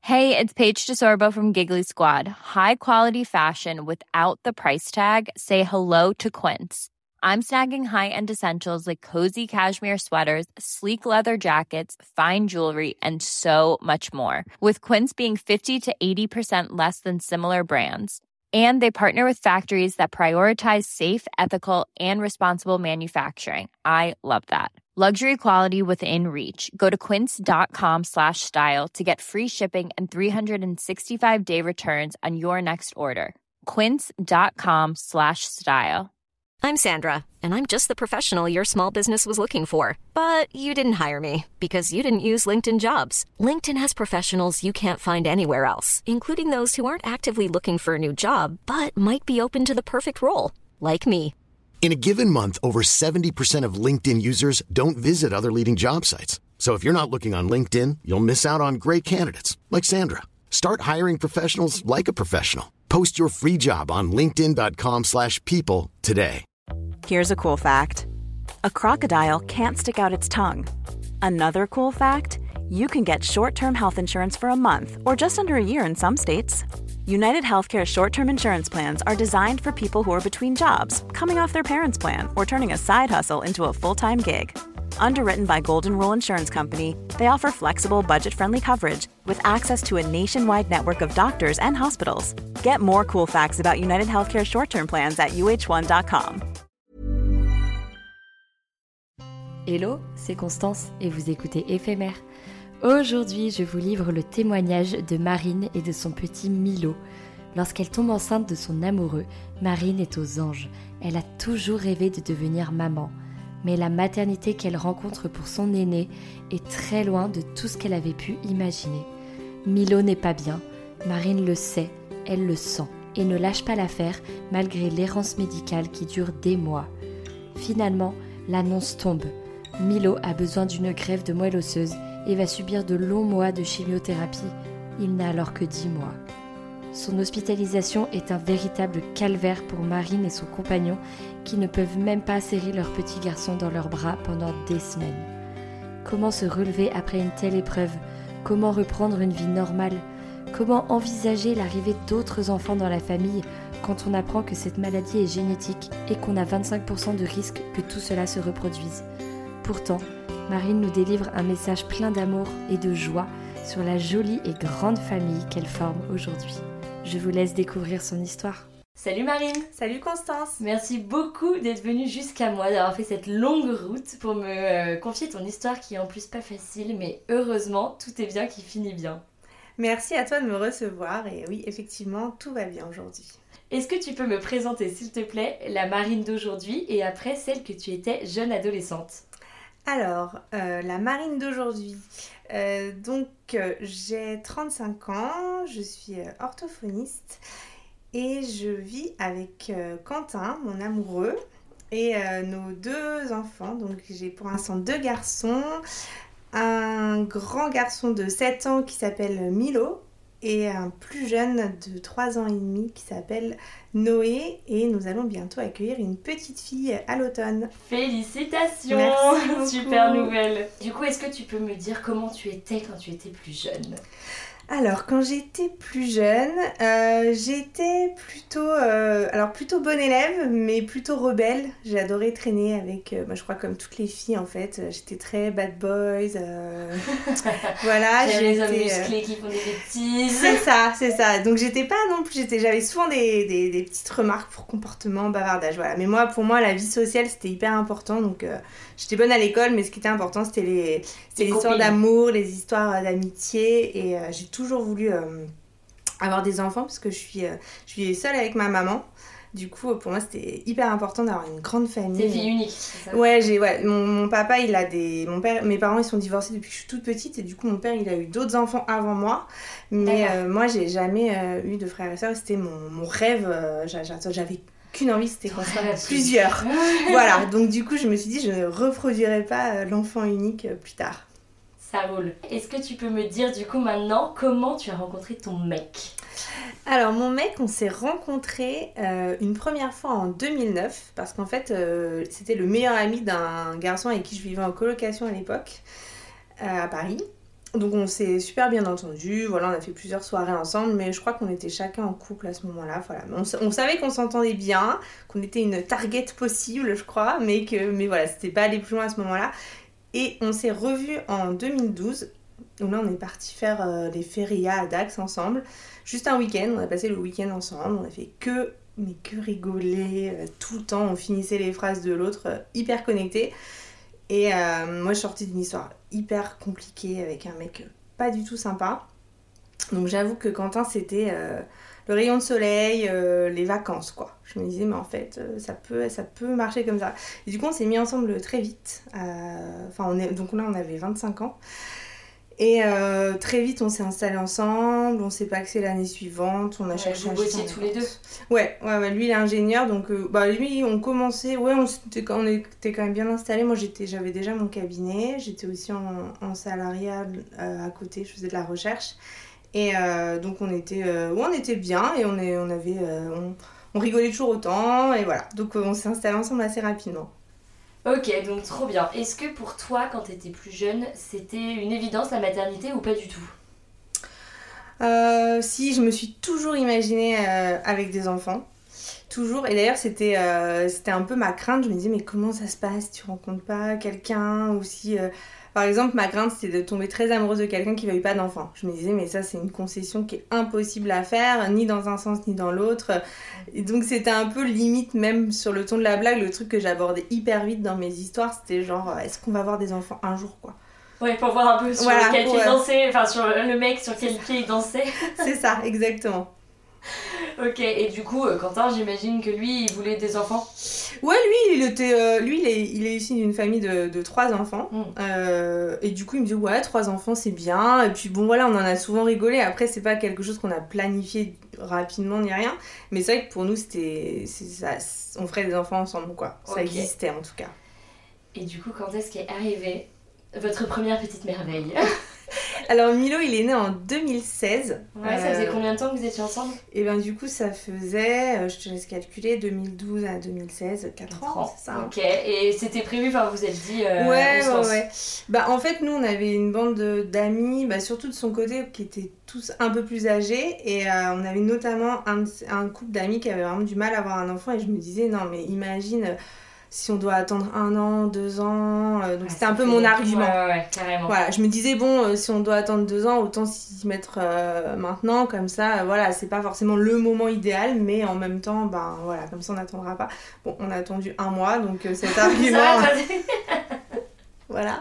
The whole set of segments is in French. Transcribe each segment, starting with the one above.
Hey, it's Paige DeSorbo from Giggly Squad. High quality fashion without the price tag. Say hello to Quince. I'm snagging high-end essentials like cozy cashmere sweaters, sleek leather jackets, fine jewelry, and so much more. With Quince being 50 to 80% less than similar brands. And they partner with factories that prioritize safe, ethical, and responsible manufacturing. I love that. Luxury quality within reach. Go to quince.com/style to get free shipping and 365-day returns on your next order. Quince.com/style. I'm Sandra, and I'm just the professional your small business was looking for. But you didn't hire me because you didn't use LinkedIn Jobs. LinkedIn has professionals you can't find anywhere else, including those who aren't actively looking for a new job, but might be open to the perfect role, like me. In a given month, over 70% of LinkedIn users don't visit other leading job sites. So if you're not looking on LinkedIn, you'll miss out on great candidates like Sandra. Start hiring professionals like a professional. Post your free job on linkedin.com/people today. Here's a cool fact. A crocodile can't stick out its tongue. Another cool fact, you can get short-term health insurance for a month or just under a year in some states. United Healthcare short-term insurance plans are designed for people who are between jobs, coming off their parents' plan, or turning a side hustle into a full-time gig. Underwritten by Golden Rule Insurance Company, they offer flexible, budget-friendly coverage with access to a nationwide network of doctors and hospitals. Get more cool facts about United Healthcare short-term plans at uh1.com. Hello, c'est Constance et vous écoutez Éphémère. Aujourd'hui, je vous livre le témoignage de Marine et de son petit Milo. Lorsqu'elle tombe enceinte de son amoureux, Marine est aux anges. Elle a toujours rêvé de devenir maman. Mais la maternité qu'elle rencontre pour son aîné est très loin de tout ce qu'elle avait pu imaginer. Milo n'est pas bien, Marine le sait, elle le sent et ne lâche pas l'affaire malgré l'errance médicale qui dure des mois. Finalement, l'annonce tombe. Milo a besoin d'une greffe de moelle osseuse et va subir de longs mois de chimiothérapie. Il n'a alors que 10 mois. Son hospitalisation est un véritable calvaire pour Marine et son compagnon qui ne peuvent même pas serrer leur petit garçon dans leurs bras pendant des semaines. Comment se relever après une telle épreuve ? Comment reprendre une vie normale ? Comment envisager l'arrivée d'autres enfants dans la famille quand on apprend que cette maladie est génétique et qu'on a 25% de risque que tout cela se reproduise ? Pourtant, Marine nous délivre un message plein d'amour et de joie sur la jolie et grande famille qu'elle forme aujourd'hui. Je vous laisse découvrir son histoire. Salut Marine! Salut Constance! Merci beaucoup d'être venue jusqu'à moi, d'avoir fait cette longue route pour me confier ton histoire qui est en plus pas facile, mais heureusement, tout est bien qui finit bien. Merci à toi de me recevoir et oui, effectivement, tout va bien aujourd'hui. Est-ce que tu peux me présenter, s'il te plaît, la Marine d'aujourd'hui et après celle que tu étais jeune adolescente ? Alors, la Marine d'aujourd'hui, j'ai 35 ans, je suis orthophoniste et je vis avec Quentin, mon amoureux, et nos 2 enfants. Donc j'ai pour l'instant 2 garçons, un grand garçon de 7 ans qui s'appelle Milo et un plus jeune de 3 ans et demi qui s'appelle Noé, et nous allons bientôt accueillir une petite fille à l'automne. Félicitations! Merci beaucoup. Super nouvelle! Du coup, est-ce que tu peux me dire comment tu étais quand tu étais plus jeune? Alors, quand j'étais plus jeune, j'étais plutôt bonne élève, mais plutôt rebelle. J'ai adoré traîner avec, je crois comme toutes les filles en fait. J'étais très bad boys. Voilà. J'aime les hommes musclés qui font des bêtises. C'est ça. Donc j'étais pas non plus. J'avais souvent des petites remarques pour comportement, bavardage. Voilà. Mais pour moi, la vie sociale c'était hyper important. Donc j'étais bonne à l'école, mais ce qui était important c'était les histoires d'amour, les histoires d'amitié, et j'ai toujours voulu avoir des enfants parce que je suis seule avec ma maman. Du coup, pour moi, c'était hyper important d'avoir une grande famille. T'es fille unique, c'est ça? Ouais, mon papa, mes parents, ils sont divorcés depuis que je suis toute petite, et du coup, mon père, il a eu d'autres enfants avant moi. Mais moi, j'ai jamais eu de frères et sœurs. C'était mon rêve. J'avais qu'une envie, c'était qu'on soit plusieurs. Voilà, donc du coup, je me suis dit, je ne reproduirai pas l'enfant unique plus tard. Ça roule. Est-ce que tu peux me dire du coup maintenant comment tu as rencontré ton mec ? Alors mon mec, on s'est rencontrés une première fois en 2009 parce qu'en fait c'était le meilleur ami d'un garçon avec qui je vivais en colocation à l'époque à Paris. Donc on s'est super bien entendus, voilà, on a fait plusieurs soirées ensemble, mais je crois qu'on était chacun en couple à ce moment-là, voilà. On savait qu'on s'entendait bien, qu'on était une target possible, je crois, mais voilà, c'était pas aller plus loin à ce moment-là. Et on s'est revus en 2012, où là on est parti faire les férias à Dax ensemble, juste un week-end, on a passé le week-end ensemble, on a fait que rigoler tout le temps, on finissait les phrases de l'autre, hyper connectés. Et moi je sortais d'une histoire hyper compliquée avec un mec pas du tout sympa. Donc j'avoue que Quentin c'était le rayon de soleil, les vacances quoi. Je me disais mais en fait ça peut marcher comme ça. Et du coup on s'est mis ensemble très vite. Donc là on avait 25 ans. Et très vite on s'est installés ensemble, on s'est paxé l'année suivante, on a cherché vous bossiez tous les deux. Ouais, lui il est ingénieur donc lui on commençait, on était quand même bien installés. Moi j'avais déjà mon cabinet, j'étais aussi en salariat à côté, je faisais de la recherche et donc on était bien et on rigolait toujours autant et voilà, donc on s'est installés ensemble assez rapidement. Ok, donc trop bien. Est-ce que pour toi, quand t'étais plus jeune, c'était une évidence la maternité ou pas du tout ? Si, je me suis toujours imaginée avec des enfants. Toujours. Et d'ailleurs, c'était un peu ma crainte. Je me disais, mais comment ça se passe si tu rencontres pas quelqu'un ou si... Par exemple, ma crainte, c'était de tomber très amoureuse de quelqu'un qui ne veuille pas d'enfant. Je me disais, mais ça, c'est une concession qui est impossible à faire, ni dans un sens, ni dans l'autre. Et donc, c'était un peu limite, même sur le ton de la blague, le truc que j'abordais hyper vite dans mes histoires, c'était genre, est-ce qu'on va avoir des enfants un jour, quoi. Ouais, pour voir un peu sur quel pied il dansait, enfin, sur le mec, sur quel pied il dansait. C'est ça, exactement. Ok, et du coup, Quentin, j'imagine que lui, il voulait des enfants. Ouais, lui, il est issu d'une famille de 3 enfants. Et du coup, il me dit, ouais, 3 enfants, c'est bien. Et puis bon, voilà, on en a souvent rigolé. Après, c'est pas quelque chose qu'on a planifié rapidement ni rien. Mais c'est vrai que pour nous, on ferait des enfants ensemble, quoi. Ça existait, en tout cas. Et du coup, quand est-ce qu'est arrivée votre première petite merveille ? Alors Milo il est né en 2016. Ouais, ça faisait combien de temps que vous étiez ensemble ? Et ben du coup ça faisait, je te laisse calculer, 2012 à 2016, 4 ans, c'est ça. Ok, et c'était prévu, enfin vous êtes dit ouais. Bah en fait nous on avait une bande d'amis, surtout de son côté, qui étaient tous un peu plus âgés. Et on avait notamment un couple d'amis qui avait vraiment du mal à avoir un enfant. Et je me disais, non mais imagine... si on doit attendre 1 an, 2 ans, donc c'était un peu mon argument. Ouais, carrément. Voilà, je me disais, bon, si on doit attendre 2 ans, autant s'y mettre maintenant, comme ça, voilà, c'est pas forcément le moment idéal, mais en même temps, voilà, comme ça on n'attendra pas. Bon, on a attendu 1 mois, donc cet argument... Voilà.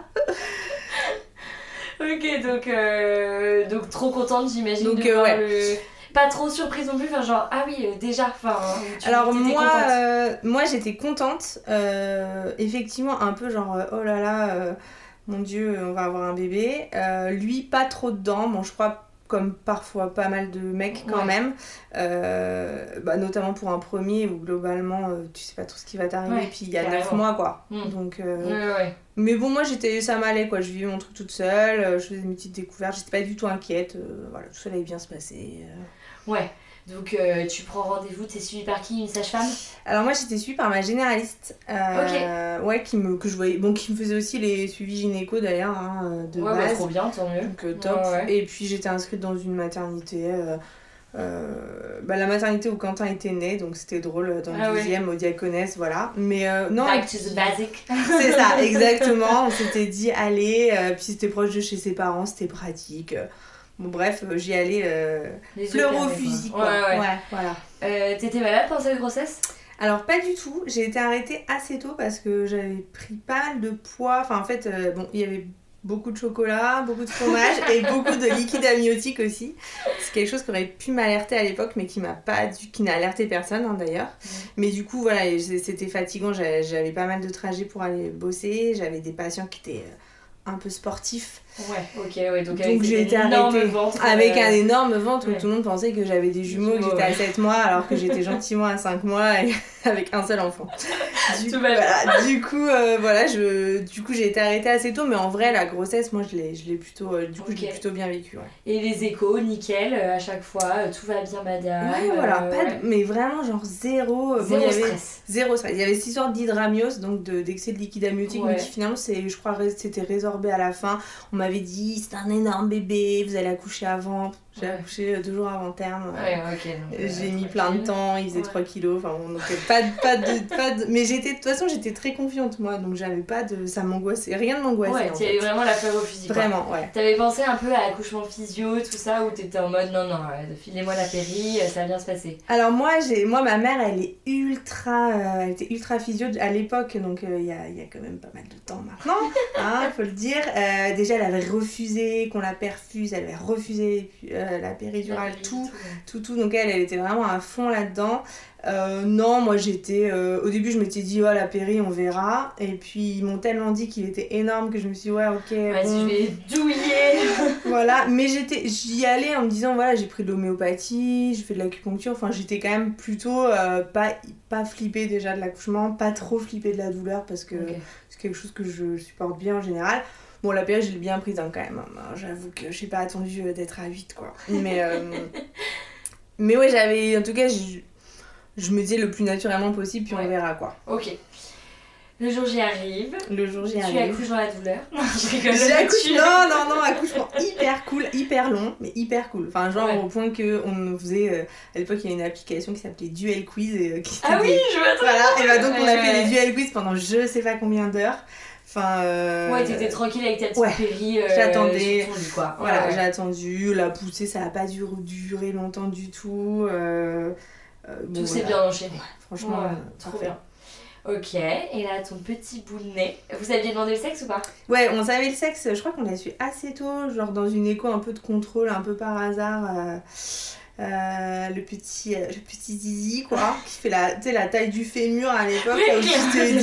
Ok, donc trop contente, j'imagine, donc, de voir le... Pas trop surprise non plus, enfin genre, ah oui, déjà, enfin... Alors moi j'étais contente, effectivement un peu genre, oh là là, mon Dieu, on va avoir un bébé. Lui, pas trop dedans, bon je crois comme parfois pas mal de mecs quand même, notamment pour un premier où globalement tu sais pas tout ce qui va t'arriver, puis il y a 9 mois quoi. Donc, mais bon moi ça m'allait quoi, je vivais mon truc toute seule, je faisais mes petites découvertes, j'étais pas du tout inquiète, voilà, tout ça allait bien se passer. Ouais, donc tu prends rendez-vous, t'es suivie par qui, une sage-femme ? Alors moi j'étais suivie par ma généraliste, ouais, qui me faisait aussi les suivis gynéco d'ailleurs, de base. Ouais, trop bien, tant mieux. Donc top. Ouais. Et puis j'étais inscrite dans une maternité, la maternité où Quentin était né, donc c'était drôle, dans le 12e, au Diaconesse, voilà. Mais non. Back to the basic. C'est ça, exactement. On s'était dit allez, puis c'était proche de chez ses parents, c'était pratique. Bon bref, j'y allais fleur au fusil quoi. Ouais, voilà. T'étais malade pendant cette grossesse ? Alors pas du tout, j'ai été arrêtée assez tôt parce que j'avais pris pas mal de poids. Enfin en fait, il y avait beaucoup de chocolat, beaucoup de fromage et beaucoup de liquide amniotique aussi. C'est quelque chose qui aurait pu m'alerter à l'époque mais qui n'a alerté personne d'ailleurs. Mais du coup voilà, c'était fatigant, j'avais pas mal de trajets pour aller bosser, j'avais des patients qui étaient un peu sportifs. Ouais, ok, ouais, donc j'ai été arrêtée avec un énorme ventre où tout le monde pensait que j'avais des jumeaux, que j'étais à 7 mois alors que j'étais gentiment à 5 mois et avec un seul enfant. Du coup, j'ai été arrêtée assez tôt, mais en vrai, la grossesse, moi, je l'ai plutôt, je l'ai plutôt bien vécue. Ouais. Et les échos, nickel, à chaque fois, tout va bien, madame. Ouais, voilà, mais vraiment, genre zéro stress. Zéro stress. Il y avait cette histoire d'hydramiose, donc d'excès de liquide amniotique, mais qui finalement, je crois, c'était résorbé à la fin. On m'avait dit c'est un énorme bébé, vous allez accoucher avant. J'ai accouché 2 jours avant terme. J'ai mis plein de temps, il faisait 3 kilos. Enfin bon, donc pas de... Mais de toute façon, j'étais très confiante moi, donc j'avais pas de... Ça m'angoissait, rien ne m'angoissait. Ouais, tu avais vraiment la fleur au fusil. Vraiment, quoi. Ouais. T'avais pensé un peu à l'accouchement physio, tout ça, ou t'étais en mode non, filez-moi la péri, ça va bien se passer. Alors moi, ma mère, elle était ultra physio à l'époque, donc il y a quand même pas mal de temps maintenant, hein, faut le dire. Déjà, elle avait refusé qu'on la perfuse, elle avait refusé la péridurale, tout. Donc elle était vraiment à fond là-dedans. Non, moi j'étais... au début, je m'étais dit, la péri, on verra. Et puis, ils m'ont tellement dit qu'il était énorme que je me suis dit, ok, vas-y, je vais douiller. Voilà, mais j'y allais en me disant, voilà, j'ai pris de l'homéopathie, j'ai fait de l'acupuncture. Enfin, j'étais quand même plutôt pas flippée déjà de l'accouchement, pas trop flippée de la douleur parce que c'est quelque chose que je supporte bien en général. Bon, la péri, je l'ai bien prise quand même. J'avoue que j'ai pas attendu d'être à 8, quoi. Mais ouais, j'avais... En tout cas, je me disais le plus naturellement possible, puis on verra, quoi. Ok. Le jour J arrive. Tu accouches dans la douleur. Non, je rigole. Non, accouchement hyper cool, hyper long, mais hyper cool. Enfin, genre au point qu'on faisait... à l'époque, il y a une application qui s'appelait Duel Quiz. Oui, je vois très bien. Voilà, et donc on a fait les Duel Quiz pendant je sais pas combien d'heures. Enfin, ouais, t'étais tranquille avec ta petite péri. J'attendais. Sur ton lit, quoi. Voilà, j'ai attendu. La poussée, ça a pas duré longtemps du tout. Tout s'est bien enchaîné. Ouais, franchement, trop bien. Ok, et là, ton petit bout de nez. Vous aviez demandé le sexe ou pas ? Ouais, on savait le sexe. Je crois qu'on l'a su assez tôt, genre dans une écho un peu de contrôle, un peu par hasard. Le petit zizi, quoi, qui fait la taille du fémur à l'époque. Oui, où je t'ai dit,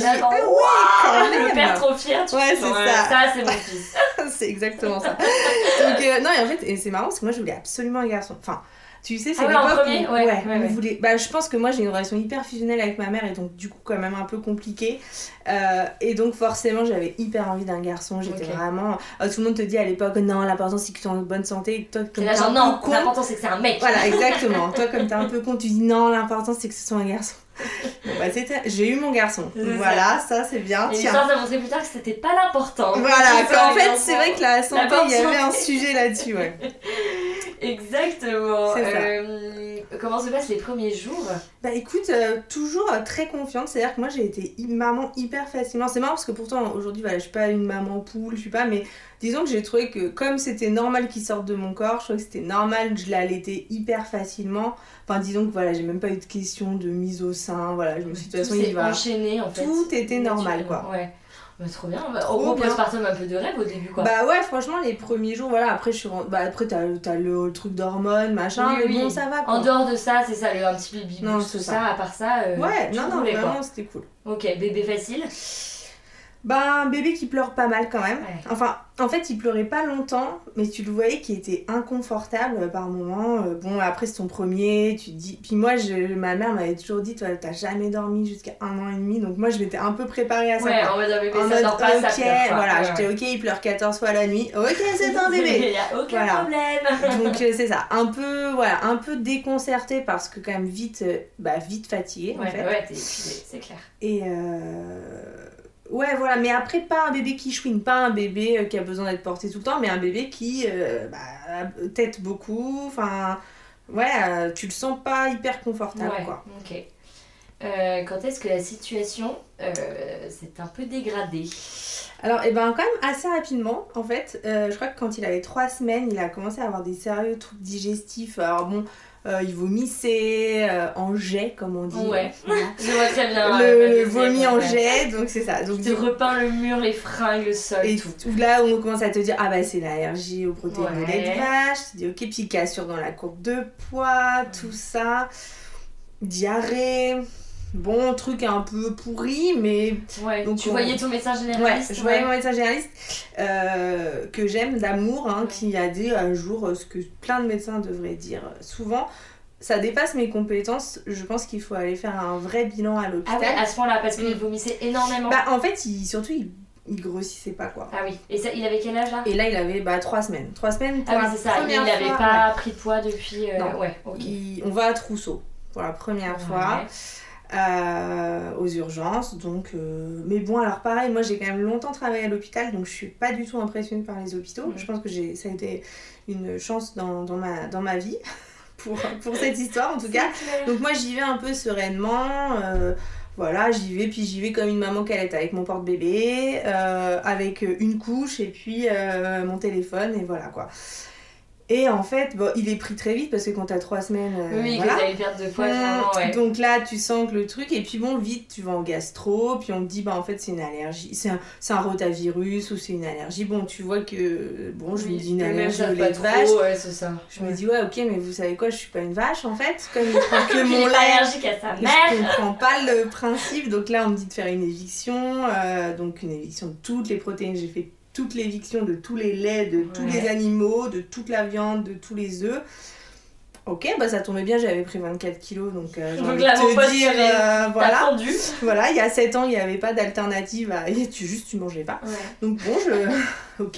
le père trop fier. Ouais, c'est ça. Ça, c'est mon fils. C'est exactement ça. Donc, non, et en fait, et c'est marrant parce que moi, je voulais absolument un garçon. Enfin, tu sais, c'est l'époque où on voulait... Bah, je pense que moi, j'ai une relation hyper fusionnelle avec ma mère et donc, du coup, quand même un peu compliquée. Et donc, forcément, j'avais hyper envie d'un garçon. J'étais vraiment... tout le monde te dit à l'époque, non, l'important, c'est que tu es en bonne santé. Toi, comme t'es un peu con... l'important, c'est que c'est un mec. Voilà, exactement. Toi, comme t'es un peu con, tu dis, non, l'important, c'est que ce soit un garçon. Bon, bah, j'ai eu mon garçon. Voilà, ça, c'est bien. Et l'histoire t'a montré plus tard que c'était pas l'important. Voilà, qu'en fait, c'est vrai que la santé, il y avait un sujet là-dessus, ouais. Exactement. Comment se passent les premiers jours ? Bah écoute, toujours très confiante, c'est-à-dire que moi j'ai été maman hyper facilement. C'est marrant parce que pourtant aujourd'hui voilà, je suis pas une maman poule, je suis pas, mais disons que j'ai trouvé que comme c'était normal qu'il sorte de mon corps, je trouvais que c'était normal que je l'allaitais hyper facilement. Enfin disons que voilà, j'ai même pas eu de question de mise au sein, voilà, je me suis dit de toute façon il va enchaîné en fait. Tout était normal quoi. Ouais. Bah, trop bien, au gros postpartum un peu de rêve au début quoi. Bah ouais, franchement les premiers jours, voilà, après après t'as le truc d'hormones, machin, mais bon ça va quoi. En dehors de ça, c'est ça, un petit baby boost, tout ça, à part ça, ouais, non, vraiment c'était cool. Ok, bébé facile ? Bah un bébé qui pleure pas mal quand même. Ouais. Enfin, en fait il pleurait pas longtemps, mais tu le voyais qu'il était inconfortable par moments. Bon après c'est ton premier, tu te dis... Puis moi ma mère m'avait toujours dit, toi t'as jamais dormi jusqu'à 1 an et demi, donc moi je m'étais un peu préparée à ça. Ouais, en mode un bébé ça dort pas, ça pleure pas. Voilà, j'étais ok, il pleure 14 fois la nuit, ok c'est un bébé. Il y a aucun problème. Donc c'est ça, un peu déconcertée parce que quand même vite fatiguée en fait. Ouais, t'es épuisée, c'est clair. Et ouais, voilà, mais après, pas un bébé qui chouine, pas un bébé qui a besoin d'être porté tout le temps, mais un bébé qui tète beaucoup, enfin, ouais, tu le sens pas hyper confortable, quoi. Ok. Quand est-ce que la situation s'est un peu dégradée ? Alors, quand même assez rapidement, en fait, je crois que quand il avait 3 semaines, il a commencé à avoir des sérieux troubles digestifs, alors bon... il vomissait en jet, comme on dit. Ouais, voilà. Je vois très bien. Le vomi en jet, donc c'est ça. Donc, tu repeins le mur, les fringues, le sol, et tout. Là, on commence à te dire, ah bah c'est l'allergie aux protéines de lait de vache. Tu dis, ok, puis cassure dans la courbe de poids, tout ça. Diarrhée. Bon, truc un peu pourri, mais... Ouais, donc tu voyais ton médecin généraliste. Ouais, je voyais mon médecin généraliste, que j'aime d'amour, qui a dit un jour ce que plein de médecins devraient dire souvent. Ça dépasse mes compétences, je pense qu'il faut aller faire un vrai bilan à l'hôpital. Ah ouais, à ce point-là, parce qu'il vomissait énormément. Bah, en fait, il grossissait pas, quoi. Ah oui, et ça, il avait quel âge là ? Et là, il avait 3 semaines. 3 semaines pour la première fois. Il n'avait pas pris de poids depuis... Non, ouais, ok. on va à Trousseau pour la première fois. aux urgences. Donc, mais bon, alors pareil, moi j'ai quand même longtemps travaillé à l'hôpital, donc je suis pas du tout impressionnée par les hôpitaux. Je pense que ça a été une chance dans ma vie. Pour cette histoire en tout cas. Donc moi j'y vais un peu sereinement, voilà, j'y vais comme une maman qui allait avec mon porte-bébé, avec une couche et puis mon téléphone et voilà quoi. Et en fait, bon, il est pris très vite parce que quand t'as 3 semaines. Oui, voilà. que t'as une perte de poids, vraiment, ouais. Donc là, tu sens que le truc, et puis bon, vite, tu vas en gastro, puis on te dit, bah en fait, c'est une allergie, c'est un rotavirus ou c'est une allergie. Bon, tu vois que, bon, je lui dis une allergie au lait de vache. Ouais, c'est ça. Je me dis, ouais, ok, mais vous savez quoi, je suis pas une vache en fait. Comme il prend que mon lait. allergique à sa mère. Je comprends pas le principe. Donc là, on me dit de faire une éviction, donc une éviction de toutes les protéines. J'ai fait toute l'éviction de tous les laits, de tous les animaux, de toute la viande, de tous les œufs. Ok, bah ça tombait bien, j'avais pris 24 kilos, donc j'ai envie de te dire, voilà. Fondu. Voilà, il y a 7 ans, il n'y avait pas d'alternative à... tu mangeais pas. Ouais. Donc bon, ok.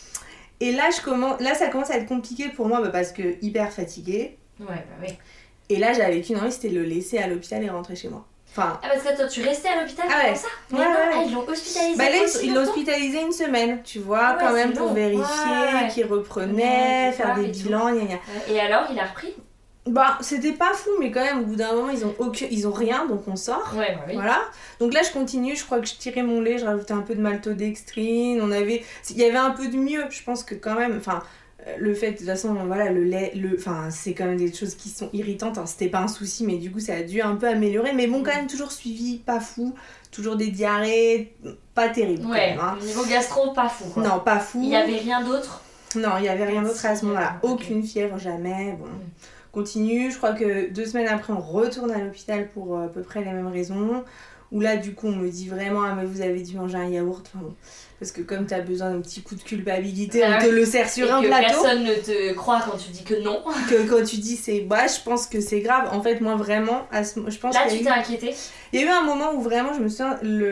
Et là, ça commence à être compliqué pour moi, parce que hyper fatiguée. Ouais, bah oui. Et là, j'avais qu'une envie, c'était de le laisser à l'hôpital et rentrer chez moi. Enfin... Ah parce que toi tu restais à l'hôpital pour ça? Mais non, ils l'ont hospitalisé. Bah là ils l'ont hospitalisé une semaine, tu vois, quand même pour vérifier qu'il reprenait, faire des bilans, gna gna. Et alors il a repris? Bah c'était pas fou, mais quand même au bout d'un moment ils ont rien, donc on sort. Ouais, bah oui. Voilà. Donc là je continue, je crois que je tirais mon lait, je rajoutais un peu de maltodextrine, il y avait un peu de mieux, je pense que quand même, enfin... Le fait, de toute façon, voilà, le lait, c'est quand même des choses qui sont irritantes. Alors, c'était pas un souci, mais du coup, ça a dû un peu améliorer. Mais bon, quand même, toujours suivi, pas fou. Toujours des diarrhées, pas terrible. Ouais, quand même, hein. Niveau gastro, pas fou, quoi. Non, pas fou. Il y avait rien d'autre? Non, il y avait rien d'autre à ce moment-là. Aucune fièvre, jamais. Bon, continue. Je crois que 2 semaines après, on retourne à l'hôpital pour à peu près les mêmes raisons. Où là, du coup, on me dit vraiment, mais vous avez dû manger un yaourt. Enfin, bon. Parce que comme t'as besoin d'un petit coup de culpabilité, on te le sert sur un plateau. Personne ne te croit quand tu dis que non. Que quand tu dis c'est... Bah, je pense que c'est grave. En fait, moi, vraiment, je pense là, tu t'es inquiétée? Il y a eu un moment où vraiment, je me souviens...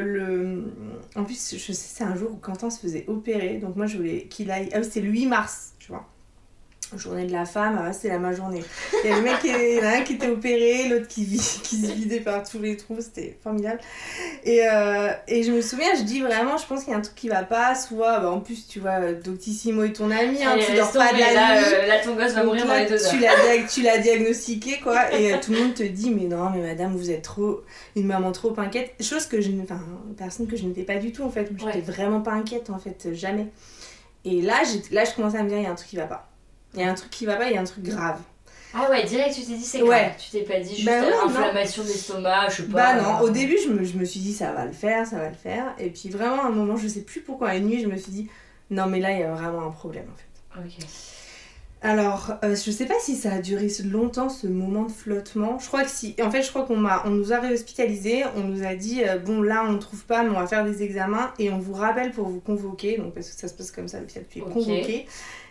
En plus, je sais, c'est un jour où Quentin se faisait opérer. Donc moi, je voulais qu'il aille... Ah oui, c'était le 8 mars, tu vois. Journée de la femme, c'était ma journée. Il y a le mec il y en a un qui était opéré, l'autre qui se vidait par tous les trous, c'était formidable. Et je me souviens, je dis vraiment, je pense qu'il y a un truc qui va pas, soit, en plus, tu vois, Doctissimo est ton ami, hein, tu dors pas de la nuit. Là, ton gosse va mourir dans les 2 heures. Tu l'as diagnostiqué, quoi, et tout le monde te dit, mais non, mais madame, vous êtes une maman trop inquiète. Chose que personne que je n'étais pas du tout, en fait. J'étais vraiment pas inquiète, en fait, jamais. Et là, je commençais à me dire, il y a un truc qui va pas. Il y a un truc qui va pas, il y a un truc grave. Ah ouais, direct tu t'es dit c'est grave. Tu t'es pas dit juste inflammation d'estomac, je sais pas. Bah non, au début je me suis dit ça va le faire. Et puis vraiment à un moment, je sais plus pourquoi, une nuit je me suis dit non mais là il y a vraiment un problème en fait. Ok. Alors, je sais pas si ça a duré longtemps ce moment de flottement. Je crois que si. En fait, je crois on nous a réhospitalisés, on nous a dit bon là on trouve pas, mais on va faire des examens et on vous rappelle pour vous convoquer. Donc parce que ça se passe comme ça, tu es convoqué.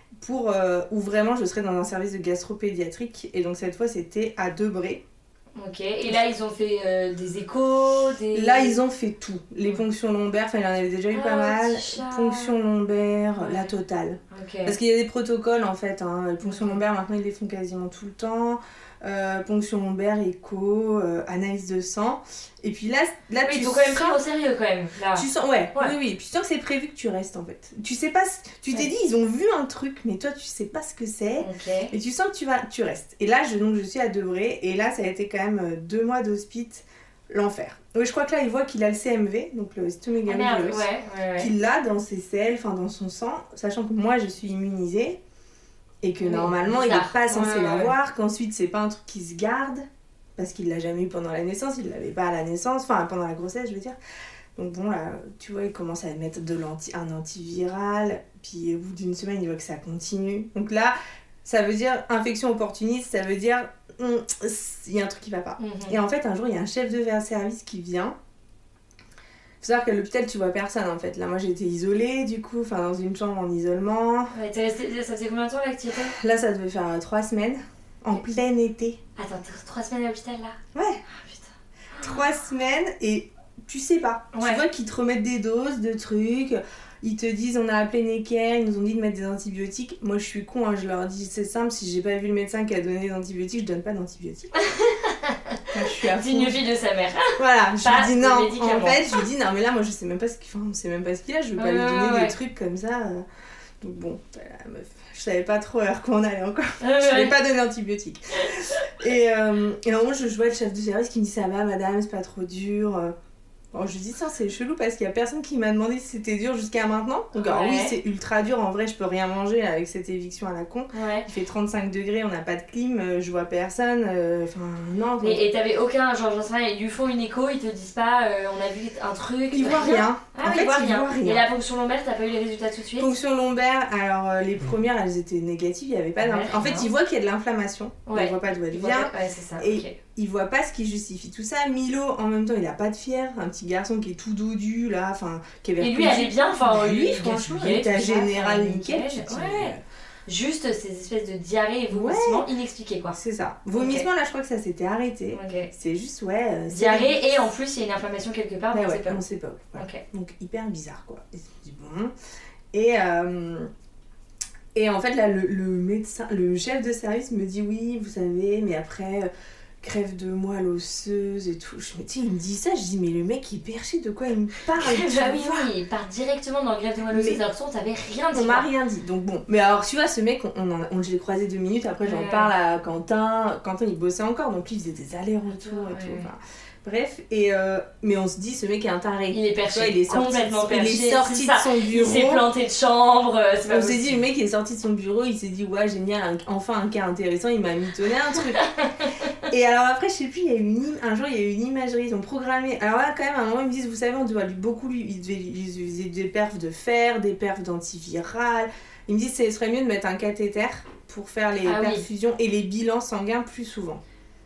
Où vraiment je serais dans un service de gastro-pédiatrique et donc cette fois c'était à Debré. Ok, et là ils ont fait des échos, Là ils ont fait tout, les ponctions lombaires, il y en avait déjà eu pas mal, ponctions lombaires, la totale. Okay. Parce qu'il y a des protocoles en fait, hein. Les ponctions lombaires maintenant ils les font quasiment tout le temps. Ponction lombaire, écho, analyse de sang. Et puis là oui, tu ils ont quand même pris au sérieux quand même. Là. Tu sens, oui. Puis tu sens que c'est prévu que tu restes en fait. Tu sais pas, tu t'es dit ils ont vu un truc, mais toi tu sais pas ce que c'est. Okay. Et tu sens que tu restes. Et là je suis à Debré et là ça a été quand même 2 mois d'hospice, l'enfer. Oui, je crois que là il voit qu'il a le CMV, donc le cytomégalovirus, qu'il a dans ses selles, dans son sang, sachant que moi je suis immunisée. Et que normalement il n'est pas censé l'avoir, qu'ensuite c'est pas un truc qui se garde, parce qu'il l'a jamais eu pendant la naissance, il l'avait pas à la naissance, enfin pendant la grossesse je veux dire. Donc bon là, tu vois, il commence à mettre un antiviral, puis au bout d'une semaine il voit que ça continue. Donc là, ça veut dire infection opportuniste, ça veut dire il y a un truc qui va pas. Et en fait un jour il y a un chef de service qui vient. Faut savoir qu'à l'hôpital tu vois personne en fait. Là moi j'étais isolée du coup, dans une chambre en isolement. Ouais, ça faisait combien de temps là que tu y étais ? Là ça devait faire 3 semaines, en plein été. Attends, 3 semaines à l'hôpital là ? Ouais. Ah putain. 3 semaines et tu sais pas. Tu vois qu'ils te remettent des doses de trucs, ils te disent on a appelé Necker, ils nous ont dit de mettre des antibiotiques. Moi je suis con, je leur dis c'est simple, si j'ai pas vu le médecin qui a donné des antibiotiques, je donne pas d'antibiotiques. je suis à fond. Digne fille de sa mère. Voilà, je lui dis non. En médicaments. fait, je lui dis non, mais là, moi, je sais même pas ce qu'il on sait même pas ce qu'il a. Je veux pas lui donner des trucs comme ça. Donc bon, la meuf, je savais pas trop vers quoi on allait encore. Je lui ai pas donné d'antibiotiques. Et à un moment, je vois le chef de service qui me dit ça va, madame, c'est pas trop dur. Alors, je lui dis ça, c'est chelou parce qu'il y a personne qui m'a demandé si c'était dur jusqu'à maintenant. Donc alors oui, c'est ultra dur. En vrai, je peux rien manger là, avec cette éviction à la con. Il fait 35 degrés, on n'a pas de clim, je vois personne. Enfin non. Et t'avais aucun, genre j'en sais rien, ils lui font une écho, ils te disent pas on a vu un truc. Ils voient rien. Ah, ils voient rien. Et la ponction lombaire, t'as pas eu les résultats tout de suite? Ponction lombaire, alors les premières elles étaient négatives, il y avait pas d'inflammation. En fait, ils voient qu'il y a de l'inflation, ils voient pas d'où elle vient. Ouais, c'est ça. Et il voit pas ce qui justifie tout ça. Milo, en même temps, il a pas de fièvre, un petit garçon qui est tout dodu là, enfin qui avait. Et lui, elle est bien, enfin lui, franchement, il était général nickel. Ouais. Juste ces espèces de diarrhée et vomissements inexpliqués quoi. C'est ça. Vomissement là, je crois que ça s'était arrêté. C'est juste diarrhée et en plus il y a une inflammation quelque part, mais on sait pas. Voilà. Donc hyper bizarre quoi. Et je dis bon. Et en fait là, le médecin, le chef de service me dit oui, vous savez, mais après. Crève de moelle osseuse et tout. Il me dit ça, je dis mais le mec il est perché, de quoi il me parle? Oui, il part directement dans le greffe de moelle osseuse, alors que on t'avait rien dit. On m'a rien dit, donc bon. Mais alors tu vois, ce mec, je l'ai croisé 2 minutes, après j'en parle à Quentin. Quentin il bossait encore, donc lui il faisait des allers-retours et tout. Enfin, bref, mais on se dit, ce mec est un taré. Il est perché, il est complètement perché. Il est sorti de son bureau. Il s'est planté de chambre, c'est pas on s'est dit, le mec il est sorti de son bureau, il s'est dit, ouais génial, enfin un cas intéressant, il m'a mitonné un truc. Et alors après, je sais plus, un jour il y a eu une imagerie, ils ont programmé. Alors là, quand même, à un moment, ils me disent, vous savez, on doit lui beaucoup, ils faisaient des perfs de fer, des perfs d'antiviral. Ils me disent, ce serait mieux de mettre un cathéter pour faire les perfusions et les bilans sanguins plus souvent.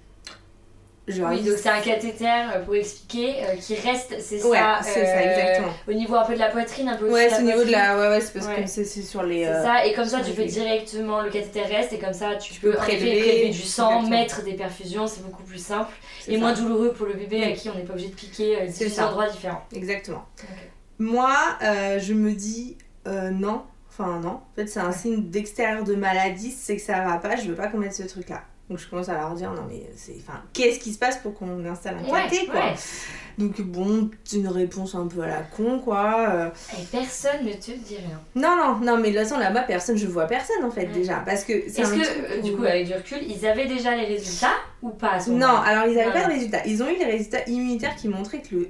Oui, donc c'est un cathéter pour expliquer qui reste, c'est ça. Ouais, c'est ça, exactement. Au niveau un peu de la poitrine, un peu au-dessus de la poitrine. Ouais, c'est au niveau de la. Ouais, c'est parce que c'est sur les. C'est ça, et comme ça, tu peux directement, le cathéter reste, et comme ça, tu peux prélever du sang, mettre des perfusions, c'est beaucoup plus simple et moins douloureux pour le bébé à qui on n'est pas obligé de piquer 18 endroits différents. Exactement. Moi, je me dis non. Enfin, non. En fait, c'est un signe d'extérieur de maladie, c'est que ça va pas, je veux pas qu'on mette ce truc-là. Donc je commence à leur dire non mais qu'est-ce qui se passe pour qu'on installe un cathé quoi. Donc bon, c'est une réponse un peu à la con quoi. Et personne ne te dit rien. Non mais de toute façon là-bas je vois personne en fait déjà parce que est-ce que du coup avec du recul ils avaient déjà les résultats ou pas à ce moment-là? Non, alors ils avaient pas de résultats. Ils ont eu les résultats immunitaires qui montraient que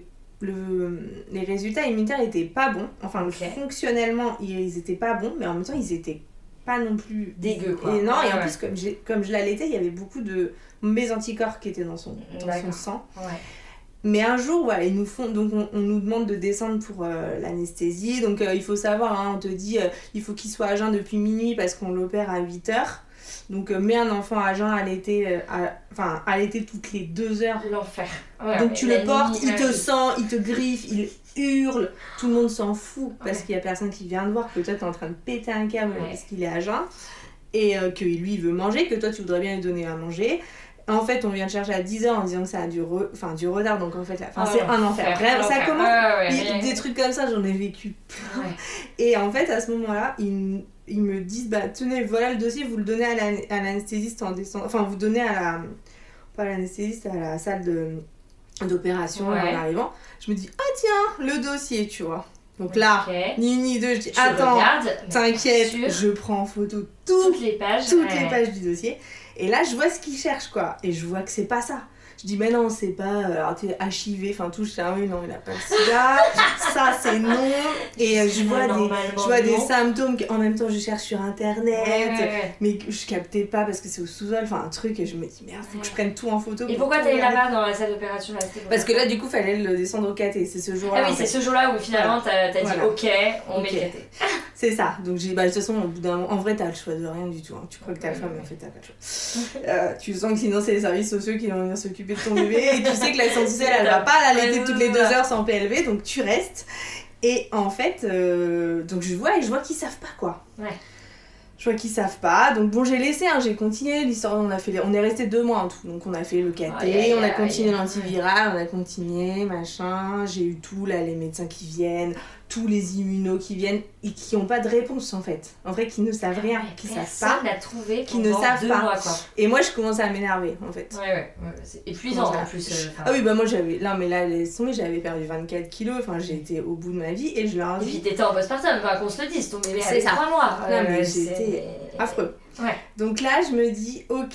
les résultats immunitaires étaient pas bons. Enfin fonctionnellement ils étaient pas bons, mais en même temps ils étaient pas non plus dégueu quoi. Et non, et en plus comme je l'allaitais, il y avait beaucoup de mes anticorps qui étaient dans son sang. Mais un jour voilà, ils nous font donc on nous demande de descendre pour l'anesthésie. Donc il faut savoir on te dit il faut qu'il soit à jeun depuis minuit parce qu'on l'opère à 8h. Donc mets un enfant à jeun allaiter toutes les 2 heures. L'enfer. Donc tu le portes, il te sent, il te griffe, il hurle, tout le monde s'en fout parce qu'il y a personne qui vient te voir que toi t'es en train de péter un câble parce qu'il est à jeun et que lui il veut manger, que toi tu voudrais bien lui donner à manger. En fait on vient te chercher à 10h en disant que ça a du retard, donc en fait c'est un enfer. Bref, ça commence, des trucs comme ça j'en ai vécu plein. Et en fait à ce moment-là ils me disent tenez voilà le dossier, vous le donnez à l'anesthésiste en descendant, enfin vous donnez à l'anesthésiste, à la salle d'opération en arrivant. Je me dis tiens le dossier tu vois. Donc là ni une ni deux, je dis attends t'inquiète, je prends en photo toutes les pages du dossier et là je vois ce qu'il cherche quoi et je vois que c'est pas ça. Je dis mais non c'est pas alors t'es HIV enfin tout, je dis oui non il a pas le sida ça c'est non et je vois des symptômes qu'en même temps je cherche sur internet mais que je captais pas parce que c'est au sous-sol, enfin un truc et je me dis merde faut que je prenne tout en photo. Et pourquoi t'allais là-bas dans la salle d'opération là, parce que là du coup fallait le descendre au cathé, c'est ce jour-là. Ah oui c'est ce jour-là où finalement t'as dit ok on met le cathé. C'est ça, donc j'ai de toute façon au bout d'un moment, en vrai t'as le choix de rien du tout tu crois que t'as le choix mais en fait t'as pas le choix. Tu sens que sinon c'est les services sociaux qui vont venir s'occuper de ton bébé et tu sais que l'assistante sociale elle va pas l'allaiter toutes les 2 heures sans PLV donc tu restes et en fait donc je vois qu'ils savent pas quoi. Je vois qu'ils savent pas donc bon j'ai laissé j'ai continué l'histoire, on est resté 2 mois en tout donc on a fait le cathé, on a continué l'antiviral, on a continué machin, j'ai eu tout là les médecins qui viennent tous les immunos qui viennent et qui n'ont pas de réponse en fait. En vrai, qui ne savent rien, qui ne savent pas. Personne n'a trouvé qui ne savent 2 pas. mois, quoi. Et moi, je commençais à m'énerver en fait. Ouais, c'est épuisant en plus. Ah oui, bah moi j'avais. Là, mais là, j'avais perdu 24 kilos, enfin j'ai été au bout de ma vie et je leur ai dit. Et puis t'étais en postpartum, enfin qu'on se le dise, ton bébé C'est avait ça. 3 mois. Non, mais c'était affreux. Ouais. Donc là, je me dis, ok,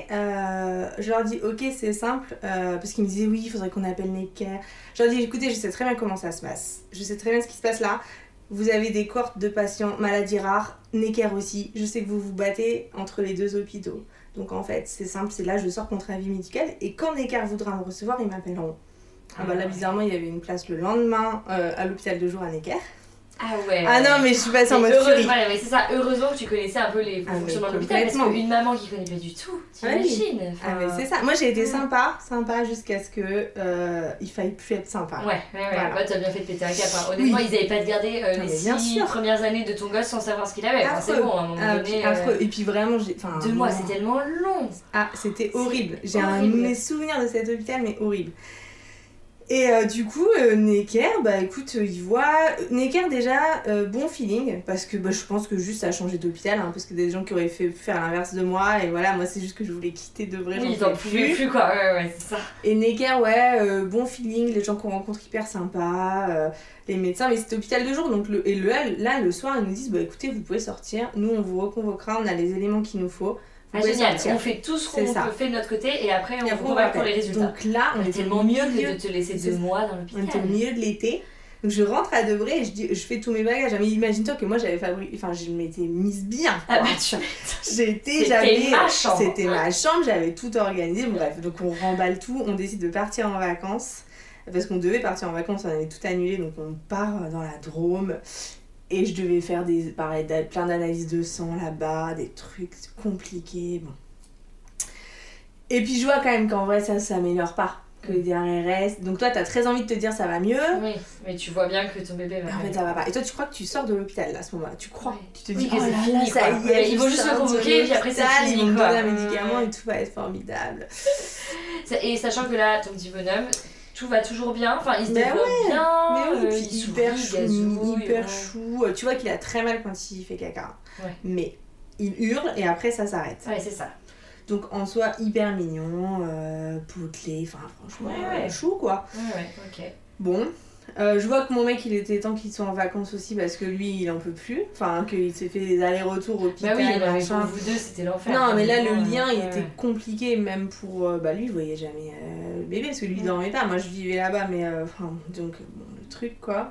je leur dis, ok, c'est simple, parce qu'ils me disaient, oui, il faudrait qu'on appelle Necker. Je leur dis, écoutez, je sais très bien comment ça se passe. Je sais très bien ce qui se passe là. Vous avez des cohortes de patients, maladies rares, Necker aussi. Je sais que vous vous battez entre les 2 hôpitaux. Donc en fait, c'est simple, c'est là, je sors contre avis médical. Et quand Necker voudra me recevoir, ils m'appelleront. Ah bah là, bizarrement, il y avait une place le lendemain à l'hôpital de jour à Necker. Ah ouais. Ah non, mais je suis passée en mode furie. Ouais, c'est ça, heureusement que tu connaissais un peu les fonctionnements de l'hôpital, parce qu'une maman qui connaît pas du tout, t'imagines. Ah mais c'est ça, moi j'ai été sympa jusqu'à ce que il faille plus être sympa. Ouais, voilà. Bah, t'as bien fait de péter un cap. Hein. Honnêtement, ils avaient pas de garder les 6 premières années de ton gosse sans savoir ce qu'il avait. Enfin, c'est bon, à un moment donné. Affreux. Et puis vraiment, 2 mois, c'est tellement long. Ah, c'était horrible. J'ai mes souvenirs de cet hôpital, mais horrible. Et du coup, Necker, bah écoute, il voit... Necker déjà, bon feeling, parce que bah, je pense que juste ça a changé d'hôpital, hein, parce que des gens qui auraient fait faire l'inverse de moi, et voilà, moi c'est juste que je voulais quitter de vrai, oui, j'en pouvais plus quoi, ouais, c'est ça. Et Necker, bon feeling, les gens qu'on rencontre hyper sympas, les médecins, mais c'était hôpital de jour, donc là, le soir, ils nous disent, bah écoutez, vous pouvez sortir, nous on vous reconvoquera, on a les éléments qu'il nous faut. Ah, génial, on fait tout ce qu'on fait de notre côté et après on vous revoit pour les résultats. Donc là, on était tellement mieux que de te laisser 2 mois dans l'hôpital. On était au milieu de l'été. Donc je rentre à Debré et je fais tous mes bagages. Mais imagine-toi que moi j'avais je m'étais mise bien. Ah bah C'était ma chambre, j'avais tout organisé. Bon, bref, donc on remballe tout, on décide de partir en vacances. Parce qu'on devait partir en vacances, on avait tout annulé, donc on part dans la Drôme. Et je devais faire plein d'analyses de sang là-bas, des trucs compliqués, bon. Et puis je vois quand même qu'en vrai ça s'améliore pas, que les diarrhées restent. Donc toi t'as très envie de te dire ça va mieux. Oui, mais tu vois bien que ton bébé va en fait ça va pas. Et toi tu crois que tu sors de l'hôpital là, à ce moment-là, tu crois. Ouais. Tu te dis que c'est fini, ça y est, ils vont juste le convoquer et puis après c'est fini. Ils vont me donner un médicament et tout va être formidable. Et sachant que là, ton petit bonhomme... Tout va toujours bien, enfin il se développe bien, mais oui, il hyper sourit, chou. Tu vois qu'il a très mal quand il fait caca. Ouais. Mais il hurle et après ça s'arrête. Ouais, c'est ça. Donc en soi hyper mignon, potelé, enfin franchement chou quoi. Ouais, ok. Bon, je vois que mon mec il était temps qu'il soit en vacances aussi parce que lui il en peut plus, enfin qu'il s'est fait des allers-retours au hôpital. Bah oui, pour vous deux c'était l'enfer. Non mais là le lien il était compliqué même pour, lui il voyait jamais le bébé parce que lui il dormait pas, moi je vivais là-bas mais donc bon, le truc quoi.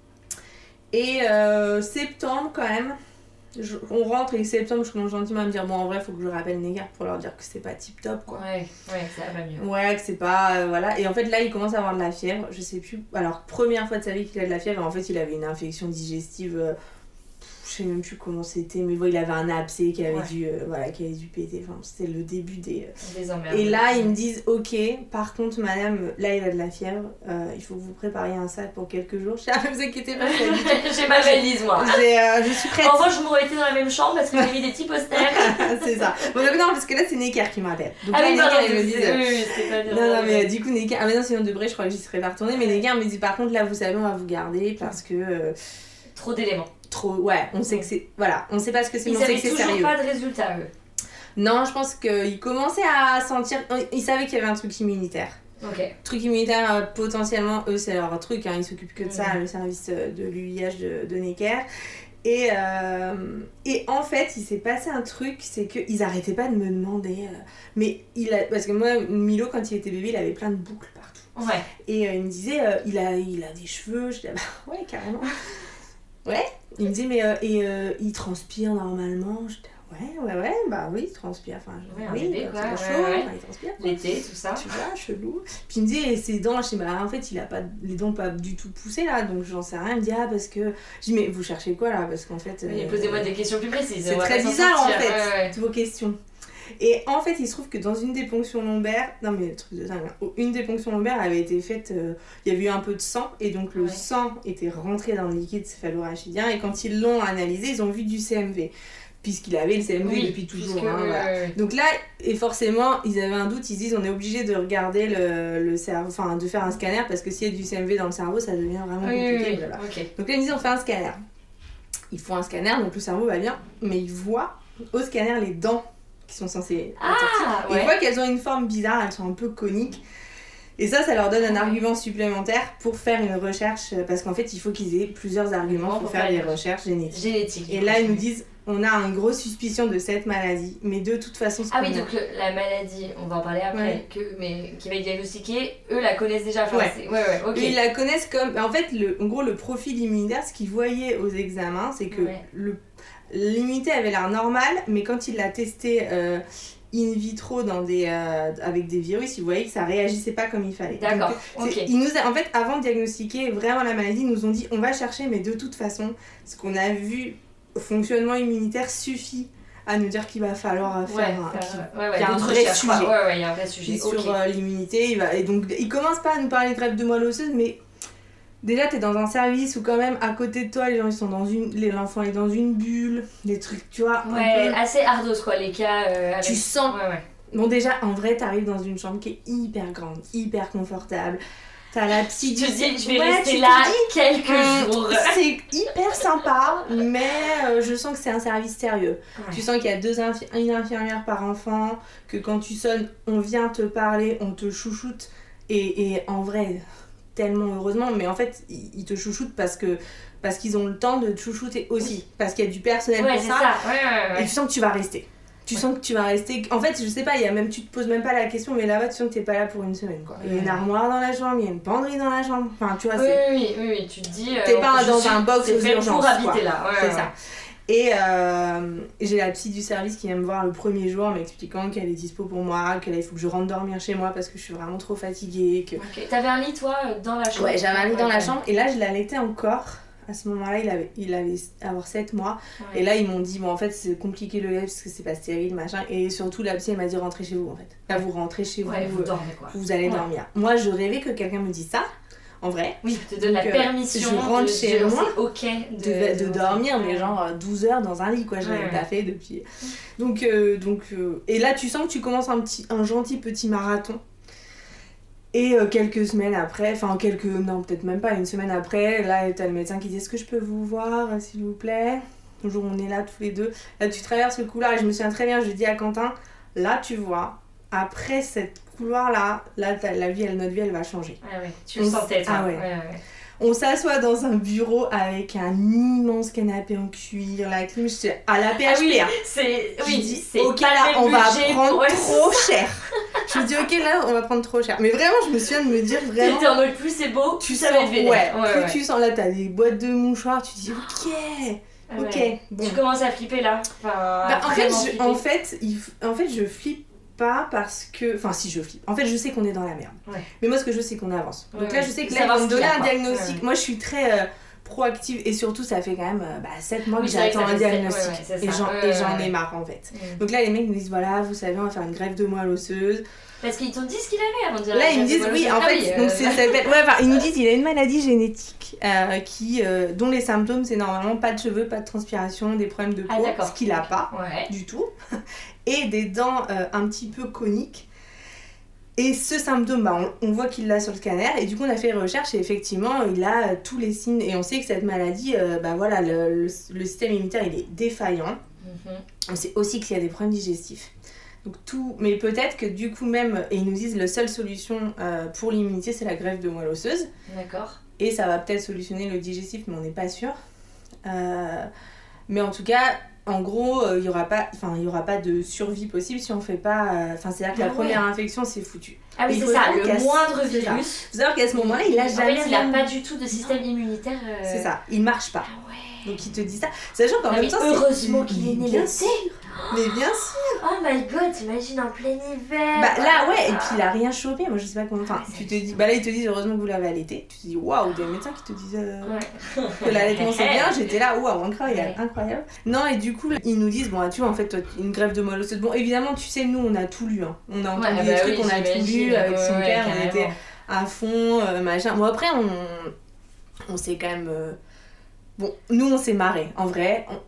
Et septembre quand même. On rentre et septembre, je commence gentiment à me dire bon en vrai faut que je rappelle Necker pour leur dire que c'est pas tip top quoi. Ouais, ça va mieux. Ouais, que c'est pas voilà. Et en fait là il commence à avoir de la fièvre, je sais plus. Alors première fois de sa vie qu'il a de la fièvre, en fait il avait une infection digestive, je sais même plus comment c'était, mais bon il avait un abcès qui avait dû péter. Enfin c'était le début des emmerdes. Et là ils me disent ok, par contre madame, là il a de la fièvre, il faut que vous prépariez un sac pour quelques jours. Je sais pas, vous inquiétez pas, j'ai ma valise moi. Je suis prête. En revanche je m'aurais été dans la même chambre parce que j'ai mis des petits posters. C'est ça. Bon donc non parce que là c'est Necker qui m'appelle. Donc ah là oui, Necker il me dit oui, c'est pas bien. Non mais du coup Necker, ah mais non sinon Debré je crois que j'y serais pas retournée, mais Necker me dit par contre là vous savez on va vous garder parce que trop d'éléments. On sait que c'est on sait pas ce que c'est, mais on sait que c'est sérieux. Ils avaient toujours pas de résultats eux. Non, je pense qu'ils commençaient à sentir, ils savaient qu'il y avait un truc immunitaire. Ok. Truc immunitaire, potentiellement, eux c'est leur truc, ils s'occupent que de ça, le service de l'UIH de Necker. Et en fait, il s'est passé un truc, c'est qu'ils arrêtaient pas de me demander. Parce que moi, Milo, quand il était bébé, il avait plein de boucles partout. Ouais. Et il me disait, il a des cheveux. Je disais, bah ouais, carrément. Ouais. Il me disait, mais il transpire normalement. Je disais, ouais, bah oui, il transpire. Enfin, bébé, quoi. C'est chaud, il transpire. Quoi. L'été, tout ça. Tu vois, chelou. Puis il me dit, et ses dents, je sais, bah en fait, il a pas les dents pas du tout poussées là, donc j'en sais rien. Il me dit, parce que. Je dis, mais vous cherchez quoi là? Parce qu'en fait. Posez-moi des questions plus précises. C'est très bizarre en fait, toutes vos questions. Et en fait, il se trouve que dans une des ponctions lombaires, non mais le truc de dingue, une des ponctions lombaires avait été faite, il y avait eu un peu de sang, et donc le sang était rentré dans le liquide céphalorachidien, et quand ils l'ont analysé, ils ont vu du CMV. puisqu'il avait le CMV depuis toujours. Voilà. Donc là, et forcément, ils avaient un doute, ils se disent on est obligé de regarder le cerveau, enfin de faire un scanner parce que s'il y a du CMV dans le cerveau, ça devient vraiment compliqué. Voilà. Donc là, ils disent on fait un scanner. Ils font un scanner, donc le cerveau va bien, mais ils voient au scanner les dents qui sont censées sortir. Ils voient qu'elles ont une forme bizarre, elles sont un peu coniques. Et ça leur donne un argument supplémentaire pour faire une recherche, parce qu'en fait, il faut qu'ils aient plusieurs arguments pour faire des recherches génétiques. Et là, ils nous disent, on a une grosse suspicion de cette maladie, mais de toute façon... donc la maladie, on va en parler après, mais qui va être diagnostiquée, eux la connaissent déjà. Enfin, Ils la connaissent comme... En fait, en gros, le profil immunitaire, ce qu'ils voyaient aux examens, c'est que l'immunité avait l'air normale, mais quand ils l'a testé... in vitro avec des virus, ils voyaient que ça réagissait pas comme il fallait. D'accord, Ils nous en fait, avant de diagnostiquer vraiment la maladie, ils nous ont dit on va chercher, mais de toute façon, ce qu'on a vu, fonctionnement immunitaire suffit à nous dire qu'il va falloir faire il y a un vrai sujet. Il y a un vrai sujet. Sur l'immunité, et donc ils commencent pas à nous parler de greffe de moelle osseuse, mais déjà t'es dans un service où quand même à côté de toi les gens ils sont l'enfant est dans une bulle, des trucs tu vois assez ardos quoi les cas tu sens bon déjà en vrai t'arrives dans une chambre qui est hyper grande, hyper confortable, t'as la psy tu te dis je vais rester là quelques jours, c'est hyper sympa mais je sens que c'est un service sérieux. Tu sens qu'il y a une infirmière par enfant, que quand tu sonnes on vient te parler, on te chouchoute et en vrai tellement heureusement, mais en fait ils te chouchoutent parce qu'ils ont le temps de te chouchouter aussi, parce qu'il y a du personnel pour ça. Et tu sens que tu vas rester. Sens que tu vas rester. En fait, je sais pas, tu te poses même pas la question, mais là-bas tu sens que t'es pas là pour une semaine quoi. Il y a une armoire dans la chambre, il y a une penderie dans la chambre. Enfin, tu vois, oui, tu te dis t'es pas dans un box aux urgences pour habiter là. C'est ça. Et j'ai la psy du service qui vient me voir le premier jour en m'expliquant qu'elle est dispo pour moi, qu'il faut que je rentre dormir chez moi parce que je suis vraiment trop fatiguée. T'avais un lit toi dans la chambre? Ouais, j'avais un lit dans la chambre et là je l'allaitais encore. À ce moment-là, il allait avoir 7 mois. Et là, ils m'ont dit, bon, en fait, c'est compliqué le lait parce que c'est pas stérile, machin. Et surtout, la psy, elle m'a dit, rentrez chez vous, en fait. Là, vous rentrez chez vous, vous dormez, quoi. Vous allez dormir. Moi, je rêvais que quelqu'un me dise ça. En vrai. Oui, te donne la permission. Je rentre chez moi. C'est ok de dormir, mais genre 12 heures dans un lit, quoi. Je l'avais pas fait depuis. Donc, et là, tu sens que tu commences un gentil petit marathon. Et quelques semaines après, non, peut-être même pas, une semaine après, là, t'as le médecin qui dit est-ce que je peux vous voir, s'il vous plaît? Bonjour, on est là tous les deux. Là, tu traverses le couloir et je me souviens très bien, je dis à Quentin, là, tu vois, après cette couloir-là, notre vie, elle va changer. Ah ouais, tu le sentais, ça. Ah ouais. On s'assoit dans un bureau avec un immense canapé en cuir, la clim, j'étais à la PHP. C'est ok, là, on va prendre trop cher. Je me dis, ok, là, on va prendre trop cher. Mais vraiment, je me souviens de me dire vraiment. T'étais en mode plus c'est beau, tu ça va être vénère. Plus tu sens là, t'as des boîtes de mouchoirs, tu te dis, ok. Bon. Tu commences à flipper là. En fait, je flippe pas parce que... Enfin, si je flippe. En fait, je sais qu'on est dans la merde. Mais moi, ce que je veux, c'est qu'on avance. Donc là, je sais que là, ils vont me donner un diagnostic. Moi, je suis très proactive et surtout, ça fait quand même 7 mois que j'attends un diagnostic. Et j'en ai marre, en fait. Donc là, les mecs me disent, voilà, vous savez, on va faire une greffe de moelle osseuse. Parce qu'ils t'ont dit ce qu'il avait avant de dire. Là, ils me disent, oui, en fait, donc ils nous disent, il a une maladie génétique dont les symptômes, c'est normalement pas de cheveux, pas de transpiration, des problèmes de peau, ce qu'il a pas du tout. Et des dents un petit peu coniques. Et ce symptôme, on voit qu'il l'a sur le scanner. Et du coup, on a fait une recherche et effectivement, il a tous les signes. Et on sait que cette maladie, le système immunitaire, il est défaillant. On sait aussi qu'il y a des problèmes digestifs. Donc mais peut-être que du coup même, et ils nous disent la seule solution pour l'immunité, c'est la greffe de moelle osseuse. D'accord. Et ça va peut-être solutionner le digestif, mais on n'est pas sûr. Mais en tout cas... En gros, il y aura pas de survie possible si on fait pas... c'est-à-dire que la première infection, c'est foutu. Ah oui, c'est ça, le moindre virus. Il faut savoir qu'à ce moment-là, il a jamais... il n'a pas du tout du système immunitaire... C'est ça, il marche pas. Ah ouais. Donc il te dit ça. Sachant qu'en même temps, heureusement qu'il est né bien sûr. Mais bien sûr. Oh my god, t'imagines en plein hiver. Là ouais, et puis il a rien chopé. Moi je sais pas comment. Enfin, tu te dis, là ils te disent heureusement que vous l'avez allaité. Tu te dis waouh, des médecins qui te disent que l'allaitement c'est bien. J'étais là waouh, incroyable. Non, et du coup ils nous disent bon, tu vois en fait toi, une greffe de moelle osseuse. Bon évidemment tu sais nous on a tout lu. On a entendu des trucs, on a tout lu avec son père. On était à fond machin. Bon après on s'est quand même. Bon, nous on s'est marré, en vrai,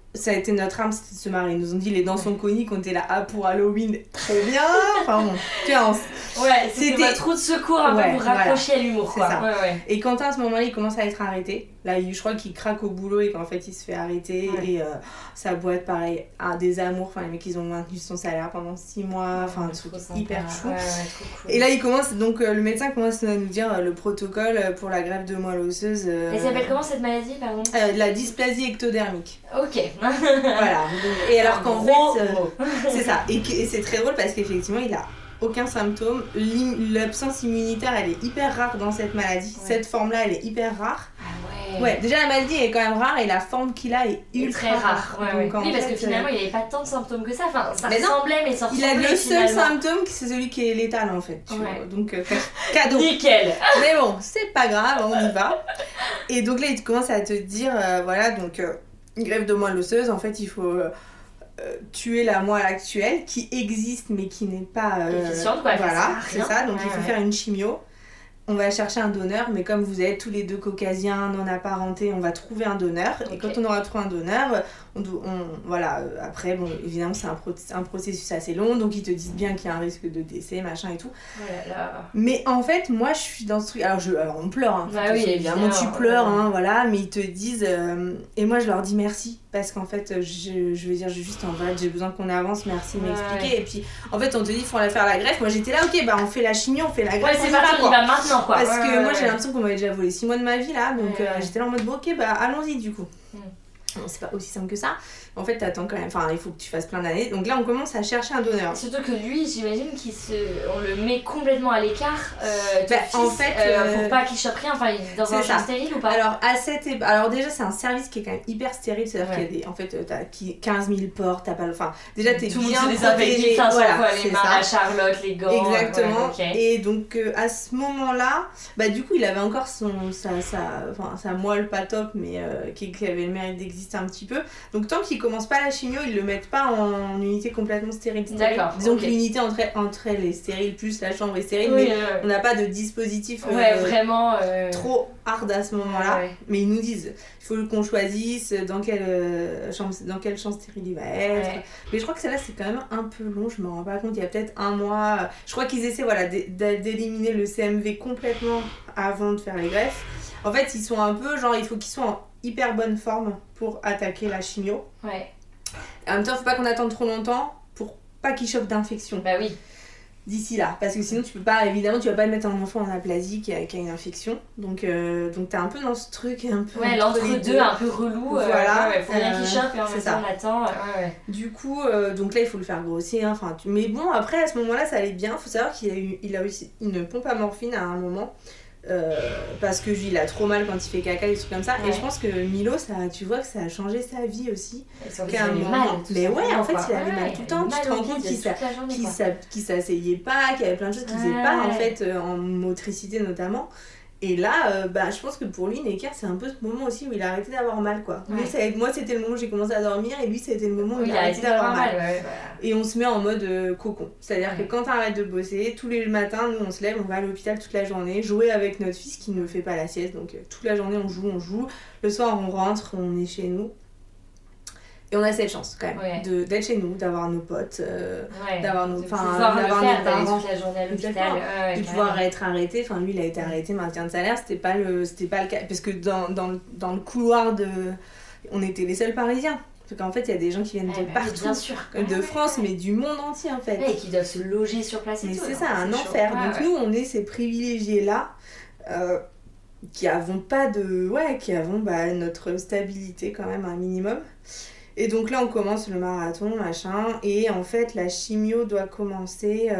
ça a été notre arme, c'était de se marrer. Ils nous ont dit les dents sont coniques, on était là pour Halloween, très bien. Enfin bon, tu vois, c'était votre roue de secours un peu pour raccrocher à l'humour, quoi. Ça. Et Quentin à ce moment-là il commence à être arrêté. Là je crois qu'il craque au boulot et qu'en fait il se fait arrêter et sa boîte pareil, des amours, enfin les mecs ils ont maintenu son salaire pendant 6 mois, enfin un truc hyper chou. Trop cool. Et là il commence, donc le médecin commence à nous dire le protocole pour la greffe de moelle osseuse. Elle s'appelle comment cette maladie pardon? La dysplasie ectodermique. Ok. Voilà. Et alors qu'en fait c'est ça. Et c'est très drôle parce qu'effectivement il a aucun symptôme. L'absence immunitaire elle est hyper rare dans cette maladie. Cette forme là elle est hyper rare. Ouais, déjà la maladie est quand même rare et la forme qu'il a est ultra rare. Donc, oui, parce que finalement il avait pas tant de symptômes que ça. Enfin, ça ressemblait, mais ça ressemblait. Il a le seul symptôme, c'est celui qui est létal en fait. Tu vois. Donc, cadeau. Nickel. Mais bon, c'est pas grave, on y va. Et donc là, il commence à te dire voilà, donc une greffe de moelle osseuse, en fait, il faut tuer la moelle actuelle qui existe mais qui n'est pas. Efficiente, quoi. Voilà, c'est ça. Donc il faut faire une chimio. On va chercher un donneur, mais comme vous êtes tous les deux caucasiens, non apparentés, on va trouver un donneur. Et quand on aura trouvé un donneur, après, bon, évidemment, c'est un processus assez long, donc ils te disent bien qu'il y a un risque de décès, machin et tout. Mais en fait, moi, je suis dans ce truc. Alors on pleure, hein. Bah oui, évidemment, tu pleures, hein, voilà, mais ils te disent. Et moi, je leur dis merci, parce qu'en fait, je veux dire, juste en vrai, j'ai besoin qu'on avance, merci de m'expliquer. Et puis, en fait, on te dit, il faut aller faire la greffe. Moi, j'étais là, ok, bah, on fait la chimio, on fait la greffe. Ouais, c'est parti, il va maintenant. Quoi. Parce que moi j'ai l'impression qu'on m'avait déjà volé 6 mois de ma vie là, donc j'étais là en mode bon ok bah allons-y du coup. Bon, c'est pas aussi simple que ça. En fait t'attends quand même, enfin il faut que tu fasses plein d'années. Donc là on commence à chercher un donneur. Surtout que lui j'imagine on le met complètement à l'écart. En fait pour pas qu'il chope rien, enfin il est dans un champ stérile ou pas? Alors déjà c'est un service qui est quand même hyper stérile, c'est-à-dire qu'il y a des, en fait t'as 15 000 portes, t'as pas le, enfin déjà t'es tout bien protégé, voilà, les mains à Charlotte, les gants. Exactement. Et donc à ce moment-là, bah du coup il avait encore sa moelle pas top mais qui avait le mérite d'exister un petit peu. Donc tant qu'ils commencent pas la chimio, ils le mettent pas en unité complètement stérile. D'accord. Disons que l'unité entre elle est stérile plus la chambre est stérile, mais on n'a pas de dispositif vraiment trop hard à ce moment-là. Mais ils nous disent il faut qu'on choisisse dans quelle chambre stérile il va être. Mais je crois que celle-là c'est quand même un peu long, je me rends pas compte, il y a peut-être 1 mois. Je crois qu'ils essaient d'éliminer le CMV complètement avant de faire les greffes. En fait ils sont un peu genre il faut qu'ils soient en hyper bonne forme pour attaquer la chimio. En même temps, faut pas qu'on attende trop longtemps pour pas qu'il chope d'infection. Bah oui. D'ici là, parce que sinon tu peux pas, évidemment, tu vas pas mettre un enfant en aplasie qui a une infection. Donc t'es un peu dans ce truc un peu. L'entre-deux, un peu relou. Voilà. Faut bien qu'il chope et en même temps on attend. Du coup, donc là il faut le faire grossir. Enfin, mais bon, après à ce moment-là, ça allait bien. Faut savoir qu'il a aussi une pompe à morphine à un moment. Parce que il a trop mal quand il fait caca, des trucs comme ça. Et je pense que Milo, tu vois que ça a changé sa vie aussi. Il avait mal. Mais en fait, il avait mal tout le temps. Tu te rends compte qu'il s'asseyait pas, qu'il y avait plein de choses qu'il faisait pas en fait, en motricité notamment. Et là, je pense que pour lui, Necker, c'est un peu ce moment aussi où il a arrêté d'avoir mal, quoi. Lui, moi, c'était le moment où j'ai commencé à dormir, et lui, c'était le moment où il a arrêté d'avoir mal. Et on se met en mode cocon. C'est-à-dire que quand t'arrêtes de bosser, tous les matins, nous, on se lève, on va à l'hôpital toute la journée, jouer avec notre fils qui ne fait pas la sieste. Donc, toute la journée, on joue. Le soir, on rentre, on est chez nous. Et on a cette chance quand même d'être chez nous, d'avoir nos potes, d'avoir nos parents, toute la journée à l'hôpital, de pouvoir être arrêté. Enfin lui il a été arrêté maintien de salaire, c'était pas le cas parce que dans le couloir on était les seuls Parisiens. Parce qu'en fait il y a des gens qui viennent de partout, bien sûr. de France mais du monde entier en fait. Et qui doivent se loger sur place et tout. C'est ça, un enfer. Donc nous on est ces privilégiés là. Qui avons notre stabilité quand même un minimum. Et donc là on commence le marathon machin et en fait la chimio doit commencer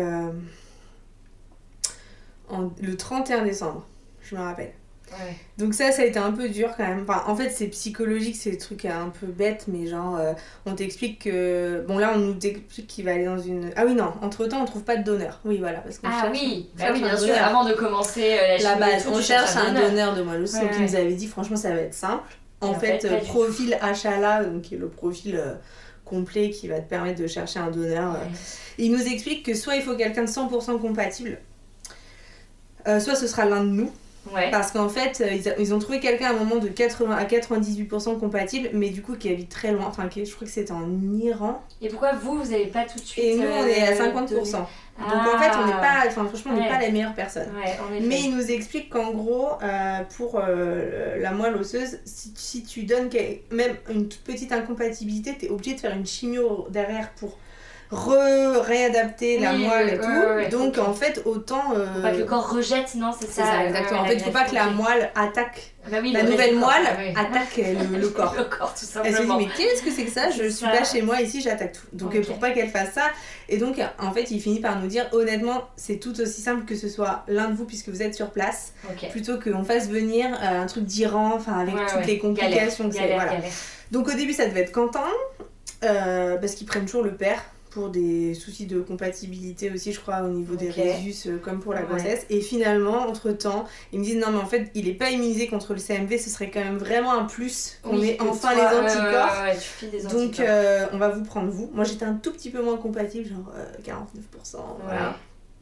le 31 décembre, je me rappelle. Donc ça a été un peu dur quand même. Enfin, en fait c'est psychologique, c'est des trucs un peu bêtes mais genre on t'explique que bon là on nous explique qu'il va aller dans une entre temps on trouve pas de donneur. Oui voilà parce qu'on cherche bien sûr avant de commencer la base on cherche un donneur de moelle osseuse. Donc il nous avait dit franchement ça va être simple. En fait profil HLA donc qui est le profil complet qui va te permettre de chercher un donneur. Il nous explique que soit il faut quelqu'un de 100% compatible soit ce sera l'un de nous. Ouais. Parce qu'en fait, ils ont trouvé quelqu'un à un moment de 80 à 98% compatible, mais du coup qui habite très loin. Enfin, je crois que c'était en Iran. Et pourquoi vous n'avez pas tout de suite Et nous, on est à 50%. donné... Donc en fait, on n'est pas, enfin franchement, on n'est pas la meilleure personne. Ouais, en effet. Mais il nous explique qu'en gros, pour la moelle osseuse, si tu donnes même une toute petite incompatibilité, t'es obligé de faire une chimio derrière pour réadapter la moelle et tout. Ouais, donc okay. En fait, autant... Faut pas que le corps rejette, non, c'est ça. C'est ça, exactement. En fait, il faut pas que la moelle attaque. La nouvelle moelle attaque le corps. Le corps, tout simplement. Elle se dit, mais qu'est-ce que c'est que ça? Je suis pas chez moi ici, j'attaque tout. Donc pour pas qu'elle fasse ça. Et donc, en fait, il finit par nous dire, honnêtement, c'est tout aussi simple que ce soit l'un de vous, puisque vous êtes sur place, plutôt qu'on fasse venir un truc d'Iran, enfin, avec toutes les complications. Galère. Donc au début, ça devait être Quentin, parce qu'ils prennent toujours le père. Pour des soucis de compatibilité aussi, je crois, au niveau des résus, comme pour la grossesse. Et finalement, entre-temps, ils me disent non, mais en fait, il est pas immunisé contre le CMV, ce serait quand même vraiment un plus qu'on ait enfin les anticorps. Tu files des anticorps. Donc, on va vous prendre vous. Moi, j'étais un tout petit peu moins compatible, genre 49%. Voilà.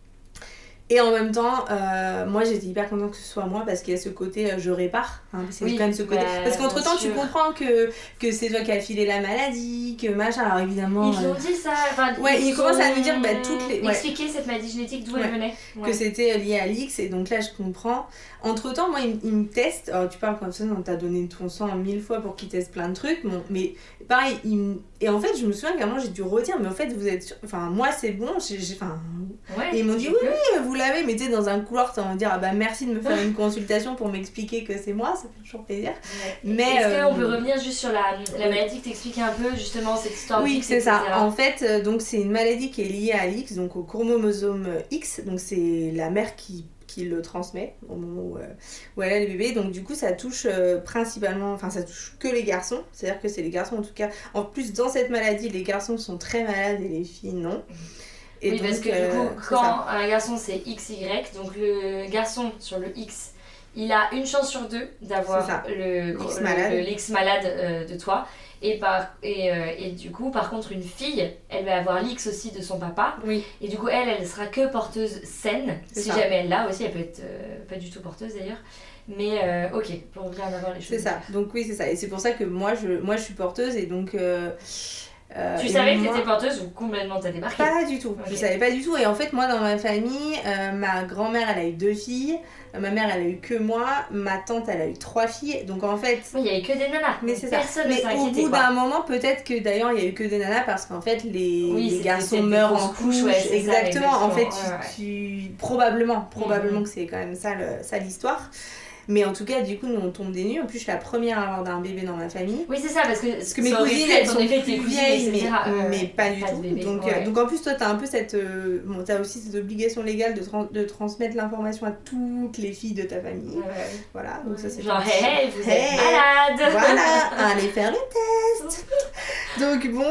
Et en même temps, moi j'étais hyper contente que ce soit moi parce qu'il y a ce côté je répare. Parce qu'il y a quand même ce côté. Parce qu'entre temps, tu comprends que c'est toi qui as filé la maladie, que machin. Alors évidemment. Ils ont dit ça. Ils commencent à nous dire toutes les. Expliquer cette maladie génétique, d'où elle venait. Que c'était lié à l'X, et donc là je comprends. Entre temps, moi ils me testent. Alors tu parles comme ça, on t'a donné ton sang 1000 fois pour qu'ils testent plein de trucs. Bon, mais pareil, et en fait, je me souviens qu'à un moment j'ai dû redire, mais en fait, vous êtes. Enfin, moi c'est bon. Et ils m'ont dit oui, vous l'avez, mais tu sais, dans un couloir, tu vas me dire ah bah merci de me faire une consultation pour m'expliquer que c'est moi, ça fait toujours plaisir. Mais est-ce qu'on peut revenir juste sur la maladie que t'expliques un peu, justement, cette histoire Oui, c'est ça. En fait, donc c'est une maladie qui est liée à l'X, donc au chromosome X, donc c'est la mère qui le transmet au moment où elle a les bébés. Donc du coup ça touche principalement, enfin ça touche que les garçons, c'est-à-dire que c'est les garçons en tout cas. En plus dans cette maladie, les garçons sont très malades et les filles non. Et oui, donc, parce que du coup, quand un garçon c'est XY, donc le garçon sur le X, il a une chance sur deux d'avoir le X malade de toi. Et du coup, par contre, une fille, elle va avoir l'X aussi de son papa. Oui. Et du coup, elle sera que porteuse saine. Si jamais elle l'a aussi, elle peut être pas du tout porteuse d'ailleurs. Mais ok, pour bien avoir les choses. C'est ça. Donc oui, c'est ça. Et c'est pour ça que moi je suis porteuse et donc... tu savais que t'étais porteuse ou complètement t'as débarqué? Pas du tout, je savais pas du tout. Et en fait, moi dans ma famille, ma grand-mère elle a eu 2 filles, ma mère elle a eu que moi, ma tante elle a eu 3 filles. Donc en fait. Oui, il y avait que des nanas. Mais c'est personne ça. Mais au bout d'un moment, peut-être que d'ailleurs il y a eu que des nanas parce qu'en fait les garçons meurent en couche. Exactement. En fait, probablement que c'est quand même ça l'histoire. Mais en tout cas, du coup, nous on tombe des nues. En plus, je suis la première à avoir un bébé dans ma famille. Oui, c'est ça, parce que mes cousines, elles sont plus vieilles, mais mais pas du tout. Bébé, donc en plus, toi, t'as un peu cette... t'as aussi cette obligation légale de transmettre l'information à toutes les filles de ta famille. Voilà, donc ça c'est... Genre, hey, vous êtes malade. Voilà, allez faire le test. Donc bon...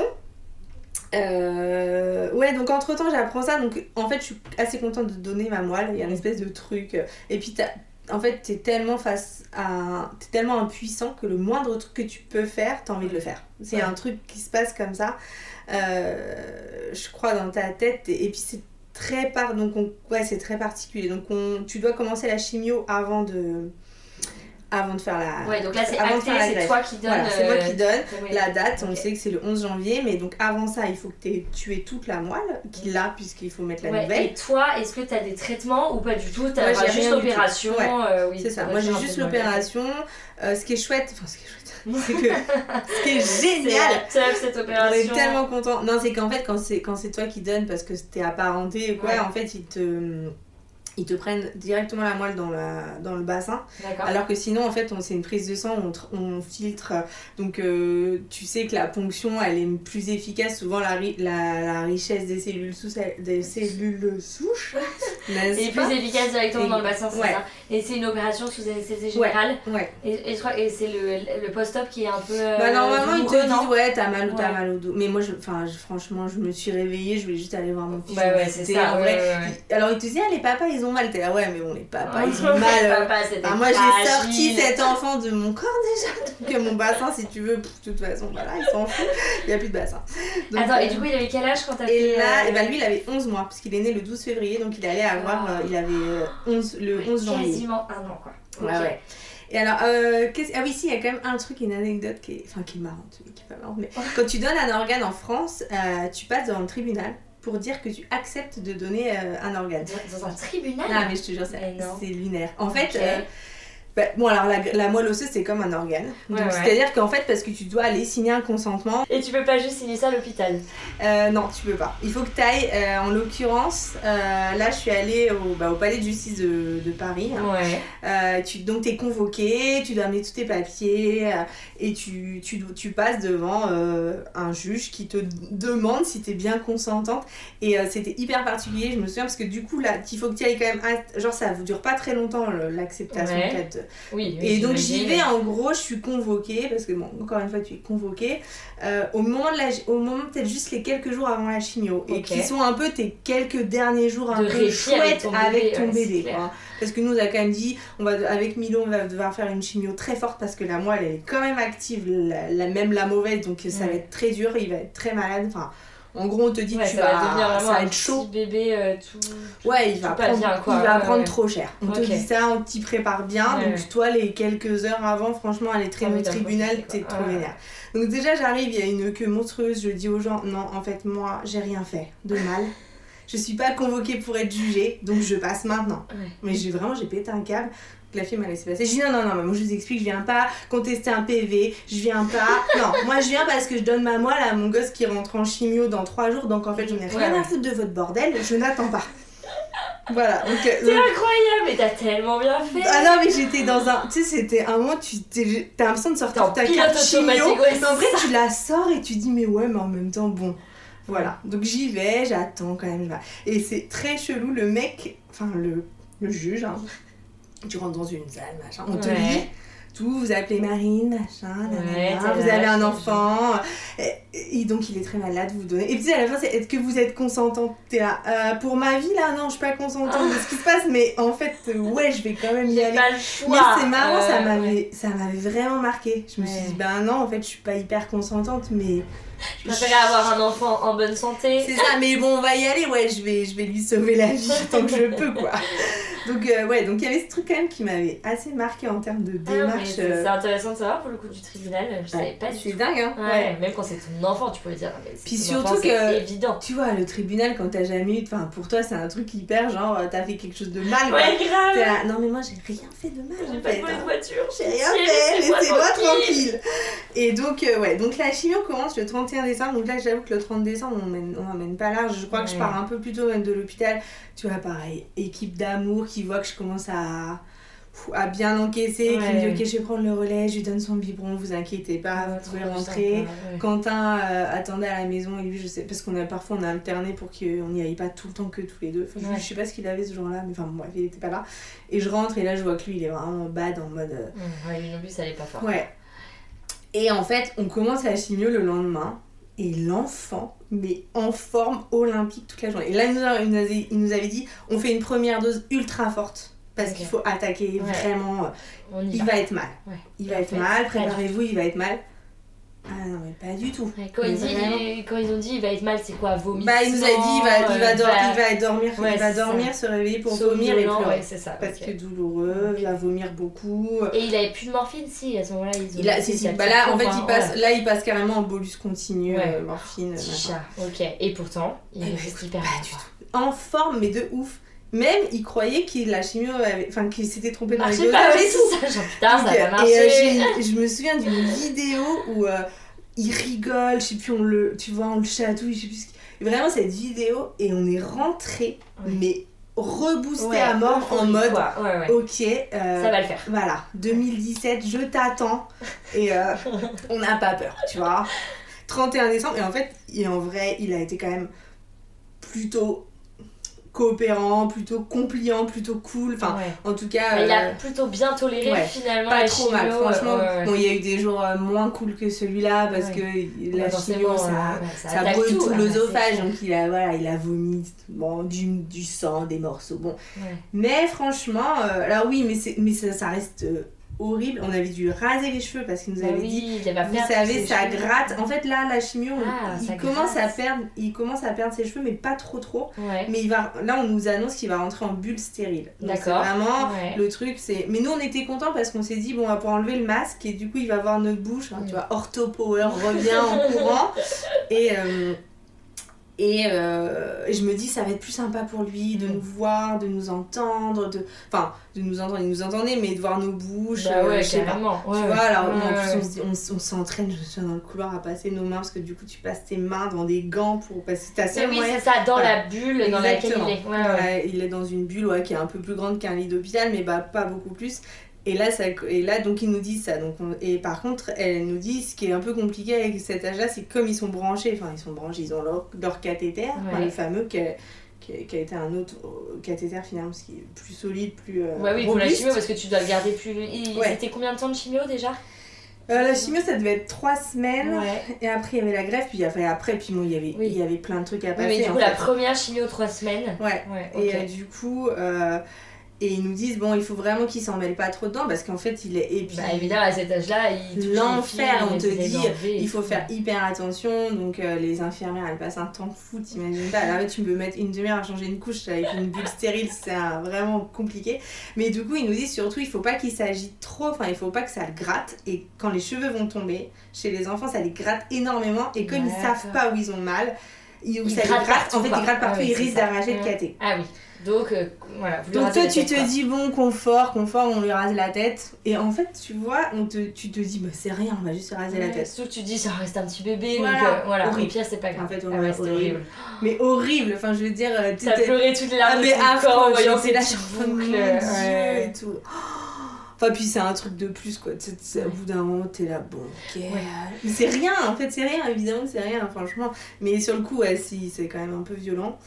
donc entre temps j'apprends ça, donc en fait je suis assez contente de donner ma moelle, il y a une espèce de truc, et puis en fait t'es tellement impuissant que le moindre truc que tu peux faire, t'as envie de le faire. C'est un truc qui se passe comme ça, je crois, dans ta tête, et puis c'est très c'est très particulier. Donc tu dois commencer la chimio avant de faire la... Ouais, donc là c'est acté, c'est toi qui donne... Voilà, c'est moi qui donne la date, on sait que c'est le 11 janvier, mais donc avant ça, il faut que tu aies toute la moelle, qu'il a, puisqu'il faut mettre la nouvelle. Et toi, est-ce que tu as des traitements ou pas du tout? Tu as juste l'opération? Oui, c'est ça, moi j'ai juste l'opération. Ce qui est chouette, c'est que ce qui est génial, c'est top cette opération. On est tellement contents. Non, c'est qu'en fait, quand c'est toi qui donnes parce que t'es apparenté ou quoi, en fait, ils te prennent directement la moelle dans le bassin. D'accord. Alors que sinon, en fait, c'est une prise de sang, on filtre. Donc, tu sais que la ponction, elle est plus efficace. Souvent, la richesse des cellules souches, est plus efficace directement dans le bassin, c'est ça. Et c'est une opération sous anesthésie générale. Ouais. Et c'est le post-op qui est un peu normalement, ils te disent, t'as mal au dos. Mais moi, franchement, je me suis réveillée, je voulais juste aller voir mon fils. Ouais, c'est ça. En vrai. Alors, ils te disent, les papas, ils ont mal. T'es là, mais bon, les papas, ils ont mal. Moi, j'ai sorti cet enfant de mon corps déjà. Que mon bassin, si tu veux, de toute façon, voilà, il s'en fout. Il n'y a plus de bassin. Donc, attends, et du coup, il avait quel âge quand t'as fait... Et là, lui, il avait 11 mois, parce qu'il est né le 12 février, donc il allait avoir... il avait le 11 janvier. Quasiment un an, quoi. Ouais. Et alors, ah oui, si, il y a quand même un truc, une anecdote qui est marrante, mais qui est pas marrante. Mais quand tu donnes un organe en France, tu passes devant le tribunal pour dire que tu acceptes de donner un organe. Dans un tribunal? Non, mais je te jure, c'est lunaire. En fait, bon, alors la moelle osseuse, c'est comme un organe. Donc, c'est-à-dire qu'en fait, parce que tu dois aller signer un consentement. Et tu peux pas juste signer ça à l'hôpital? Non, tu peux pas. Il faut que tu ailles, en l'occurrence, là, je suis allée au palais de justice de Paris. Hein. Donc, tu es convoquée, tu dois amener tous tes papiers et tu passes devant un juge qui te demande si tu es bien consentante. Et c'était hyper particulier, je me souviens, parce que du coup, là, il faut que tu ailles quand même. Genre, ça ne dure pas très longtemps, l'acceptation Oui, et donc j'y vais, en gros, je suis convoquée, parce que bon, encore une fois, tu es convoquée au moment peut-être juste les quelques jours avant la chimio, et qui sont un peu tes quelques derniers jours un peu chouettes avec ton bébé quoi. Parce que nous on a quand même dit, avec Milo on va devoir faire une chimio très forte parce que la moelle elle est quand même active, même la mauvaise, donc ça va être très dur, il va être très malade, enfin. En gros, on te dit ça va être chaud. Bébé, il va prendre trop cher. On te dit ça, on t'y prépare bien. Donc toi, les quelques heures avant, franchement, aller au tribunal, t'es trop vénère. Donc déjà, j'arrive, il y a une queue monstrueuse. Je dis aux gens, non, en fait, moi, j'ai rien fait de mal. Je suis pas convoquée pour être jugée, donc je passe maintenant. Mais j'ai pété un câble. La fille m'a laissé passer. Je dis non, mais moi je vous explique, je viens pas contester un PV, je viens pas. Non, moi je viens parce que je donne ma moelle à mon gosse qui rentre en chimio dans 3 jours, donc en fait j'en ai rien à foutre de votre bordel, je n'attends pas. Voilà. C'est incroyable, mais t'as tellement bien fait. Ah non, mais j'étais dans un. Tu sais, c'était un moment, t'as l'impression de sortir ta carte chimio, mais en vrai tu la sors et tu dis, mais ouais, mais en même temps, bon. Voilà. Donc j'y vais, j'attends quand même. Et c'est très chelou, le mec, enfin le juge, hein. Tu rentres dans une salle, machin, on te lit tout, vous appelez Marine, machin, vous avez un enfant, et donc il est très malade, vous donnez. Et puis à la fin, c'est est-ce que vous êtes consentante? T'es là, pour ma vie là, non, je suis pas consentante de ce qui se passe, mais en fait, je vais quand même y aller. Pas le choix. Mais c'est marrant, ça m'avait vraiment marqué. Je me suis dit, non, en fait, je suis pas hyper consentante, mais. Je préférais avoir un enfant en bonne santé. C'est ça, mais bon, on va y aller, je vais lui sauver la vie tant que je peux, quoi. Donc, donc il y avait ce truc quand même qui m'avait assez marqué en termes de démarche. C'est intéressant de savoir pour le coup du tribunal, je savais pas du tout. C'est dingue, hein. Même quand c'est ton enfant, tu pourrais dire, mais c'est puis ton surtout enfant, que, c'est évident. Tu vois, le tribunal, quand t'as jamais eu, enfin, pour toi, c'est un truc hyper genre, t'as fait quelque chose de mal. Ouais, grave. Là, non, mais moi, j'ai rien fait de mal. J'ai pas de volée de voiture. J'ai rien fait, laissez-moi tranquille. Et donc, donc la chimio commence le 31 décembre. Donc là, j'avoue que le 30 décembre, on m'emmène pas large. Je crois que je pars un peu plus tôt même de l'hôpital. Tu vois, pareil, équipe d'amour qui voit que je commence à bien encaisser, qui me dit ok, je vais prendre le relais, je lui donne son biberon, vous inquiétez pas, vous pouvez rentrer. Quentin attendait à la maison et lui, je sais, parce parfois on a alterné pour qu'on n'y aille pas tout le temps que tous les deux. Enfin, je sais pas ce qu'il avait ce jour-là, mais enfin bref, il était pas là. Et je rentre et là je vois que lui il est vraiment bad en mode. Lui non plus ça allait pas fort. Et en fait, on commence la chimio le lendemain. Et l'enfant, mais en forme olympique toute la journée. Et là, il nous avait dit, on fait une première dose ultra forte. Parce qu'il faut attaquer vraiment. Il va être mal. Il va être mal, préparez-vous, il va être mal. Ah non, mais pas du tout. Quand ils ont dit il va être mal, c'est quoi? Vomir? Il nous a dit il va dormir, se réveiller pour vomir et pleurer. C'est ça. Parce que douloureux, il va vomir beaucoup. Et il avait plus de morphine, si à ce moment-là là en fait il passe carrément en bolus continu, morphine. Chicha. Ok. Et pourtant, il est juste hyper pas du tout. En forme, mais de ouf. Même il croyait que la chimio qu'il s'était trompé dans les dosages et tout. Ça va marcher. Et je me souviens d'une vidéo où il rigole, je sais plus, on le chatouille, je sais plus vraiment cette vidéo, et on est rentré mais reboosté à mort en mode ok, ça va le faire. Voilà, 2017, je t'attends et on n'a pas peur, tu vois. 31 décembre, et en fait, en vrai, il a été quand même plutôt coopérant, plutôt compliant, plutôt cool, enfin en tout cas il a plutôt bien toléré finalement pas la trop chimio, mal franchement. Bon, il y a eu des jours moins cool que celui-là parce que la chimio ça brûle tout l'œsophage, donc il a vomi du sang, des morceaux, bon mais franchement alors oui mais ça reste horrible. On avait dû raser les cheveux parce qu'il nous avait dit, vous vous savez, ça gratte. En fait, là, la chimio, il commence à perdre ses cheveux, mais pas trop. Ouais. Mais là, on nous annonce qu'il va rentrer en bulle stérile. Donc, d'accord. C'est vraiment le truc. Mais nous, on était contents parce qu'on s'est dit, bon, on va pouvoir enlever le masque et du coup, il va voir notre bouche. Tu vois, Ortho Power revient en courant. Et je me dis ça va être plus sympa pour lui de nous voir, de nous entendre, de nous entendre, il nous entendait, mais de voir nos bouches, je sais pas. carrément. Tu vois, alors en plus on s'entraîne, je me souviens, dans le couloir à passer nos mains parce que du coup tu passes tes mains dans des gants pour passer ta seule moyen. Oui, c'est ça, dans la bulle dans laquelle il est. Il est dans une bulle qui est un peu plus grande qu'un lit d'hôpital, mais pas beaucoup plus. Et là, donc ils nous disent ça. Et par contre, elle nous dit ce qui est un peu compliqué avec cet âge-là, c'est que comme ils sont branchés, ils ont leur cathéter, le fameux qui a été un autre cathéter finalement, parce qu'il est plus solide, plus oui, pour la chimio, parce que tu dois le garder plus... C'était combien de temps de chimio déjà ? La chimio, ça devait être 3 semaines, et après il y avait la greffe, puis il y avait plein de trucs à passer. Mais du coup, la première chimio, 3 semaines. Et du coup... Et ils nous disent, bon, il faut vraiment qu'il s'en mêle pas trop dedans parce qu'en fait, il est... Et puis, évidemment, à cet âge-là, l'enfer, on te dit, il faut faire hyper attention. Donc, les infirmières, elles passent un temps fou, t'imagines pas. Alors, tu peux mettre une demi-heure à changer une couche avec une bulle stérile, c'est vraiment compliqué. Mais du coup, ils nous disent surtout, il faut pas qu'il s'agite trop, il faut pas que ça le gratte. Et quand les cheveux vont tomber, chez les enfants, ça les gratte énormément. Et comme ils savent pas où ils ont mal, ils grattent partout, ils risquent d'arracher le cathé. Ah oui. Donc, voilà. Donc toi, tu te dis, bon, confort, on lui rase la tête. Et en fait, tu vois, tu te dis, bah c'est rien, on va juste lui raser la tête. Surtout que tu te dis, ça reste un petit bébé, voilà. Au pire, c'est pas grave. En fait, c'était horrible. Mais horrible, je veux dire... T'as pleuré toutes les larmes de ton corps en voyant ces petites boucles. Et tout. Puis c'est un truc de plus, quoi. Au bout d'un moment, t'es là, bon, ok. Mais c'est rien, en fait, c'est rien, évidemment, c'est rien, franchement. Mais sur le coup, si, c'est quand même un peu violent.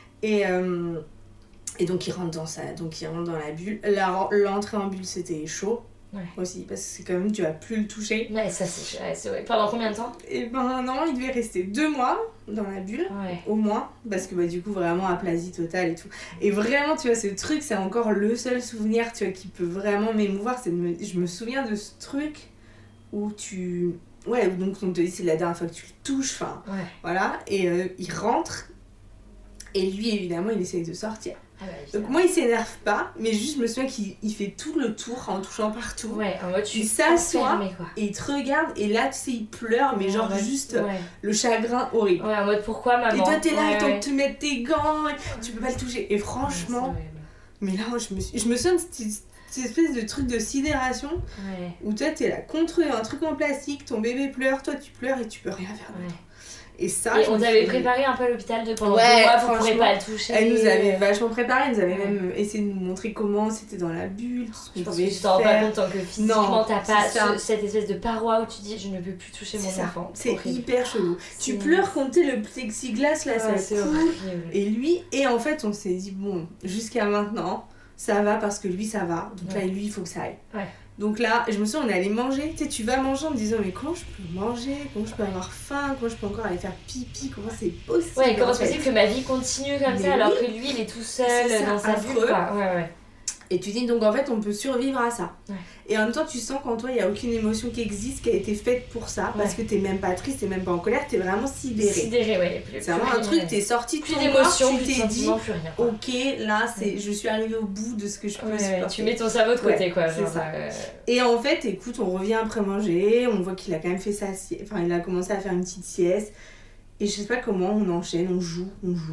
Et donc il rentre dans la bulle. L'entrée en bulle, c'était chaud aussi, parce que c'est quand même, tu vas plus le toucher. Ouais, ça c'est vrai. Pendant combien de temps ? Et non, il devait rester 2 mois dans la bulle, au moins, parce que du coup, vraiment aplasie totale et tout. Et vraiment, tu vois, ce truc, c'est encore le seul souvenir, tu vois, qui peut vraiment m'émouvoir. Je me souviens de ce truc où donc on te dit c'est la dernière fois que tu le touches, voilà. Et il rentre, et lui, évidemment, il essaye de sortir. Donc moi il s'énerve pas, mais juste je me souviens qu'il fait tout le tour en touchant partout. En mode il s'assoit et il te regarde et là tu sais il pleure, mais genre juste le chagrin horrible. En mode pourquoi maman ? Et toi t'es là, il te mettre tes gants, tu peux pas le toucher. Et franchement, mais là je me souviens de cette espèce de truc de sidération où toi t'es là contre un truc en plastique, ton bébé pleure, toi tu pleures et tu peux rien faire d'autre. Et on t'avait préparé un peu à l'hôpital pendant 2 mois, vous ne pourrez pas le toucher. Elle nous avait vachement préparé, elle nous avait même essayé de nous montrer comment c'était dans la bulle, tout ce qu'on pouvait faire. Je t'en rends pas compte tant que physiquement t'as pas cette espèce de paroi où tu dis je ne peux plus toucher mon enfant. C'est hyper chelou. Tu pleures quand le plexiglas là, ça coule. Et lui, et en fait on s'est dit bon, jusqu'à maintenant, ça va parce que lui ça va, donc là lui il faut que ça aille. Donc là, je me souviens, on est allé manger. Tu sais, tu vas manger en te disant, mais comment je peux manger ? Comment je peux avoir faim ? Comment je peux encore aller faire pipi ? Comment c'est possible ? Comment c'est possible que ma vie continue comme ça alors que lui, il est tout seul dans sa bulle ? Et tu dis, donc en fait, on peut survivre à ça. Et en même temps, tu sens qu'en toi, il n'y a aucune émotion qui existe, qui a été faite pour ça. Parce que t'es même pas triste, t'es même pas en colère, t'es vraiment sidéré. C'est vraiment un truc, t'es sorti de ton corps, tu t'es dit, ok, là, je suis arrivée au bout de ce que je peux supporter. Tu mets ton cerveau de côté, quoi. C'est ça. Et en fait, écoute, on revient après manger, on voit qu'il a quand même fait il a commencé à faire une petite sieste. Et je sais pas comment, on enchaîne, on joue.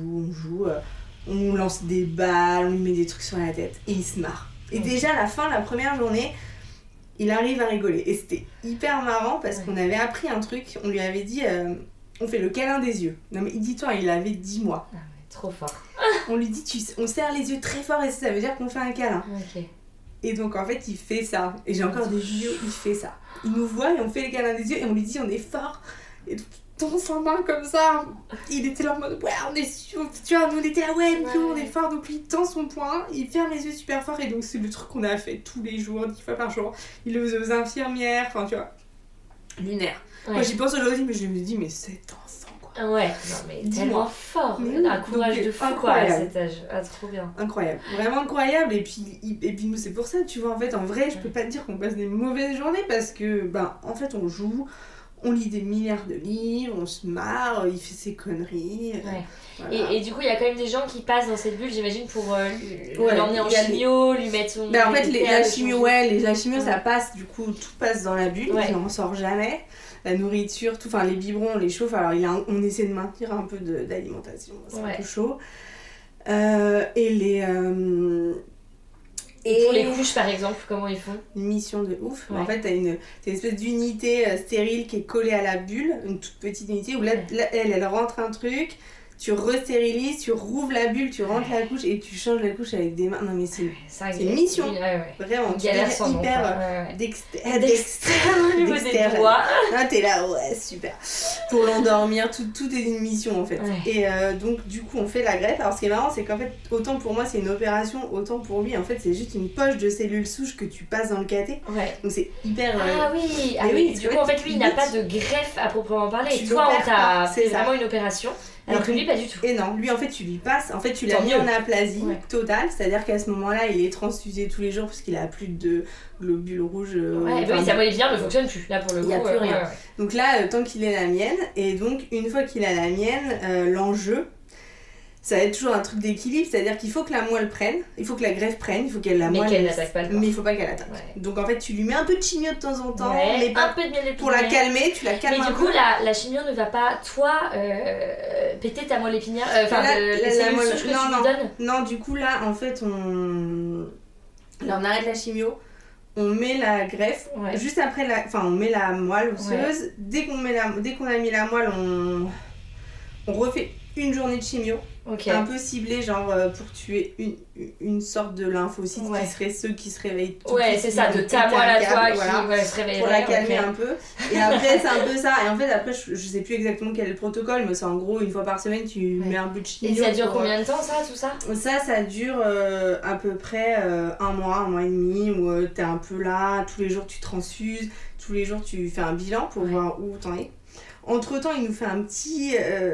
On lance des balles, on lui met des trucs sur la tête et il se marre. Et déjà à la première journée, il arrive à rigoler. Et c'était hyper marrant parce qu'on avait appris un truc, on lui avait dit, on fait le câlin des yeux. Non mais dis-toi, il avait 10 mois. Ah ouais, trop fort. On lui dit, on serre les yeux très fort et ça veut dire qu'on fait un câlin. Et donc en fait il fait ça. Et j'ai encore des vidéos, il fait ça. Il nous voit et on fait le câlin des yeux et on lui dit on est fort. Et donc dans sa main comme ça, il était là en mode ouais on est sûr, tu vois, nous on était là on est fort, donc lui il tend son poing, il ferme les yeux super fort et donc c'est le truc qu'on a fait tous les jours, 10 fois par jour, il le faisait aux infirmières, enfin tu vois, lunaire. Moi j'y pense aujourd'hui mais je me dis mais cet enfant quoi, Ouais, non mais Dis-moi. tellement fort. Mmh. Un courage Donc, de fou quoi à cet âge. Ah, trop bien. Incroyable, vraiment incroyable. Et puis nous, c'est pour ça, tu vois, en fait, en vrai, je peux pas te dire qu'on passe des mauvaises journées parce que, en fait, on joue, on lit des milliards de livres, on se marre, il fait ses conneries. Ouais. Voilà. Et du coup, il y a quand même des gens qui passent dans cette bulle, j'imagine, pour Ouais, l'emmener en il y a chimio, lui mettre son... En fait, la chimio, la chimio, Ouais. ça passe, du coup, tout passe dans la bulle, Ouais. on en sort jamais. La nourriture, tout, enfin les biberons, on les chauffe, alors on essaie de maintenir un peu d'alimentation, c'est un peu chaud. Et les... Et pour les couches, par exemple, comment ils font ? Une mission de ouf. Ouais. En fait, t'as une espèce d'unité stérile qui est collée à la bulle, une toute petite unité où là, elle rentre un truc, tu restérilises, tu rouvres la bulle, tu rentres la couche et tu changes la couche avec des mains. Non mais c'est une mission. Vraiment, tu galère deviens hyper Dexter Dexter. des doigts. Ah, t'es là, ouais, super. Pour l'endormir, tout est une mission en fait. Ouais. Et donc, du coup, on fait la greffe. Alors, ce qui est marrant, c'est qu'en fait, autant pour moi, c'est une opération, autant pour lui, en fait, c'est juste une poche de cellules souches que tu passes dans le caté. Ouais. Donc, c'est hyper. Ah oui, du coup, en fait, lui, il n'a pas de greffe à proprement parler. Et toi, on t'a fait vraiment une opération. Alors que lui, pas du tout. Et non, lui en fait, tu lui passes, en fait, tu l'as Tant mis mieux. en aplasie totale, c'est-à-dire qu'à ce moment-là, il est transfusé tous les jours parce qu'il a plus de globules rouges. Oui, sa moelle épinière ne fonctionne plus, là pour le coup. Il n'y a plus rien. Donc là, tant qu'il est la mienne, et donc une fois qu'il a la mienne, l'enjeu, ça va être toujours un truc d'équilibre, c'est-à-dire qu'il faut que la moelle prenne, il faut que la greffe prenne, il faut qu'elle la moelle. Mais qu'elle n'attaque pas le corps. Mais il faut pas qu'elle attaque. Ouais. Donc en fait, tu lui mets un peu de chimio de temps en temps, mais un peu de miel pour la calmer, tu la calmes un peu. Mais du coup, la chimio ne va pas, toi, péter ta moelle épinière, les cellules souches que tu lui donnes ? Non, du coup, là, en fait, on arrête la chimio, on met la greffe, juste après, on met la moelle osseuse. Dès qu'on a mis la moelle, on refait une journée de chimio, un peu ciblée, genre pour tuer une sorte de lymphocyte qui serait ceux qui se réveillent tout c'est ça, de ta moelle à toi qui se réveille. Pour la calmer un peu. Et après, c'est un peu ça. Et en fait, après, je sais plus exactement quel est le protocole, mais c'est en gros, une fois par semaine, tu mets un bout de chimio. Et ça dure combien de temps, ça, tout ça ? Ça dure à peu près un mois et demi, où t'es un peu là, tous les jours tu transfuses, tous les jours tu fais un bilan pour voir où t'en es. Entre temps, il nous fait un petit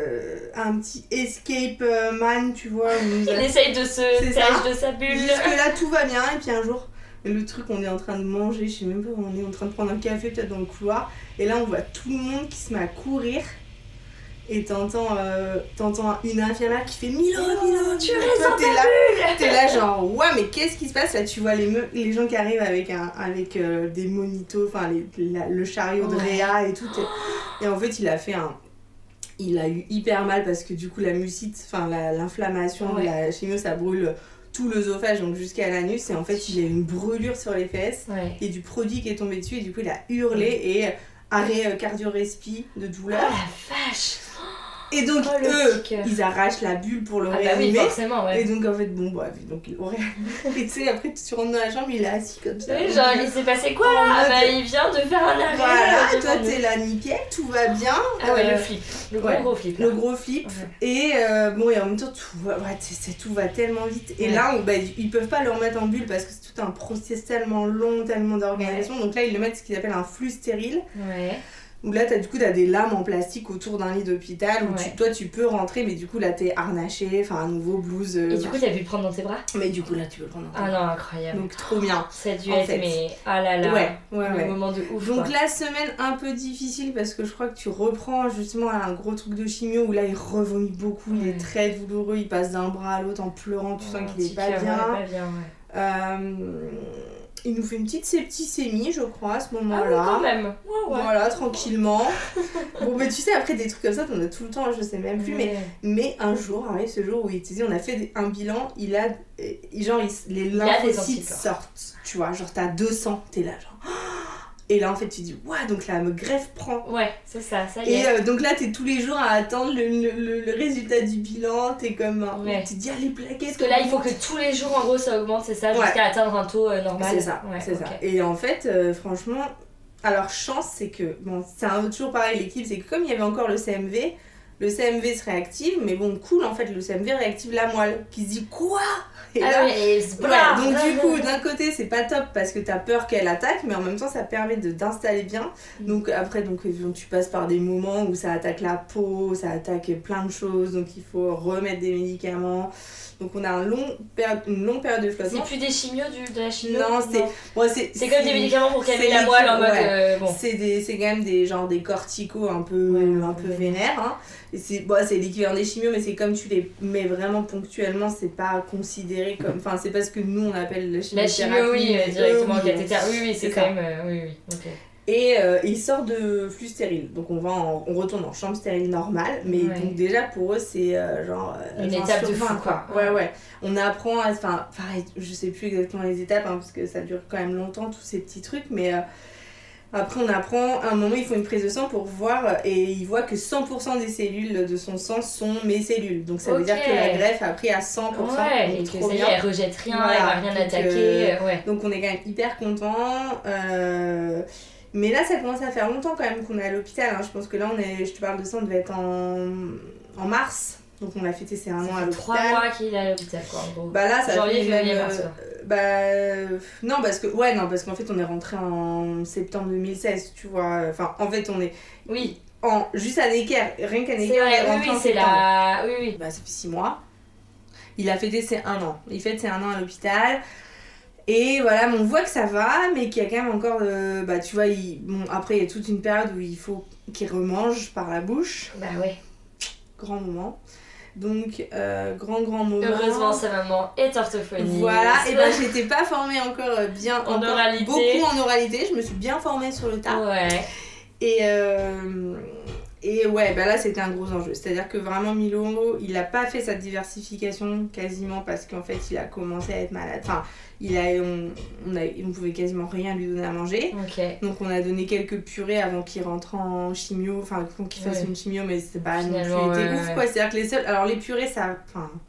escape man, tu vois. Il essaye de se tâche de sa bulle. Jusque là, tout va bien. Et puis un jour, le truc, on est en train de manger, je sais même pas où on est en train de prendre un café, peut-être dans le couloir. Et là, on voit tout le monde qui se met à courir. Et t'entends une infirmière qui fait Milo, tu restes dans ta bulle. T'es là genre, ouais, mais qu'est-ce qui se passe ? Là, tu vois les gens qui arrivent avec des monitos, enfin le chariot de Réa et tout. Et en fait, il a eu hyper mal parce que du coup, la mucite, enfin l'inflammation de la chimio, ça brûle tout l'œsophage, donc jusqu'à l'anus. Et en fait, il a eu une brûlure sur les fesses et du produit qui est tombé dessus. Et du coup, il a hurlé et arrêt cardio-respi de douleur. Oh la vache! Et donc ils arrachent la bulle pour le réanimer. Bah oui, forcément, Et donc en fait, donc ils l'ont réanimé. Et tu sais, après tu rentres dans la chambre, il est assis comme ça. Oui, genre il s'est passé quoi là? Il vient de faire un arrêt. Voilà, toi t'es là nickel, tout va bien. Ah ouais, le flip. Le gros flip. Le gros flip. Ouais. Et et en même temps, tout va tellement vite. Et là, ils peuvent pas le remettre en bulle parce que c'est tout un process tellement long, tellement d'organisation. Donc là, ils le mettent ce qu'ils appellent un flux stérile. Ouais. Où là, t'as des lames en plastique autour d'un lit d'hôpital où toi, tu peux rentrer, mais du coup, là, t'es harnaché, enfin, un nouveau blouse. Et du coup, t'as pu le prendre dans tes bras ? Mais du coup, là, tu peux le prendre dans tes bras. Ah non, incroyable. Donc, trop bien. Ça a dû être, mais ah là là. Ouais. Moment de ouf. Donc, la semaine un peu difficile parce que je crois que tu reprends justement un gros truc de chimio où là, il revomit beaucoup, il est très douloureux, il passe d'un bras à l'autre en pleurant, tu sens qu'il est pas bien. Il nous fait une petite septicémie, je crois, à ce moment-là. Ah oui, quand même. Ouais. Voilà, tranquillement. Bon, mais tu sais, après des trucs comme ça, t'en as tout le temps, je sais même plus. Mais un jour, arrive ce jour où il te dit, on a fait un bilan, les lymphocytes sortent. Tu vois, genre t'as 200, t'es là, genre. Et là, en fait, tu dis, donc la greffe prend. Ouais, c'est ça y est. Et donc là, t'es tous les jours à attendre le résultat du bilan. T'es comme. Tu te dis, les plaquettes. Parce que là, il faut que tous les jours, en gros, ça augmente, c'est ça, jusqu'à atteindre un taux normal. C'est ça. Et en fait, franchement, alors, chance, c'est que. Bon, c'est toujours pareil, l'équipe, c'est que comme il y avait encore le CMV, le CMV se réactive, mais bon, cool, en fait, le CMV réactive la moelle, qui se dit quoi ? Et ah là, oui, et donc du coup, d'un côté, c'est pas top parce que t'as peur qu'elle attaque, mais en même temps, ça permet d'installer bien. Donc après, tu passes par des moments où ça attaque la peau, ça attaque plein de choses, donc il faut remettre des médicaments. Donc on a une longue période de flottement. C'est plus des chimios de la chimio? Non, c'est comme des médicaments pour calmer la moelle en mode... bon. C'est quand même des corticos un peu vénères. Hein. Et c'est l'équivalent des chimios, mais c'est comme tu les mets vraiment ponctuellement, c'est pas considéré comme... Enfin, c'est pas ce que nous on appelle la chimiothérapie. La chimio, oui, directement en cathéter. Oui, c'est quand même... oui, ok. Et il sort de flux stérile, donc on retourne en chambre stérile normale, mais donc déjà pour eux c'est une étape de fou quoi. Ouais. On apprend pareil, je sais plus exactement les étapes hein, parce que ça dure quand même longtemps tous ces petits trucs, mais après on apprend, à un moment ils font une prise de sang pour voir et ils voient que 100% des cellules de son sang sont mes cellules, donc ça veut dire que la greffe a pris à 100%. Ouais, et que ça y est, elle rejette rien, elle va rien attaquer. Donc on est quand même hyper contents. Mais là, ça commence à faire longtemps quand même qu'on est à l'hôpital. Hein. Je pense que là, je te parle de ça, on devait être en mars. Donc on a fêté ses 1 an à l'hôpital. 3 mois qu'il est à l'hôpital quoi en gros. Bah là, ça janvier, février, mars. Non, parce qu'en fait, on est rentré en septembre 2016, tu vois. Enfin, en fait, on est... Oui. Juste à Necker, rien qu'à Necker, on est rentré en septembre. Oui. Bah, ça fait 6 mois. Il a fêté ses 1 an. Il fête ses 1 an à l'hôpital. Et voilà, on voit que ça va, mais qu'il y a quand même encore tu vois, après il y a toute une période où il faut qu'il remange par la bouche. Bah ouais. Grand moment. Donc, grand moment. Heureusement, sa maman est orthophoniste. Voilà, et j'étais pas formée encore bien en oralité. Beaucoup en oralité, je me suis bien formée sur le tas. Ouais. Et ouais, là c'était un gros enjeu. C'est-à-dire que vraiment Milo, il a pas fait sa diversification quasiment parce qu'en fait il a commencé à être malade. Enfin, on pouvait quasiment rien lui donner à manger. Okay. Donc on a donné quelques purées avant qu'il rentre en chimio, enfin qu'il fasse une chimio, mais c'est pas non plus été ouf quoi. C'est-à-dire que les seuls... Alors les purées ça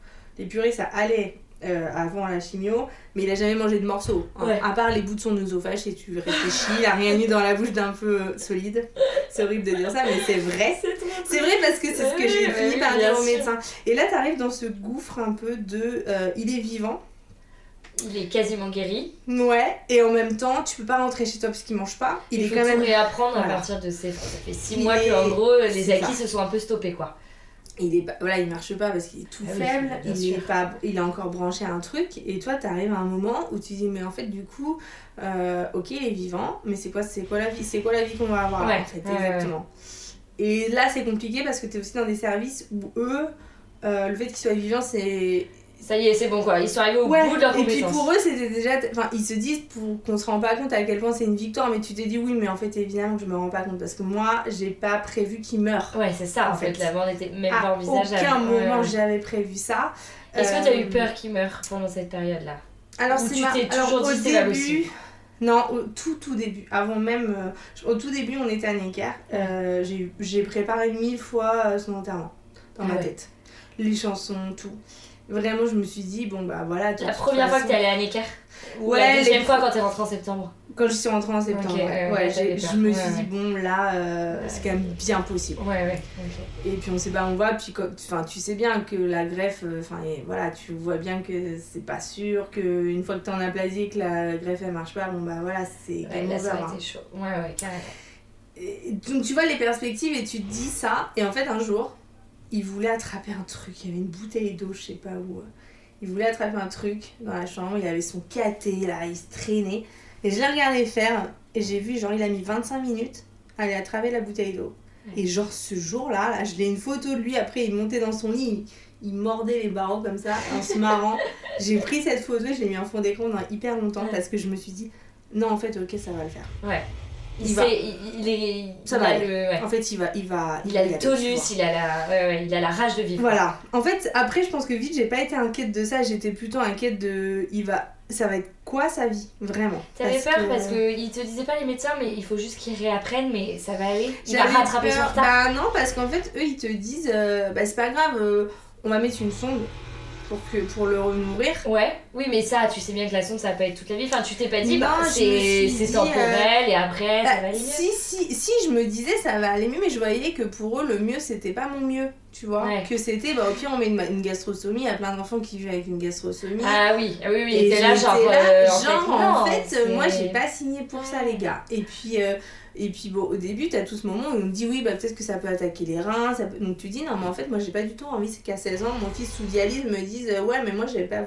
allait avant la chimio, mais il a jamais mangé de morceaux. Ouais. À part les bouts de son œsophage, si tu réfléchis, il a rien eu dans la bouche d'un peu solide. C'est horrible de dire ça, mais c'est vrai. C'est vrai parce que c'est ce que j'ai fini par dire au médecin. Et là, t'arrives dans ce gouffre un peu de... il est vivant. Il est quasiment guéri. Ouais, et en même temps, tu peux pas rentrer chez toi parce qu'il mange pas. Il faut quand même réapprendre à partir de ses... Ça fait 6 mois qu'en gros, les acquis se sont un peu stoppés, quoi. Il marche pas parce qu'il est tout faible, il est encore branché à un truc, et toi t'arrives à un moment où tu dis mais en fait du coup ok il est vivant, mais c'est quoi la vie qu'on va avoir en fait exactement. Et là c'est compliqué parce que t'es aussi dans des services où eux le fait qu'ils soient vivants c'est... Ça y est, c'est bon quoi, ils sont arrivés au bout de leur compétence. Et puis pour eux, c'était déjà... Enfin, ils se disent qu'on se rend pas compte à quel point c'est une victoire, mais tu t'es dit oui, mais en fait, évidemment que je me rends pas compte parce que moi, j'ai pas prévu qu'il meure. Ouais, c'est ça en fait, la mort n'était même pas envisageable. À aucun moment, j'avais prévu ça. Est-ce que t'as eu peur qu'il meure pendant cette période-là? Alors, tu t'es toujours dit c'est pas possible? Non, au tout début, avant même... au tout début, on était à Necker. J'ai préparé 1000 fois son enterrement dans ma tête. Les chansons, tout. Vraiment, je me suis dit, bon bah voilà. La première fois que t'es allée à Necker? Ouais, la deuxième fois quand t'es rentrée en septembre? Quand je suis rentrée en septembre, je me suis dit, bon là, c'est quand même bien possible. Et puis on sait pas où on va, puis tu sais bien que la greffe, voilà, tu vois bien que c'est pas sûr, qu'une fois que t'es en aplasie et que la greffe elle marche pas, bon bah voilà, c'est quand même ça a été chaud. Ouais, carrément. Et, donc tu vois les perspectives et tu te dis ça, et en fait un jour, il voulait attraper un truc, il y avait une bouteille d'eau, je sais pas où. Il voulait attraper un truc dans la chambre, il avait son caté là, il se traînait. Et je l'ai regardé faire, et j'ai vu, genre il a mis 25 minutes à aller attraper la bouteille d'eau. Et genre ce jour-là, je l'ai une photo de lui, après il montait dans son lit, il mordait les barreaux comme ça, en se marrant. J'ai pris cette photo, je l'ai mis en fond d'écran pendant hyper longtemps, parce que je me suis dit, non en fait ok ça va le faire. Ouais. En fait il a le tonus, il a la rage de vivre. Voilà. En fait après je pense que vite j'ai pas été inquiète de ça, j'étais plutôt inquiète de ça va être quoi sa vie vraiment. T'avais peur parce que ils te disaient pas les médecins mais il faut juste qu'ils réapprennent mais ça va aller. Il va rattraper son retard. Bah non parce qu'en fait eux ils te disent c'est pas grave on va mettre une sonde. pour le renourrir. Ouais, oui, mais ça, tu sais bien que la sonde, ça va pas être toute la vie. Enfin, tu t'es pas dit, non, c'est temporel et après, ça va aller mieux. Si, je me disais ça va aller mieux, mais je voyais que pour eux, le mieux, c'était pas mon mieux, tu vois. Que c'était, au pire, on met une gastrostomie, il y a plein d'enfants qui vivent avec une gastrostomie. Ah oui, et t'es là, en fait, moi, j'ai pas signé pour ça, les gars. Et puis bon, au début, t'as tout ce moment où on me dit oui, peut-être que ça peut attaquer les reins. Donc tu dis non, mais en fait, moi j'ai pas du tout envie qu'à 16 ans, mon fils sous dialyse me dise ouais, mais moi j'ai pas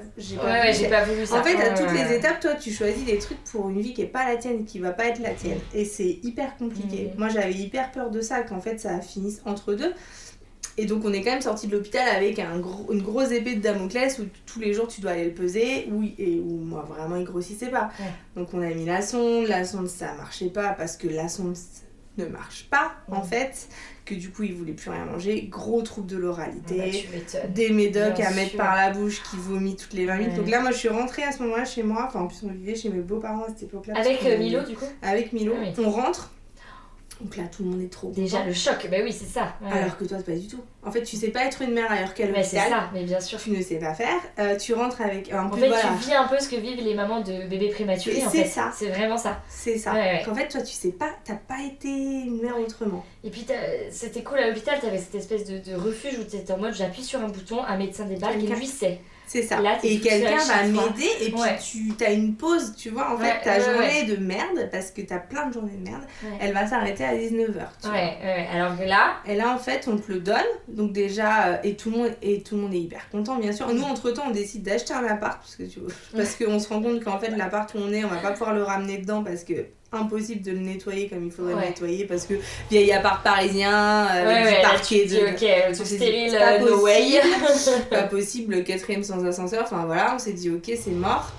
voulu ça. En fait, à toutes les étapes, toi tu choisis des trucs pour une vie qui est pas la tienne, qui va pas être la tienne. Et c'est hyper compliqué. Moi j'avais hyper peur de ça, qu'en fait ça finisse entre deux. Et donc on est quand même sorti de l'hôpital avec une grosse épée de Damoclès où tous les jours tu dois aller le peser, où moi vraiment il grossissait pas. Donc on a mis la sonde ça marchait pas parce que la sonde ne marche pas en fait, que du coup il voulait plus rien manger, gros trouble de l'oralité, des médocs à mettre par la bouche qui vomit toutes les 20 minutes. Donc là moi je suis rentrée à ce moment-là chez moi, en plus on vivait chez mes beaux-parents à cette époque-là. Avec Milo du coup. Avec Milo, on rentre. Donc là, tout le monde est trop déjà content. Le choc, bah oui, c'est ça. Alors que toi, pas du tout. En fait, tu sais pas être une mère ailleurs qu'à l'hôpital. C'est ça, mais bien sûr. Tu ne sais pas faire. Tu rentres avec. En fait, tu vis un peu ce que vivent les mamans de bébés prématurés. C'est ça. C'est vraiment ça. C'est ça. Qu'en fait, toi, tu sais pas, t'as pas été une mère autrement. Et puis, c'était cool à l'hôpital, t'avais cette espèce de refuge où t'étais en mode j'appuie sur un bouton, un médecin débarque et lui sait. C'est ça. Là, et quelqu'un va m'aider et puis tu as une pause, tu vois. En fait, ta journée de merde, parce que t'as plein de journées de merde, elle va s'arrêter à 19h. Alors que là... Et là, en fait, on te le donne. Donc déjà, et tout le monde est hyper content, bien sûr. Nous, entre-temps, on décide d'acheter un appart parce qu'on se rend compte qu'en fait, l'appart où on va pas pouvoir le ramener dedans parce que impossible de le nettoyer comme il faudrait le nettoyer parce que vieil appart parisien avec du parquet de tout stérile, no way. Pas possible, 4ème sans ascenseur, enfin voilà, on s'est dit ok, c'est mort.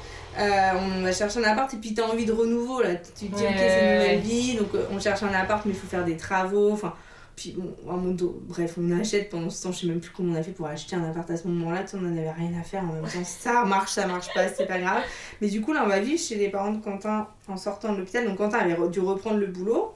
On va chercher un appart et puis t'as envie de renouveau là, tu te dis ok, c'est une nouvelle vie, donc on cherche un appart mais il faut faire des travaux, enfin puis bon, bref, on achète pendant ce temps, je sais même plus comment on a fait pour acheter un appart à ce moment-là, on n'en avait rien à faire en même temps, ça marche pas, c'est pas grave. Mais du coup là on va vivre chez les parents de Quentin en sortant de l'hôpital, donc Quentin avait dû reprendre le boulot.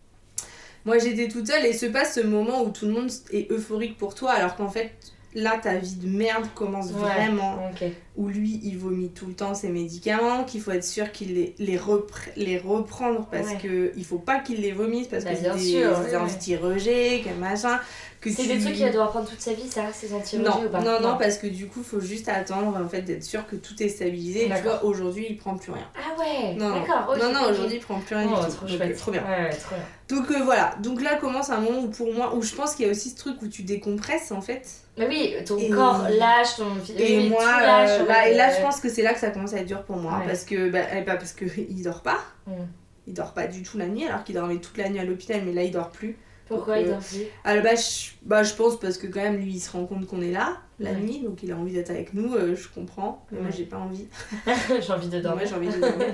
Moi j'étais toute seule et se passe ce moment où tout le monde est euphorique pour toi alors qu'en fait là ta vie de merde commence vraiment, où lui il vomit tout le temps ses médicaments, qu'il faut être sûr qu'il les reprendre parce que il faut pas qu'il les vomisse parce que c'est des anti-rejets, que machin. C'est des trucs qu'il va devoir prendre toute sa vie, ça, ces anti-rejets ou pas? Non, parce que du coup faut juste attendre en fait d'être sûr que tout est stabilisé. Tu vois, aujourd'hui il prend plus rien. Ah ouais, d'accord. Non, aujourd'hui il prend plus rien du tout. Trop bien. Trop bien. Donc voilà, donc là commence un moment où pour moi, où je pense qu'il y a aussi ce truc où tu décompresses en fait. Bah oui, ton corps lâche, et moi là je pense que c'est là que ça commence à être dur pour moi parce que parce que il dort pas. Il dort pas du tout la nuit alors qu'il dormait toute la nuit à l'hôpital, mais là il dort plus. Pourquoi il dort plus? Je pense parce que quand même lui il se rend compte qu'on est là la nuit, donc il a envie d'être avec nous, je comprends, mais moi j'ai pas envie. J'ai envie de dormir. Moi j'ai envie de dormir.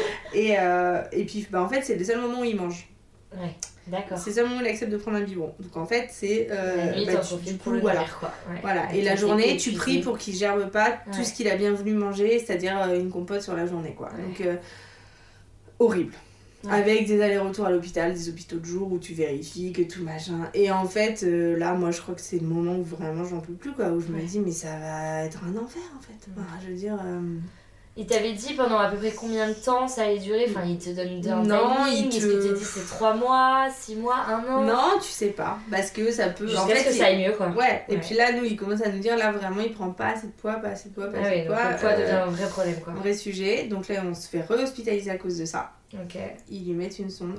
Et puis en fait c'est le seul moment où il mange. Ouais, d'accord. C'est le seul moment où il accepte de prendre un biberon. Donc en fait c'est la nuit du coup voilà. Et la journée tu pries pour qu'il gerbe pas tout ce qu'il a bien voulu manger, c'est-à-dire une compote sur la journée quoi. Donc horrible. Avec des allers-retours à l'hôpital, des hôpitaux de jour où tu vérifies que tout machin. Et en fait, là, moi, je crois que c'est le moment où vraiment j'en peux plus, quoi. Où je me dis, mais ça va être un enfer, en fait. Enfin, je veux dire... Il t'avait dit pendant à peu près combien de temps ça allait durer? Enfin, il te donne timing. Est-ce que tu t'es dit c'est 3 mois, 6 mois, 1 an? Non, tu sais pas. Parce que ça peut... Jusqu'à ce que ça aille mieux, quoi. Ouais. Et puis là, nous, il commence à nous dire, là, vraiment, il prend pas assez de poids, pas assez de poids, pas assez de poids. Donc le poids devient un vrai problème, quoi. Un vrai sujet. Donc là, on se fait re-hospitaliser à cause de ça. Ok. Ils lui mettent une sonde.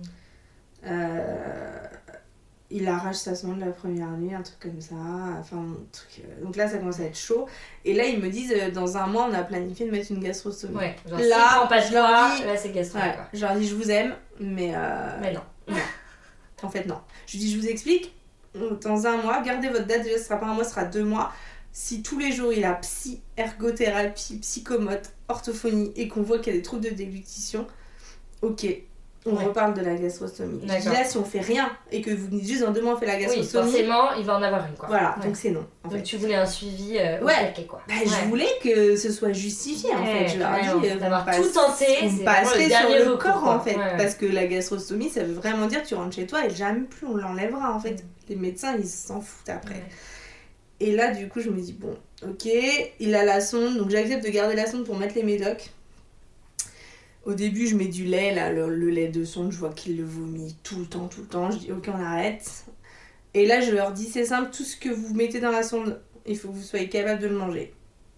Il arrache sa sonde la première nuit, un truc comme ça. Enfin, donc là, ça commence à être chaud. Et là, ils me disent, dans 1 mois, on a planifié de mettre une gastrostomie. Ouais, genre là, si prend pas de poids, là, c'est gastro. Ouais, je leur dis, je vous aime, mais non. En fait, non. Je dis, je vous explique. Dans 1 mois, gardez votre date. Déjà, ce sera pas 1 mois, ce sera 2 mois. Si tous les jours, il a psy, ergothérapie, psychomote, orthophonie, et qu'on voit qu'il y a des troubles de déglutition, ok, on reparle de la gastrostomie. Je dis là, si on fait rien et que vous dites juste dans 2 mois on fait la gastrostomie, forcément il va en avoir une, quoi. Voilà, donc c'est non. Donc tu voulais un suivi au taquet, quoi. Je voulais que ce soit justifié en fait. Je leur dis, d'avoir tout tenté, on passerait sur le corps en fait. Parce que la gastrostomie, ça veut vraiment dire que tu rentres chez toi et jamais plus on l'enlèvera en fait. Les médecins ils s'en foutent après. Et là, du coup, je me dis, bon, ok, il a la sonde, donc j'accepte de garder la sonde pour mettre les médocs. Au début, je mets du lait, là, le lait de sonde, je vois qu'il le vomit tout le temps. Je dis ok, on arrête. Et là, je leur dis c'est simple, tout ce que vous mettez dans la sonde, il faut que vous soyez capable de le manger.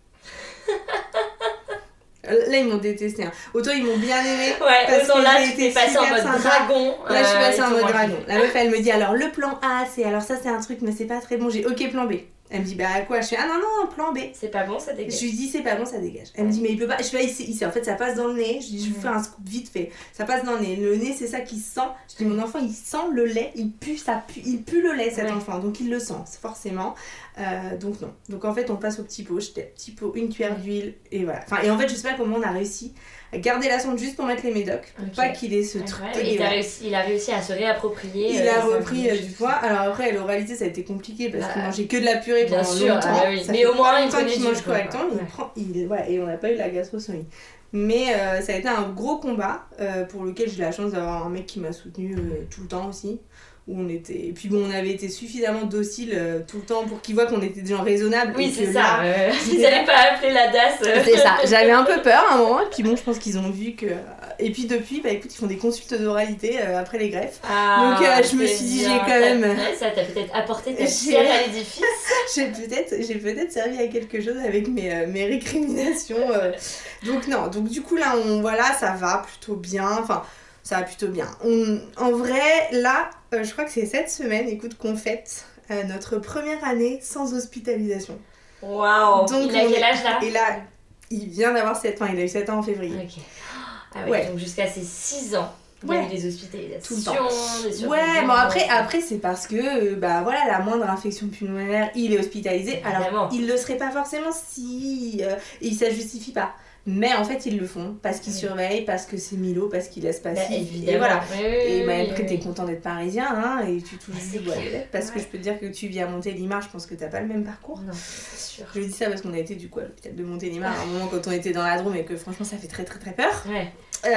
Là, ils m'ont détesté. Hein. Autant ils m'ont bien aimé. Ouais, parce autant que là, j'ai tu t'es été passé en super mode sympa. dragon. Là, je suis passée en mode tranquille. dragon. La meuf, elle me dit alors le plan A, c'est alors ça, c'est un truc, mais c'est pas très bon. J'ai ok, plan B. Elle me dit bah quoi? Je fais ah non, plan B. C'est pas bon, ça dégage. Je lui dis c'est pas bon, ça dégage. Elle me dit mais il peut pas. Je fais ici. En fait, ça passe dans le nez. Je dis je vous fais un scoop vite fait. Ça passe dans le nez. Le nez, c'est ça qui sent. Je dis mon enfant, il sent le lait. Il pue le lait cet enfant. Donc il le sent, forcément. Donc non. Donc en fait, on passe au petit pot. J'étais petit pot, une cuillère d'huile et voilà. Enfin et en fait, je sais pas comment on a réussi à garder la sonde juste pour mettre les médocs, pour pas qu'il ait ce truc. Il a réussi à se réapproprier. Il a repris du poids. Alors après, l'oralité, ça a été compliqué parce qu'il mangeait que de la purée pendant longtemps. Oui. Mais au moins, il qu'il mange correctement. Et on n'a pas eu la gastro-sonnerie. Mais ça a été un gros combat pour lequel j'ai la chance d'avoir un mec qui m'a soutenue tout le temps aussi. Où on était... Et puis bon, on avait été suffisamment docile tout le temps pour qu'il voit qu'on était des gens raisonnables. Oui, c'est ça. Ils n'allaient pas appeler la DAS. C'est ça. J'avais un peu peur à un moment. Et puis bon, je pense qu'ils ont vu que... Et puis depuis, bah écoute, ils font des consultes d'oralité après les greffes. Donc je me suis dit, j'ai quand même... Ça t'a peut-être apporté ta pierre à l'édifice. J'ai peut-être servi à quelque chose avec mes récriminations. Donc non, donc du coup là, ça va plutôt bien. Enfin... Ça va plutôt bien. En vrai, là, je crois que c'est cette semaine, écoute, qu'on fête notre première année sans hospitalisation. Waouh. Donc, il a quel âge là? Et là, il vient d'avoir 7 ans, il a eu 7 ans en février. Ok. Ah ouais. Donc jusqu'à ses 6 ans, il y a eu des hospitalisations. Tout le temps. Ouais, bon après c'est parce que, la moindre infection pulmonaire, il est hospitalisé. Alors, il le serait pas forcément si ça justifie pas. Mais en fait, ils le font parce qu'ils surveillent, parce que c'est Milo, parce qu'ils laissent passer. Et voilà. Après, t'es content d'être parisien, hein, et tu touches des bois de lettres. Parce que je peux te dire que tu vis à Montélimar, je pense que t'as pas le même parcours. Non, c'est sûr. Je dis ça parce qu'on a été du coup à l'hôpital de Montélimar à un moment quand on était dans la Drôme et que franchement, ça fait très très très peur. Ouais.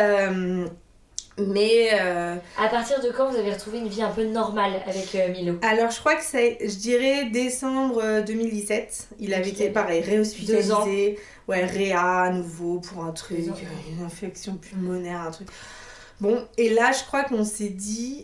À partir de quand vous avez retrouvé une vie un peu normale avec Milo? Alors je crois que c'est, je dirais décembre 2017. Il avait été pareil, réhospitalisé. Ouais, réa à nouveau pour un truc, une infection pulmonaire, un truc. Bon, et là je crois qu'on s'est dit,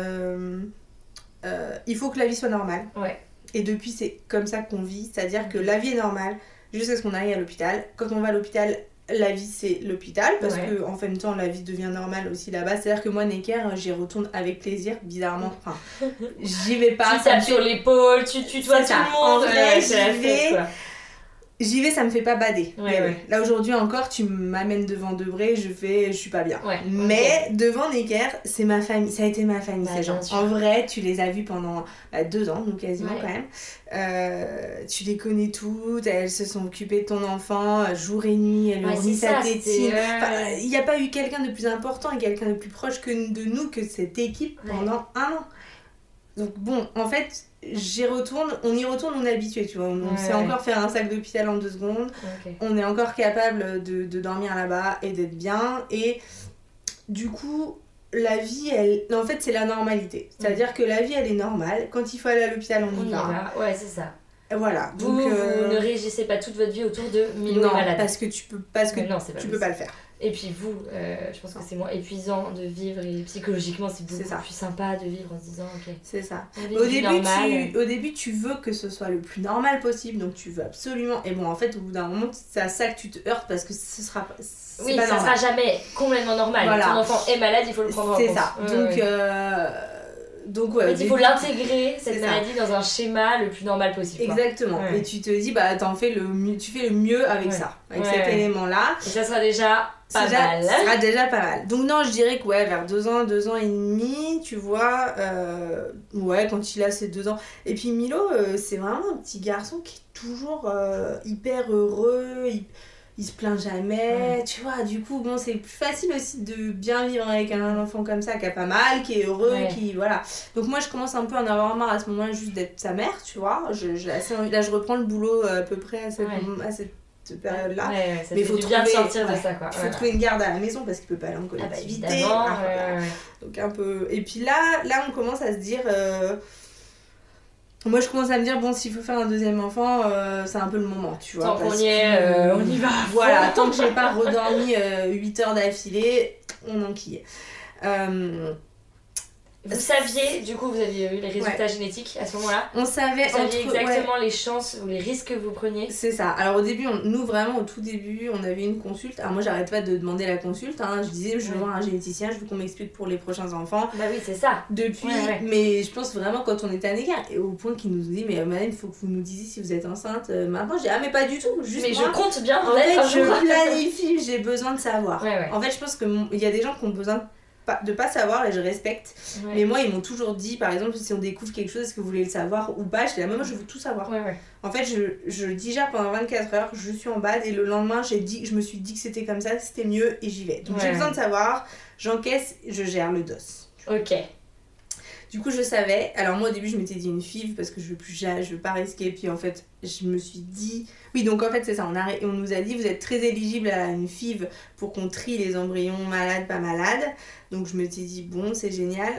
il faut que la vie soit normale. Ouais. Et depuis c'est comme ça qu'on vit, c'est-à-dire que la vie est normale jusqu'à ce qu'on aille à l'hôpital. Quand on va à l'hôpital, la vie c'est l'hôpital parce que en même temps la vie devient normale aussi là-bas. C'est-à-dire que moi Necker, j'y retourne avec plaisir, bizarrement. Enfin, j'y vais pas. Tu tapes sur l'épaule, tu tutoies tout le monde. En vrai, j'y vais, ça me fait pas bader. Ouais. Là aujourd'hui encore, tu m'amènes devant Debré, je suis pas bien. Ouais, mais devant Necker, c'est ma famille, ça a été ma famille ces gens. En vrai, tu les as vus pendant 2 ans, donc quasiment quand même. Tu les connais toutes, elles se sont occupées de ton enfant jour et nuit, elles lui ont mis sa tétine. Il n'y a pas eu quelqu'un de plus important et quelqu'un de plus proche de nous que cette équipe pendant 1 an. Donc bon, en fait, on y retourne, on est habitué, tu vois. On sait encore faire un sac d'hôpital en 2 secondes. Okay. On est encore capable de dormir là-bas et d'être bien. Et du coup, la vie, en fait, c'est la normalité. C'est-à-dire que la vie, elle est normale. Quand il faut aller à l'hôpital, on y va. Ouais, c'est ça. Voilà. Vous ne régissez pas toute votre vie autour de Milo et malade. Parce que tu peux pas le faire. Et puis vous, je pense que c'est moins épuisant de vivre et psychologiquement c'est beaucoup plus sympa de vivre en se disant ok. C'est ça. Au début tu veux que ce soit le plus normal possible, donc tu veux absolument. Et bon en fait au bout d'un moment c'est à ça que tu te heurtes parce que ce sera pas. Oui, ça sera jamais complètement normal. Voilà. Ton enfant est malade, il faut le prendre en compte. C'est ça. Donc en fait, il faut l'intégrer cette maladie dans un schéma le plus normal possible. Exactement. Et tu te dis tu fais le mieux avec ça, avec cet élément là. Et ça sera déjà pas mal. Ça sera déjà pas mal. Donc non, je dirais que vers 2 ans et demi, tu vois, quand il a ses 2 ans. Et puis Milo, c'est vraiment un petit garçon qui est toujours hyper heureux, il se plaint jamais, tu vois, du coup, bon, c'est plus facile aussi de bien vivre avec un enfant comme ça, qui a pas mal, qui est heureux, qui, voilà. Donc moi, je commence un peu à en avoir marre à ce moment-là, juste d'être sa mère, tu vois. Là, je reprends le boulot à peu près à cette période-là. Mais il faut bien sortir de ça, quoi. Il faut trouver une garde à la maison parce qu'il peut pas aller en collectivité. Donc un peu... Et puis là, on commence à se dire... Moi, je commence à me dire, bon, s'il faut faire un deuxième enfant, c'est un peu le moment, tu vois. Tant qu'on y est, on y va. Voilà, tant que j'ai pas redormi 8 heures d'affilée, on enquille. Vous saviez, du coup, vous aviez eu les résultats génétiques à ce moment-là. On savait vous saviez exactement les chances ou les risques que vous preniez. C'est ça. Alors au début, nous vraiment au tout début, on avait une consulte. Alors moi, j'arrête pas de demander la consulte. Hein. Je disais, je veux voir un généticien, je veux qu'on m'explique pour les prochains enfants. Bah oui, c'est ça. Depuis, mais je pense vraiment quand on était à l'écart, et au point qu'il nous dit, mais madame, il faut que vous nous disiez si vous êtes enceinte. Maintenant, je dis, ah mais pas du tout. Juste mais moi, je compte bien. En fait, je planifie, j'ai besoin de savoir. En fait, je pense qu'il y a des gens qui ont besoin de pas savoir et je respecte, mais moi ils m'ont toujours dit, par exemple, si on découvre quelque chose, est-ce que vous voulez le savoir ou pas, je dis, moi je veux tout savoir. En fait, je digère pendant 24 heures, je suis en bad et le lendemain je me suis dit que c'était comme ça, que c'était mieux et j'y vais. Donc j'ai besoin de savoir, j'encaisse, je gère le dos. Ok. Du coup, je savais. Alors, moi, au début, je m'étais dit une FIV parce que je veux pas risquer. Puis, en fait, je me suis dit... Oui, donc, en fait, c'est ça. On nous a dit, vous êtes très éligible à une FIV pour qu'on trie les embryons malades, pas malades. Donc, je me suis dit, bon, c'est génial.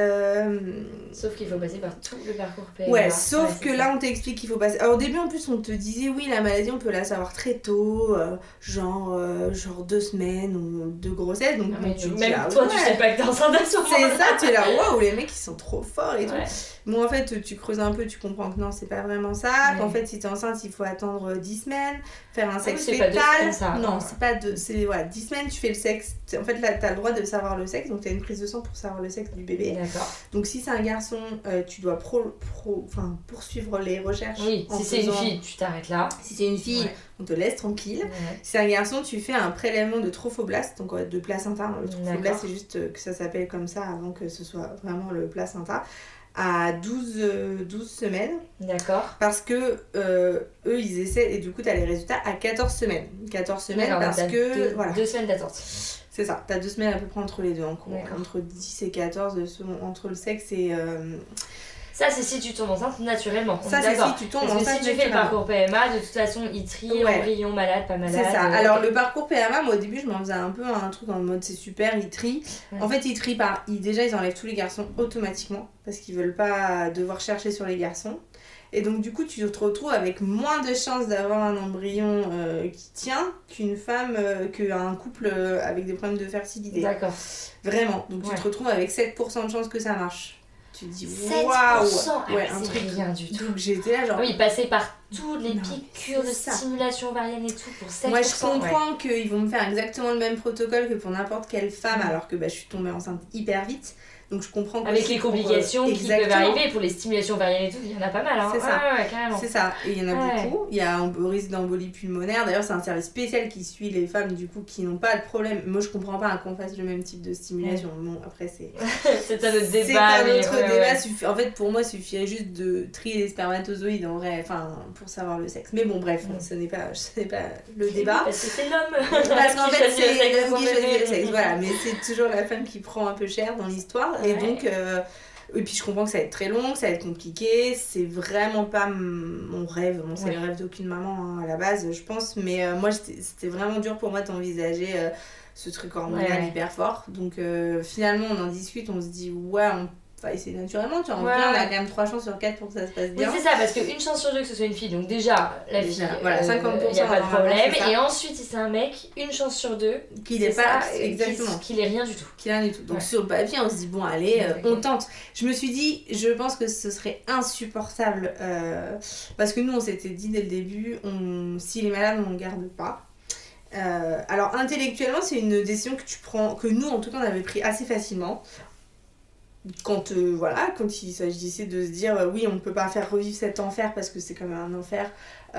Sauf qu'il faut passer par tout le parcours PMA. Ouais, sauf que là on t'explique qu'il faut passer. Alors au début en plus on te disait oui, la maladie on peut la savoir très tôt, genre 2 semaines de grossesse. Donc mais tu même toi tu sais pas que t'es enceinte à ce moment-là. C'est ça, tu es là, waouh, les mecs ils sont trop forts et tout. Bon en fait tu creuses un peu, tu comprends que non c'est pas vraiment ça, qu'en fait si t'es enceinte il faut attendre 10 semaines, faire un sexe fétal. C'est pas 2 semaines ça. Non, c'est pas 10 semaines tu fais le sexe. En fait là t'as le droit de savoir le sexe, donc t'as une prise de sang pour savoir le sexe du bébé. D'accord. Donc si c'est un garçon, tu dois poursuivre les recherches. Oui, si c'est une fille, tu t'arrêtes là. Si c'est une fille, on te laisse tranquille. Si c'est un garçon, tu fais un prélèvement de trophoblaste, donc de placenta. Le trophoblaste, c'est juste que ça s'appelle comme ça avant que ce soit vraiment le placenta. À 12 semaines. D'accord. Parce que eux, ils essaient, et du coup, tu as les résultats à 14 semaines. 14 semaines parce que... Voilà. 2 semaines d'attente. C'est ça, t'as 2 semaines à peu près entre les deux, entre 10 et 14, entre le sexe et... Ça, c'est si tu tombes enceinte naturellement. Ça, c'est si tu tombes enceinte naturellement. Parce que si tu fais le parcours PMA, de toute façon, ils trient embryon malade, pas malade. C'est ça. Alors, le parcours PMA, moi, au début, je m'en faisais un peu un truc en mode c'est super, ils trient. En fait, ils trient par... Déjà, ils enlèvent tous les garçons automatiquement parce qu'ils veulent pas devoir chercher sur les garçons. Et donc du coup tu te retrouves avec moins de chances d'avoir un embryon qui tient qu'une femme, qu'un couple avec des problèmes de fertilité. D'accord. Vraiment. Donc tu te retrouves avec 7% de chances que ça marche. Tu te dis 7%, waouh, ouais, un truc rien du tout. Donc j'étais là genre... Oui, passer par toutes les piqûres de stimulation ovarienne et tout pour 7%. Moi je comprends qu'ils vont me faire exactement le même protocole que pour n'importe quelle femme alors que je suis tombée enceinte hyper vite. Donc je comprends que avec les complications qui peuvent arriver pour les stimulations ovariennes et tout, il y en a pas mal. Hein. C'est ça. Carrément. C'est ça. Et il y en a beaucoup. Il y a un risque d'embolie pulmonaire. D'ailleurs, c'est un service spécial qui suit les femmes du coup qui n'ont pas de problème. Moi, je comprends pas qu'on fasse le même type de stimulation. Bon, après, c'est. C'est un autre débat. C'est un autre débat. En fait, pour moi, il suffirait juste de trier les spermatozoïdes en vrai, pour savoir le sexe. Mais bon, bref, ce n'est pas le débat. Parce que c'est l'homme. Parce qu'en fait, c'est l'homme qui choisit le sexe. Voilà. Mais c'est toujours la femme qui prend un peu cher dans l'histoire. Et donc. Et puis je comprends que ça va être très long, que ça va être compliqué, c'est vraiment pas mon rêve, c'est le rêve d'aucune maman à la base je pense, mais moi c'était vraiment dur pour moi d'envisager ce truc hormonal hyper fort, donc finalement on en discute, on se dit on va essayer naturellement, tu vois, on a quand même 3 chances sur 4 pour que ça se passe bien. Oui c'est ça, parce qu'une chance sur 2 que ce soit une fille, donc déjà la fille, 50%, il n'y a pas de problème, et ensuite si c'est un mec, une chance sur 2 qu'il n'est pas, exactement, qu'il est rien du tout. Donc sur le papier on se dit bon allez, on tente. Je me suis dit, je pense que ce serait insupportable, parce que nous on s'était dit dès le début, s'il est malade on ne garde pas. Alors intellectuellement c'est une décision que tu prends, que nous en tout cas on avait pris assez facilement. Quand il s'agissait de se dire oui on ne peut pas faire revivre cet enfer parce que c'est quand même un enfer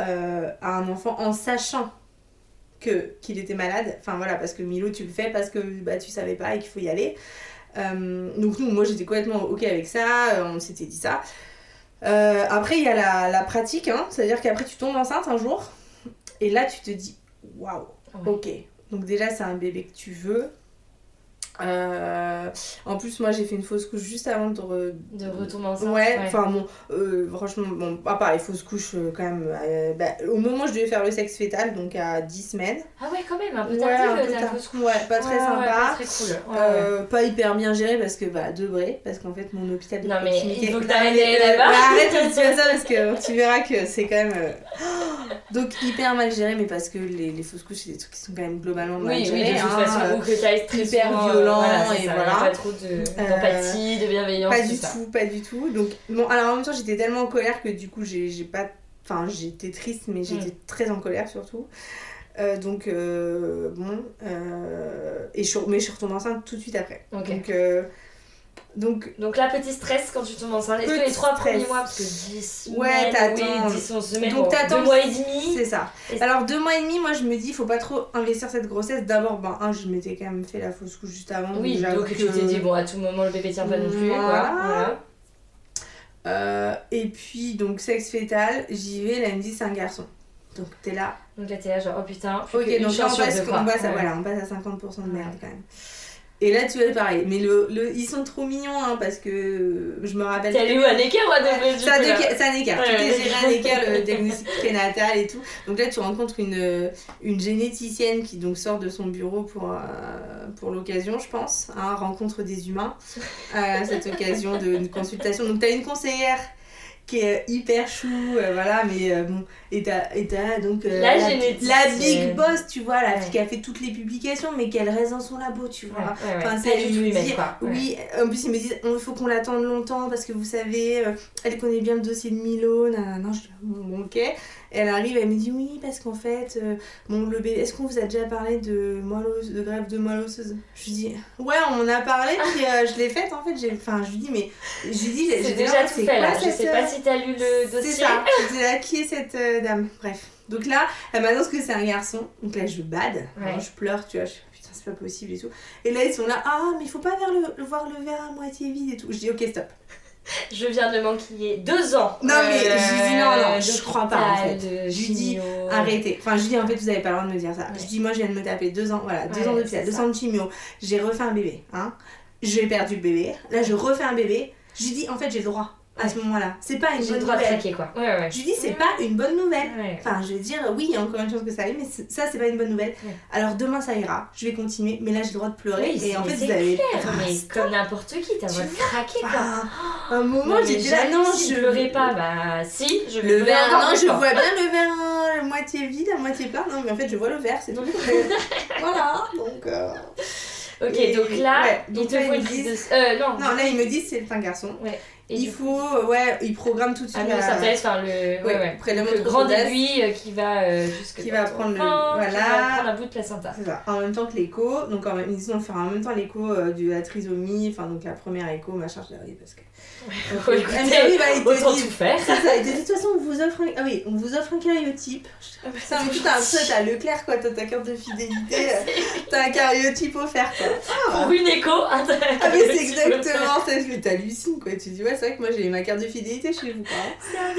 à un enfant en sachant qu'il était malade, parce que Milo tu le fais parce que tu savais pas et qu'il faut y aller, donc moi j'étais complètement ok avec ça, on s'était dit ça. Après il y a la pratique, c'est à dire qu'après tu tombes enceinte un jour et là tu te dis waouh, ok, donc déjà c'est un bébé que tu veux. En plus, moi j'ai fait une fausse couche juste avant de retomber enceinte. Ouais, enfin bon, franchement, bon, pas pareil, fausse couche quand même. Au moment où je devais faire le sexe fœtal, donc à 10 semaines. Ah ouais, quand même, un peu tardive ta fausse couche. Ouais, pas très sympa. Pas très cool. Pas hyper bien géré parce que, devré, parce qu'en fait, mon hôpital de proximité. Non, mais il faut que t'arrêtes d'aller là-bas. Arrête de dire ça parce que tu verras que c'est quand même. Donc, hyper mal géré, mais parce que les fausses couches, c'est des trucs qui sont quand même globalement mal gérés. Oui, de toute façon, ou que t'as été hyper violent, et voilà. Pas trop d'empathie, de bienveillance. Pas du tout. Donc, bon, alors en même temps, j'étais tellement en colère que du coup, j'ai pas. Enfin, j'étais triste, mais j'étais très en colère surtout. Mais je suis retombée enceinte tout de suite après. Okay. Donc là, petit stress quand tu tombes enceinte. Est-ce que les 3 premiers mois, parce que 10 ouais, t'attends. Oui, 10, 11 semaines, donc t'attends 2 mois et demi. C'est ça. Alors 2 mois et demi, moi je me dis, faut pas trop investir cette grossesse. D'abord, je m'étais quand même fait la fausse couche juste avant. Oui, donc tu t'es dit, bon, à tout moment, le bébé tient pas non plus. Voilà. Et puis, donc sexe fœtal, j'y vais, là, elle me dit, c'est un garçon. Donc t'es là. Donc là, t'es là, genre, oh putain. Ok, donc là, on passe à 50% de merde quand même. Et là, tu vois, pareil. Mais ils sont trop mignons, hein, parce que je me rappelle. T'es allée où à Necker ou à Debré du coup? C'est à Necker. Tout est géré à Necker, le diagnostic prénatal et tout. Donc là, tu rencontres une généticienne qui donc sort de son bureau pour l'occasion, je pense. Hein, rencontre des humains à cette occasion d'une consultation. Donc t'as une conseillère qui est hyper chou, voilà, mais bon, et t'as donc la big boss, tu vois, la fille qui a fait toutes les publications, mais qu'elle reste dans son labo, tu vois. Enfin, c'est du tout humaine, quoi. Oui, en plus ils me disent, il faut qu'on l'attende longtemps parce que vous savez, elle connaît bien le dossier de Milo, non, je dis, bon, ok. Elle arrive, elle me dit oui, parce qu'en fait, le bébé, est-ce qu'on vous a déjà parlé de greffe de moelle osseuse? Je lui dis, ouais, on en a parlé, puis je l'ai faite en fait. Je lui dis, mais. J'ai déjà tout fait là, je sais pas si t'as lu le dossier. C'est ça, je dis là, qui est cette dame? Bref. Donc là, elle m'annonce que c'est un garçon, donc là je bade, je pleure, tu vois, je suis putain, c'est pas possible et tout. Et là, ils sont là, mais il faut pas voir le verre à moitié vide et tout. Je dis, ok, stop. Je viens de m'enquiller 2 ans. Non mais je lui dis non, je crois pas en fait. Je lui dis arrêtez. Enfin je lui dis en fait vous avez pas le droit de me dire ça. Je dis moi je viens de me taper 2 ans, voilà, 2 ans d'hôpital, 2 ans de chimio. J'ai refait un bébé, hein. J'ai perdu le bébé. Là je refais un bébé. Je lui dis en fait j'ai le droit. À ce moment-là, c'est pas une bonne nouvelle. Traquer, quoi. Je lui dis c'est pas une bonne nouvelle. Enfin, je vais dire oui, il y a encore une chance que ça aille, mais ça c'est pas une bonne nouvelle. Alors demain ça ira, je vais continuer, mais là j'ai le droit de pleurer. Oui, et en fait vous avez. Mais comme n'importe qui, t'as le droit de craquer quoi. Un moment j'étais là, non, je pleurais pas, bah si, je le verre. Non, je vois bien le verre moitié vide, à moitié plein. Non, mais en fait je vois le verre, c'est tout. Voilà, donc. Ok, donc là, il te faut une prise de. Non, là ils me disent c'est un garçon. Et il faut, il programme tout de suite. Le grand aiguille qui va qui va prendre qui va prendre un bout de placenta. C'est ça. En même temps que l'écho, donc ils disent on faire en même temps l'écho de la trisomie, enfin donc la première écho, machin, je l'ai regardé parce que. Autant tout faire. C'est ça. Et de toute façon on vous offre un cariotype. Ça, mais putain, t'as Leclerc quoi, t'as ta carte de fidélité, t'as un cariotype offert quoi. Pour une écho. Ah mais c'est exactement ça, je t'hallucine quoi, tu dis ouais c'est vrai que moi j'ai ma carte de fidélité chez vous quoi. C'est un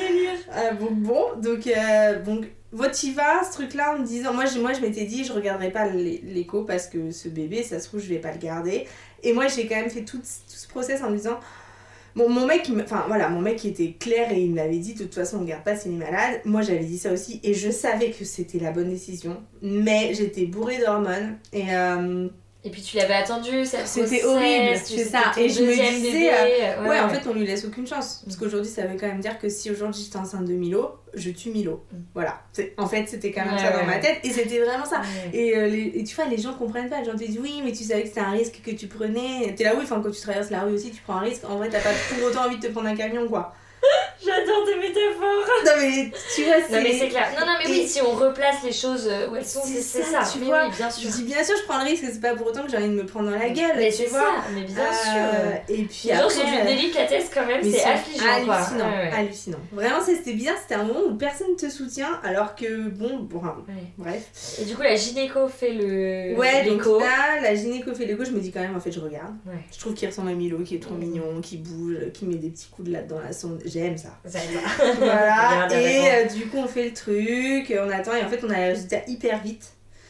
délire. Donc tu vas ce truc là en me disant, moi je m'étais dit je regarderai pas l'écho parce que ce bébé ça se trouve je vais pas le garder, et moi j'ai quand même fait tout ce process en me disant mon mec qui était clair et il m'avait dit de toute façon on garde pas s'il est malade. Moi j'avais dit ça aussi et je savais que c'était la bonne décision, mais j'étais bourrée d'hormones et puis tu l'avais attendu, c'était horrible, c'est ça. Et je me disais, en fait on lui laisse aucune chance. Parce qu'aujourd'hui ça veut quand même dire que si aujourd'hui j'étais enceinte de Milo, je tue Milo. Voilà. En fait c'était quand même ça dans ma tête et c'était vraiment ça. Et tu vois, les gens comprennent pas. Les gens te disent oui, mais tu savais que c'était un risque que tu prenais. T'es là, oui, quand tu traverses la rue aussi, tu prends un risque. En vrai, t'as pas pour autant envie de te prendre un camion quoi. J'adore tes métaphores. Non mais tu vois, non mais c'est clair. Non mais oui, si on replace les choses où elles sont, c'est ça. Tu vois, oui, bien sûr. Je dis bien sûr, je prends le risque, c'est pas pour autant que j'ai envie de me prendre dans la gueule. Mais tu vois. Ça, mais bien sûr. Et puis les gens sont d'une délicatesse quand même, c'est affligeant quoi. Hallucinant. Vraiment, c'était bizarre, c'était un moment où personne te soutient, alors que bref. Et du coup, la gynéco fait l'écho. Donc là, la gynéco fait l'écho, je me dis quand même, en fait, je regarde. Je trouve qu'il ressemble à Milo, qui est trop mignon, qui bouge, qui met des petits coups de latte dans la sonde. J'aime ça. Voilà, et du coup on fait le truc, on attend et en fait on a le résultat hyper vite.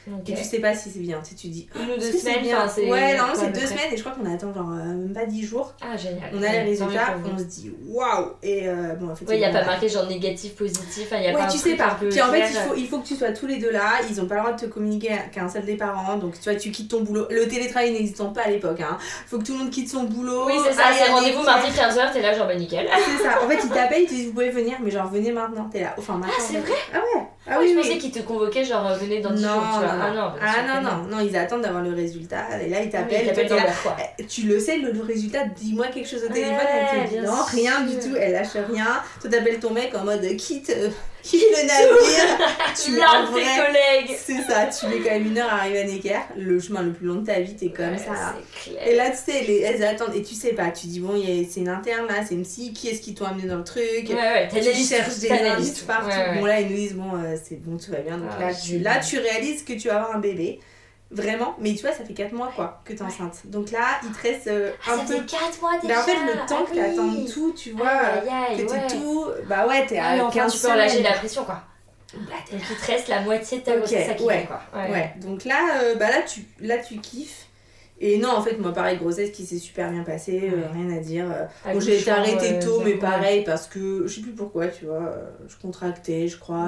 et tu sais pas si c'est bien, tu dis 1 ou 2 semaines, enfin c'est... Ouais, non, c'est 2 semaines et je crois qu'on attend genre même pas 10 jours. Ah génial. On a les résultats, on se dit waouh. Et bon en fait... Ouais, il y a pas marqué genre négatif, positif, il y a pas un tu sais pas. Puis en fait, il faut que tu sois tous les deux là, ils ont pas le droit de te communiquer qu'un seul des parents, donc tu vois, tu quittes ton boulot. Le télétravail n'existant pas à l'époque, hein. Faut que tout le monde quitte son boulot. Oui, c'est ça, c'est rendez-vous mardi 15h, t'es là genre nickel. C'est ça. En fait, ils t'appellent, ils te disent vous pouvez venir, mais genre venez maintenant, t'es là. Enfin maintenant. Ah, c'est vrai? Ah ouais. Ah oui, je pensais qu'ils te convoquaient genre venez dans 10 jours, tu vois. Non, ils attendent d'avoir le résultat et là ils t'appellent. Ils t'appellent dans l'heure, quoi. Tu le sais, le résultat, dis-moi quelque chose au téléphone, elle te dit non, rien du tout, elle lâche rien. Toi t'appelles ton mec en mode quitte le navire. Tu l'as de tes collègues. C'est ça, tu mets quand même 1 heure à arriver à Necker, le chemin le plus long de ta vie, t'es comme ça là. C'est clair. Et là tu sais, elles attendent et tu sais pas, tu dis bon, c'est une interne là, c'est une psy, qui est-ce qui t'ont amené dans le truc. Tu cherches des indices partout. Bon là ils nous disent bon, c'est bon, tout va bien, donc là tu réalises que tu vas avoir un bébé. Vraiment, mais tu vois, ça fait 4 mois quoi que t'es enceinte. Donc là, il te reste un peu. Ça fait 4 mois déjà. Mais en fait, le temps que t'attendes tout, tu vois, que t'es tout. Bah ouais, t'es à 15 tu peux relâcher la pression quoi. Donc il te reste la moitié de ta grossesse à kiffer quoi. Ouais. Donc là, tu kiffes. Et non, en fait, moi, pareil, grossesse qui s'est super bien passée, rien à dire. Bon, j'ai été arrêtée tôt, mais pareil, parce que je sais plus pourquoi, tu vois, je contractais, je crois,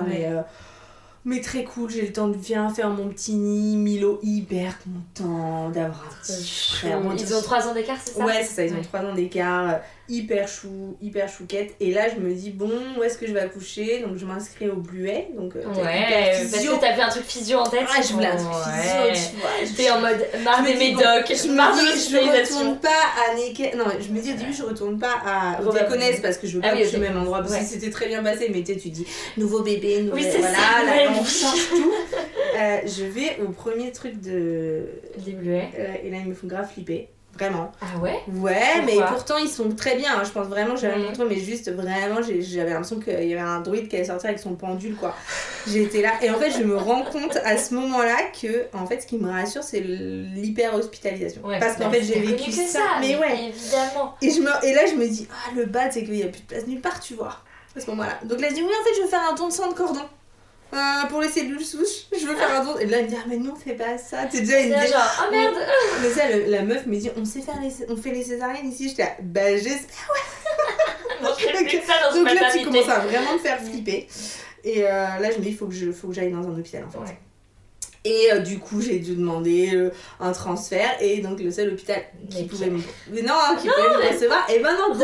mais très cool, j'ai le temps de bien faire mon petit nid. Milo hyper content d'avoir un petit frère. Ils ont 3 ans d'écart, c'est ça? Ouais, c'est ça, ils ont 3 ans d'écart. Hyper chou, hyper chouquette. Et là, je me dis, bon, où est-ce que je vais accoucher? Donc, je m'inscris au Bluet. Donc, parce que t'as fait un truc physio en tête. Ah, je voulais un truc physio, tu vois. T'es en mode marre des médocs, marre de l'hospitalisation. Je retourne pas à Necker. Non, je me dis au début, je retourne pas à Déconnesse parce que je veux pas accoucher au même endroit. Parce que c'était très bien passé, mais tu dis, nouveau bébé, voilà, là, on change tout. Je vais au premier truc de. Des Bluets. Et là, ils me font grave flipper. Vraiment. Ah ouais? Ouais, mais pourtant ils sont très bien, hein. Je pense vraiment que j'avais montré, mais juste vraiment j'avais l'impression qu'il y avait un druide qui allait sortir avec son pendule quoi. J'étais là et en fait je me rends compte à ce moment-là que en fait ce qui me rassure c'est l'hyper hospitalisation. Parce qu'en fait j'ai vécu ça, mais ouais. Évidemment. Et là je me dis le bad c'est qu'il y a plus de place nulle part tu vois à ce moment-là. Donc là je dis oui en fait je veux faire un don de sang de cordon. Pour les cellules souches, je veux faire un don. Et là, elle me dit, mais non, fais pas ça. T'es déjà une genre, oh merde! Mais ça, la meuf me dit, on fait les césariennes ici. J'étais là, bah j'espère, ouais. Donc là, tu commences à vraiment me faire flipper. Et là, je me dis, il faut que j'aille dans un hôpital en fait. Ouais. Et du coup, j'ai dû demander un transfert. Et donc, le seul hôpital qui pouvait me recevoir, et ben non,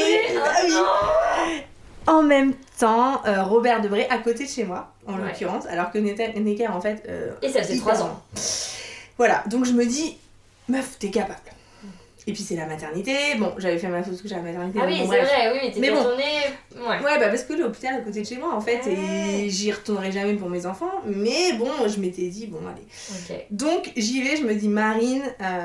En même temps, Robert Debré à côté de chez moi, en l'occurrence, alors que Necker en fait. Et ça faisait 3 ans. Voilà, donc je me dis, meuf, t'es capable. Et puis c'est la maternité, bon, j'avais fait ma fausse couche à la maternité. Ah oui, c'est vrai, oui, mais t'es retournée. Ouais, bah parce que l'hôpital à côté de chez moi en fait, et j'y retournerai jamais pour mes enfants, mais bon, je m'étais dit, bon, allez. Okay. Donc j'y vais, je me dis, Marine.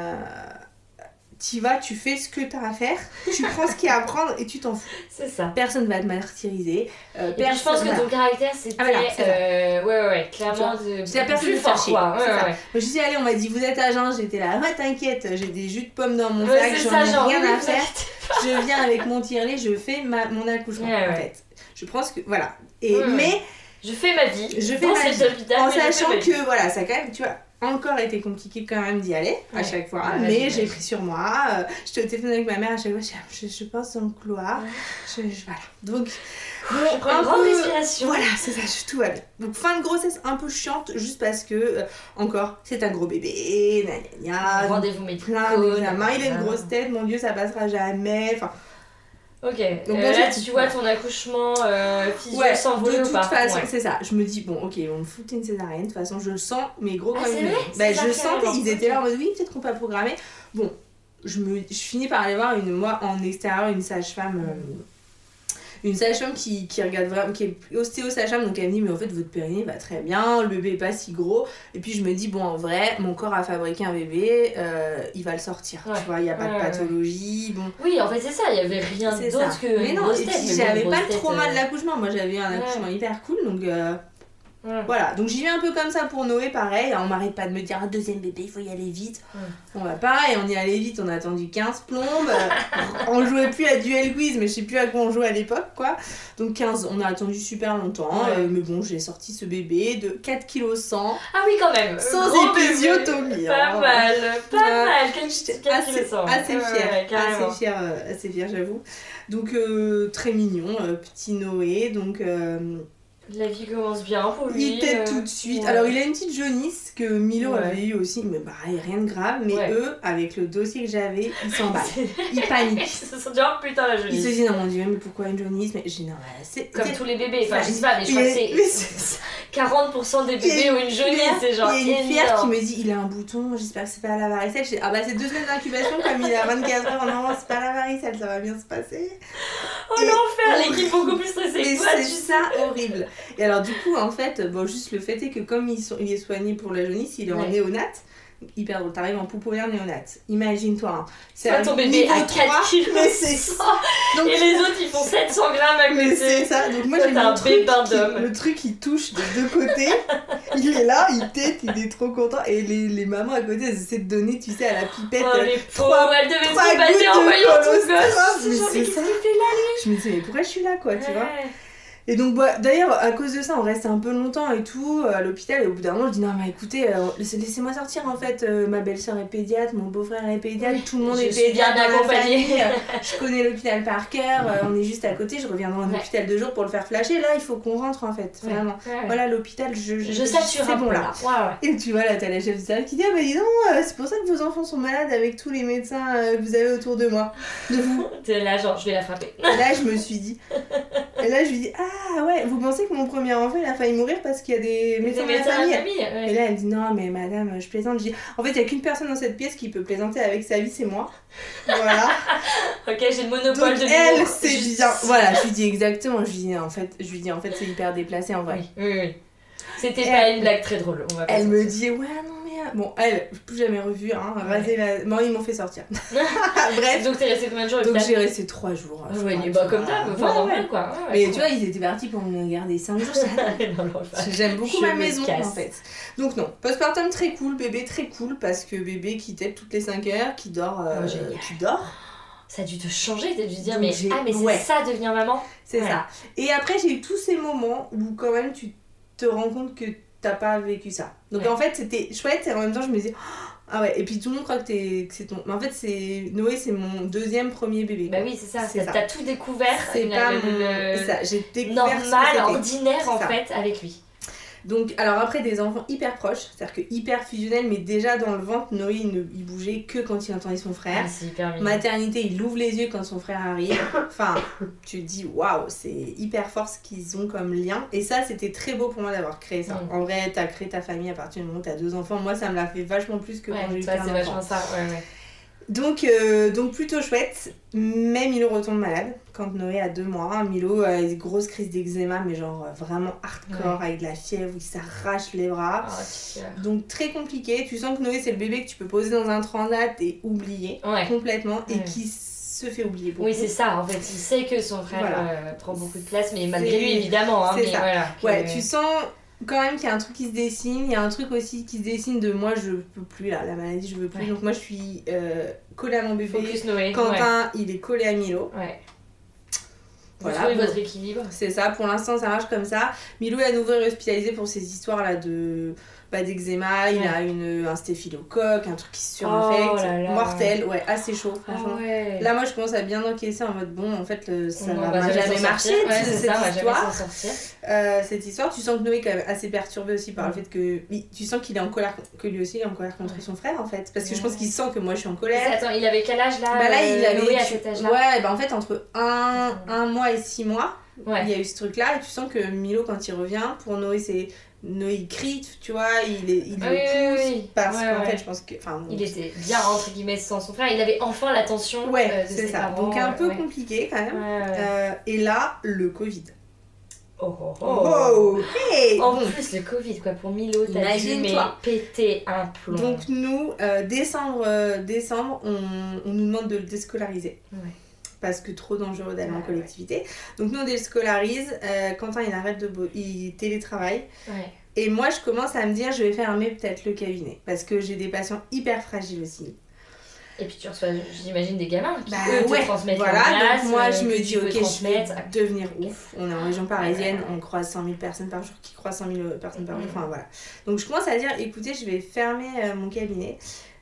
Tu vas, tu fais ce que t'as à faire, tu prends ce qu'il y a à prendre et tu t'en fous. C'est ça. Personne va te martyriser. Et puis je pense que ton caractère c'était. Ouais, clairement. C'est la personne plus fort quoi. Ouais. Je dis, allez, on m'a dit, vous êtes à Jeun, j'étais là, t'inquiète, j'ai des jus de pommes dans mon sac, j'en ai rien à faire. Je viens avec mon tire-lait, je fais mon accouchement en fait. Je prends ce que. Voilà. Mais. Je fais ma vie. En sachant que, voilà, ça quand même, tu vois. Encore été compliqué quand même d'y aller à chaque fois, mais j'ai pris sur moi. J'étais au téléphone avec ma mère à chaque fois, je pense dans le couloir. Voilà. Donc, je prends une grande respiration. Voilà, c'est ça, tout va bien. Donc, fin de grossesse un peu chiante, juste parce que, encore, c'est un gros bébé, rendez-vous médicaux, plein d'examens, il a une grosse tête, mon Dieu, ça passera jamais. Enfin. Ok, donc là tu vois ton accouchement physio s'envoler ou pas? De toute façon, c'est ça. Je me dis, bon, ok, ils vont me foutre une césarienne, de toute façon, je le sens, mais gros comme une. Je sentais, ils étaient là en mode, oui, peut-être qu'on peut programmer. Bon, je finis par aller voir en extérieur une sage-femme. Une sage-femme qui regarde vraiment, qui est ostéo-sage-femme, donc elle me dit mais en fait votre périnée va très bien, le bébé est pas si gros, et puis je me dis bon en vrai mon corps a fabriqué un bébé, il va le sortir, tu vois, il n'y a pas de pathologie, bon. Oui en fait c'est ça, il n'y avait rien d'autre que mais non, et puis j'avais pas le trauma de l'accouchement, moi j'avais eu un accouchement hyper cool, donc Voilà, donc j'y vais un peu comme ça pour Noé, pareil. On m'arrête pas de me dire, deuxième bébé, il faut y aller vite. On va pareil, on y allait vite, on a attendu 15 plombes. On jouait plus à Duel Quiz, mais je sais plus à quoi on jouait à l'époque, quoi. Donc 15, on a attendu super longtemps. Mais bon, j'ai sorti ce bébé de 4,1 kg. Ah oui, quand même. Sans épisiotomie. Pas mal. 4,1 kg. Assez fière, j'avoue. Donc très mignon, petit Noé. Donc la vie commence bien pour lui. Il tète tout de suite. Alors il a une petite jaunisse que Milo avait eu aussi, mais pareil, rien de grave. Mais eux, avec le dossier que j'avais, ils s'emballent. Ils paniquent. Ils se sont dit, oh putain, la jaunisse. Ils se disent, non mon dieu, mais pourquoi une jaunisse? Mais j'ai dit, non, c'est comme tous les bébés. Enfin, je sais pas, mais je crois que c'est 40% des bébés ont une jaunisse. C'est genre il y a une fière qui me dit, il a un bouton, j'espère que c'est pas la varicelle. Je dis, ah bah c'est 2 semaines d'incubation, comme il a 24 heures. Non, c'est pas la varicelle, ça va bien se passer. Oh l'enfer, l'équipe beaucoup plus stressée. Et c'est ça horrible. Et alors du coup en fait, bon juste le fait est que comme il est soigné pour la jaunisse, il est en néonate. Hyper drôle, t'arrives en pouponnière néonate. Imagine-toi, hein. C'est ton bébé à 4 kg. Mais c'est ça. Donc, et les autres ils font 700 grammes à côté. Mais c'est ça, donc moi j'ai le truc il touche de deux côtés. Il est là, il tète, il est trop content. Et les mamans à côté elles essaient de donner, tu sais, à la pipette. Oh les pauvres, elles devaient se battre en voyant tout gosse. Mais c'est ça. Je me disais, mais pourquoi je suis là, quoi, tu vois. Et donc d'ailleurs à cause de ça on reste un peu longtemps et tout à l'hôpital et au bout d'un moment je dis non mais écoutez laissez-moi sortir en fait, ma belle-sœur est pédiatre, mon beau-frère est pédiatre, tout le monde est pédiatre dans la famille, je connais l'hôpital par cœur, on est juste à côté, je reviens dans un hôpital de jour pour le faire flasher, là il faut qu'on rentre en fait, vraiment. Voilà l'hôpital je sature c'est bon là. Et tu vois là t'as la chef de service qui dit ah bah dis donc c'est pour ça que vos enfants sont malades avec tous les médecins que vous avez autour de moi. De vous. T'es là genre je vais la frapper. Et là je me suis dit et là je lui dis ah ouais, vous pensez que mon premier enfant il a failli mourir parce qu'il y a des médecins de la famille, Et là elle dit non mais madame je plaisante. Je dis en fait il y a qu'une personne dans cette pièce qui peut plaisanter avec sa vie, c'est moi. Voilà. Ok, j'ai le monopole donc, de elle c'est bien. Voilà, je lui dis exactement, je lui dis en fait c'est hyper déplacé en vrai. Oui. C'était pas une blague très drôle, on va pas elle me dit ouais non mais bon elle plus jamais revue hein, bon ils m'ont fait sortir. Bref. Donc t'es restée combien de jours? Donc j'ai resté 3 jours. Comme d'hab, enfin normal quoi. Mais tu vois ils étaient partis pour me garder 5 jours. J'aime beaucoup ma maison en fait. Donc non, postpartum très cool, bébé très cool parce que bébé qui tète toutes les 5 heures, qui dort, tu dors. Ça a dû te changer, t'as dû te dire donc mais c'est ça devenir maman. C'est ça. Et après j'ai eu tous ces moments où quand même tu te rends compte que t'as pas vécu ça. Donc en fait c'était chouette et en même temps je me disais ah ouais, et puis tout le monde croit que c'est ton... Mais en fait Noé c'est mon premier bébé. Bah oui c'est ça. T'as tout découvert. C'est pas ça, j'ai découvert normal, ordinaire en fait avec lui. Donc, alors après des enfants hyper proches, c'est-à-dire que hyper fusionnels, mais déjà dans le ventre, Noé il bougeait que quand il entendait son frère. C'est hyper mignon. Maternité, il ouvre les yeux quand son frère arrive. Enfin, tu te dis waouh, c'est hyper fort ce qu'ils ont comme lien. Et ça, c'était très beau pour moi d'avoir créé ça. En vrai, t'as créé ta famille à partir du moment où t'as 2 enfants. Moi, ça me l'a fait vachement plus que quand j'ai eu plein d'enfants. C'est vachement ça, ouais. Donc plutôt chouette, mais Milo retombe malade quand Noé a 2 mois. Milo a une grosse crise d'eczéma, mais genre vraiment hardcore, avec de la fièvre, il s'arrache les bras. Donc très compliqué. Tu sens que Noé c'est le bébé que tu peux poser dans un transat et oublier complètement et qui se fait oublier beaucoup. Oui c'est ça, en fait il sait que son frère prend beaucoup de place, mais malgré lui évidemment. Hein, c'est ça. Voilà, tu sens quand même qu'il y a un truc qui se dessine, il y a un truc aussi qui se dessine de moi je peux plus là, la maladie je veux plus, donc moi je suis collée à mon bébé. Focus Noé. Quentin il est collé à Milo. Voilà, trouvez votre équilibre. C'est ça, pour l'instant ça marche comme ça. Milo est à nouveau hospitalisé pour ces histoires là d'eczéma, il a un staphylocoque, un truc qui se surinfecte, mortel, assez chaud franchement. Là moi je commence à bien encaisser en mode bon en fait ça va jamais marcher cette histoire. Tu sens que Noé est quand même assez perturbé aussi par le fait que tu sens qu'il est en colère, que lui aussi il est en colère contre son frère en fait, parce que je pense qu'il sent que moi je suis en colère. Attends, il avait quel âge là? Là il avait Noé à cet âge là. En fait entre 1 mois et 6 mois il y a eu ce truc là, et tu sens que Milo quand il revient, pour Noé il crie, tu vois, il le pousse parce qu'en fait je pense que il était bien entre guillemets sans son frère, il avait enfin l'attention de c'est ses ça parents, donc un peu compliqué quand même. Et là le Covid. Hey, en plus le Covid quoi, pour Milo t'as dû péter un plomb. Donc nous décembre on nous demande de le déscolariser. parce que trop dangereux d'aller en collectivité. Donc nous on déscolarise, Quentin il télétravaille. Ouais. Et moi je commence à me dire je vais fermer peut-être le cabinet parce que j'ai des patients hyper fragiles aussi. Et puis tu reçois, j'imagine, des gamins qui te transmettent voilà, leur place, donc moi je me dis ok, je vais transmettre. devenir ouf. On est en région parisienne, on croise 100 000 personnes par jour, qui croisent 100 000 personnes par jour, enfin voilà. Donc je commence à dire écoutez, je vais fermer mon cabinet.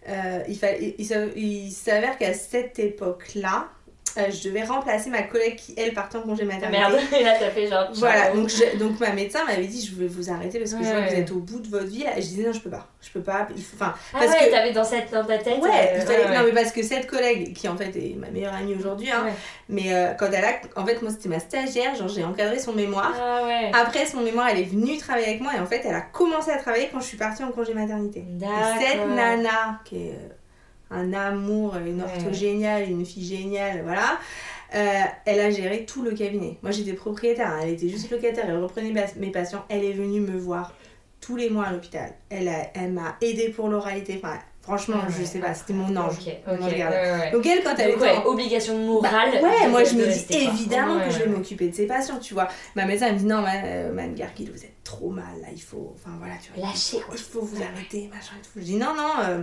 Il s'avère qu'à cette époque-là, je devais remplacer ma collègue qui, elle, partait en congé maternité. Merde, et là t'as fait genre... Voilà, donc ma médecin m'avait dit, je vais vous arrêter parce que je vois que vous êtes au bout de votre vie. Et je disais, non, je peux pas. Parce que... t'avais dans ta tête... Ouais, il fallait... Non, mais parce que cette collègue, qui en fait est ma meilleure amie aujourd'hui, hein, mais quand elle a... En fait, moi, c'était ma stagiaire, genre j'ai encadré son mémoire. Après son mémoire, elle est venue travailler avec moi et en fait, elle a commencé à travailler quand je suis partie en congé maternité. D'accord. Et cette nana, qui est... un amour, une ortho géniale, une fille géniale, voilà. Elle a géré tout le cabinet. Moi j'étais propriétaire, hein, elle était juste locataire, elle reprenait mes patients. Elle est venue me voir tous les mois à l'hôpital. Elle m'a aidée pour l'oralité. Enfin, franchement, je sais pas, c'était mon ange. Donc elle, quand elle était obligation morale. Moi je me dis évidemment que je vais m'occuper de ses patients, tu vois. Ma médecin elle me dit non, Mme Garguil, vous êtes trop mal là, il faut, enfin voilà, tu vois. Lâchez. Il faut vous arrêter, machin et tout. Je dis non.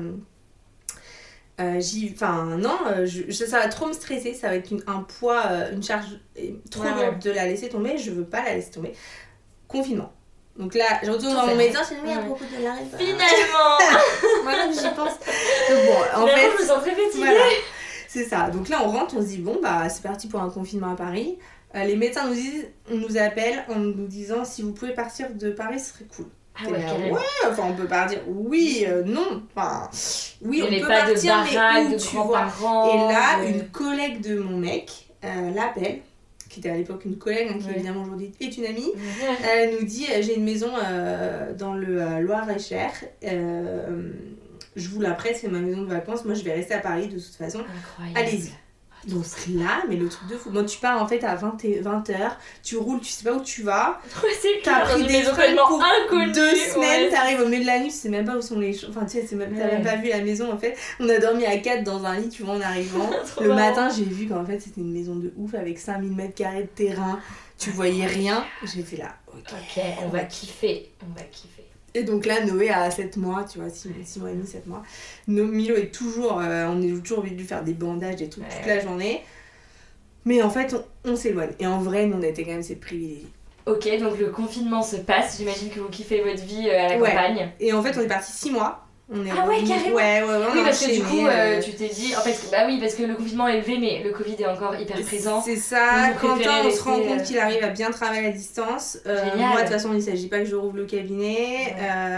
Ça va trop me stresser, ça va être un poids, une charge trop lourde de la laisser tomber, je veux pas la laisser tomber. Confinement. Donc là, je retourne dans mon médecin, je dis à propos de l'arrêt. Finalement Voilà, j'y pense. Donc bon, en fait, je me sens très fatiguée. Voilà, c'est ça. Donc là, on rentre, on se dit bon, bah c'est parti pour un confinement à Paris. Les médecins nous appellent en nous disant si vous pouvez partir de Paris, ce serait cool. Enfin on peut pas dire oui, non, enfin oui, on peut partir, mais où, tu vois. Et là, une collègue de mon mec l'appelle, qui était à l'époque une collègue, qui évidemment aujourd'hui est une amie, elle nous dit j'ai une maison dans le Loir-et-Cher, je vous la prête, c'est ma maison de vacances, moi je vais rester à Paris de toute façon. Incroyable. Allez-y. Donc là, mais le truc de fou. Bon, tu pars en fait à 20h, tu roules, tu sais pas où tu vas. T'as pris des frais pour 2 semaines, t'arrives au milieu de la nuit, tu sais même pas où sont les choses. Enfin, tu sais, t'as même pas vu la maison en fait. On a dormi à 4 dans un lit, tu vois, en arrivant. Le matin, j'ai vu qu'en fait, c'était une maison de ouf avec 5000 m² de terrain. Tu voyais rien. J'étais là, ok, on va kiffer. Et donc là, Noé a 7 mois, tu vois, 6 mois et demi, 7 mois. Milo est toujours, on est toujours obligé de lui faire des bandages, des trucs toute la journée. Mais en fait, on s'éloigne. Et en vrai, nous, on était quand même ces privilégiés. Ok, donc le confinement se passe, j'imagine que vous kiffez votre vie à la campagne. Et en fait, on est parti 6 mois. Carrément. Ouais, oui, parce que du coup, tu t'es dit, en fait, parce que le confinement est élevé, mais le Covid est encore hyper présent. C'est ça. Quentin, on se rend compte qu'il arrive à bien travailler à distance. Moi, de toute façon, il ne s'agit pas que je rouvre le cabinet.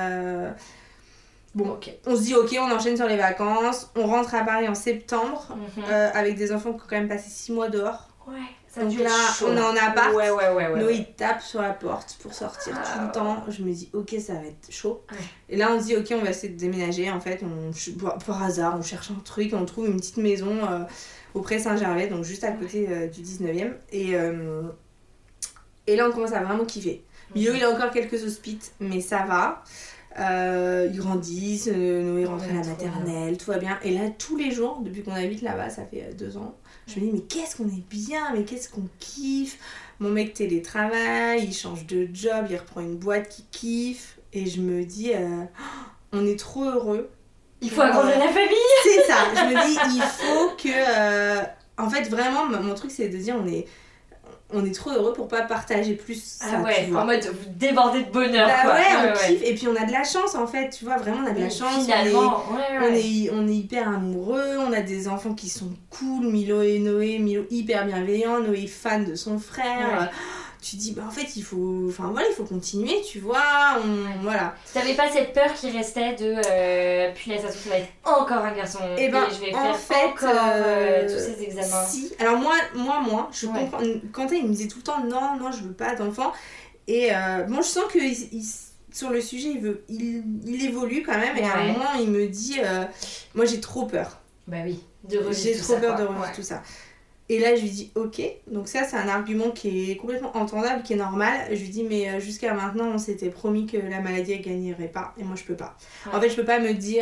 On se dit, ok, on enchaîne sur les vacances. On rentre à Paris en septembre, avec des enfants qui ont quand même passé 6 mois dehors. Donc là, on est en appart. Noé, il tape sur la porte pour sortir tout le temps. Je me dis, ok, ça va être chaud. Et là, on se dit, ok, on va essayer de déménager. En fait, par hasard, on cherche un truc. On trouve une petite maison auprès Saint-Gervais, donc juste à côté du 19e. Et là, on commence à vraiment kiffer. Milo, il a encore quelques hospites, mais ça va. Ils grandissent, Noé rentre à la maternelle, tout va bien. Et là, tous les jours, depuis qu'on habite là-bas, ça fait 2 ans, je me dis, mais qu'est-ce qu'on est bien, mais qu'est-ce qu'on kiffe. Mon mec télétravaille, il change de job, il reprend une boîte qu'il kiffe. Et je me dis, on est trop heureux. Il faut agrandir la famille. C'est ça, je me dis, il faut que... en fait, vraiment, mon truc, c'est de dire, on est trop heureux pour pas partager plus ça, tu vois. En mode vous débordez de bonheur, quoi. On kiffe, et puis on a de la chance en fait, tu vois, vraiment on a de la chance. Finalement, on est hyper amoureux, on a des enfants qui sont cool, Milo et Noé, Milo hyper bienveillant, Noé fan de son frère. Tu dis, en fait, il faut continuer, tu vois, voilà. T'avais pas cette peur qui restait de, punaise, ça va être encore un garçon, et je vais faire encore tous ces examens. Si, alors moi, je comprends, Quentin, il me disait tout le temps, non, je veux pas d'enfant, et je sens que sur le sujet, il évolue quand même, et à un moment, il me dit, moi, j'ai trop peur. Bah oui, de revivre j'ai trop peur de revivre tout ça. Et là, je lui dis, ok, donc ça, c'est un argument qui est complètement entendable, qui est normal. Je lui dis, mais jusqu'à maintenant, on s'était promis que la maladie, elle gagnerait pas, et moi, je peux pas. En fait, je peux pas me dire,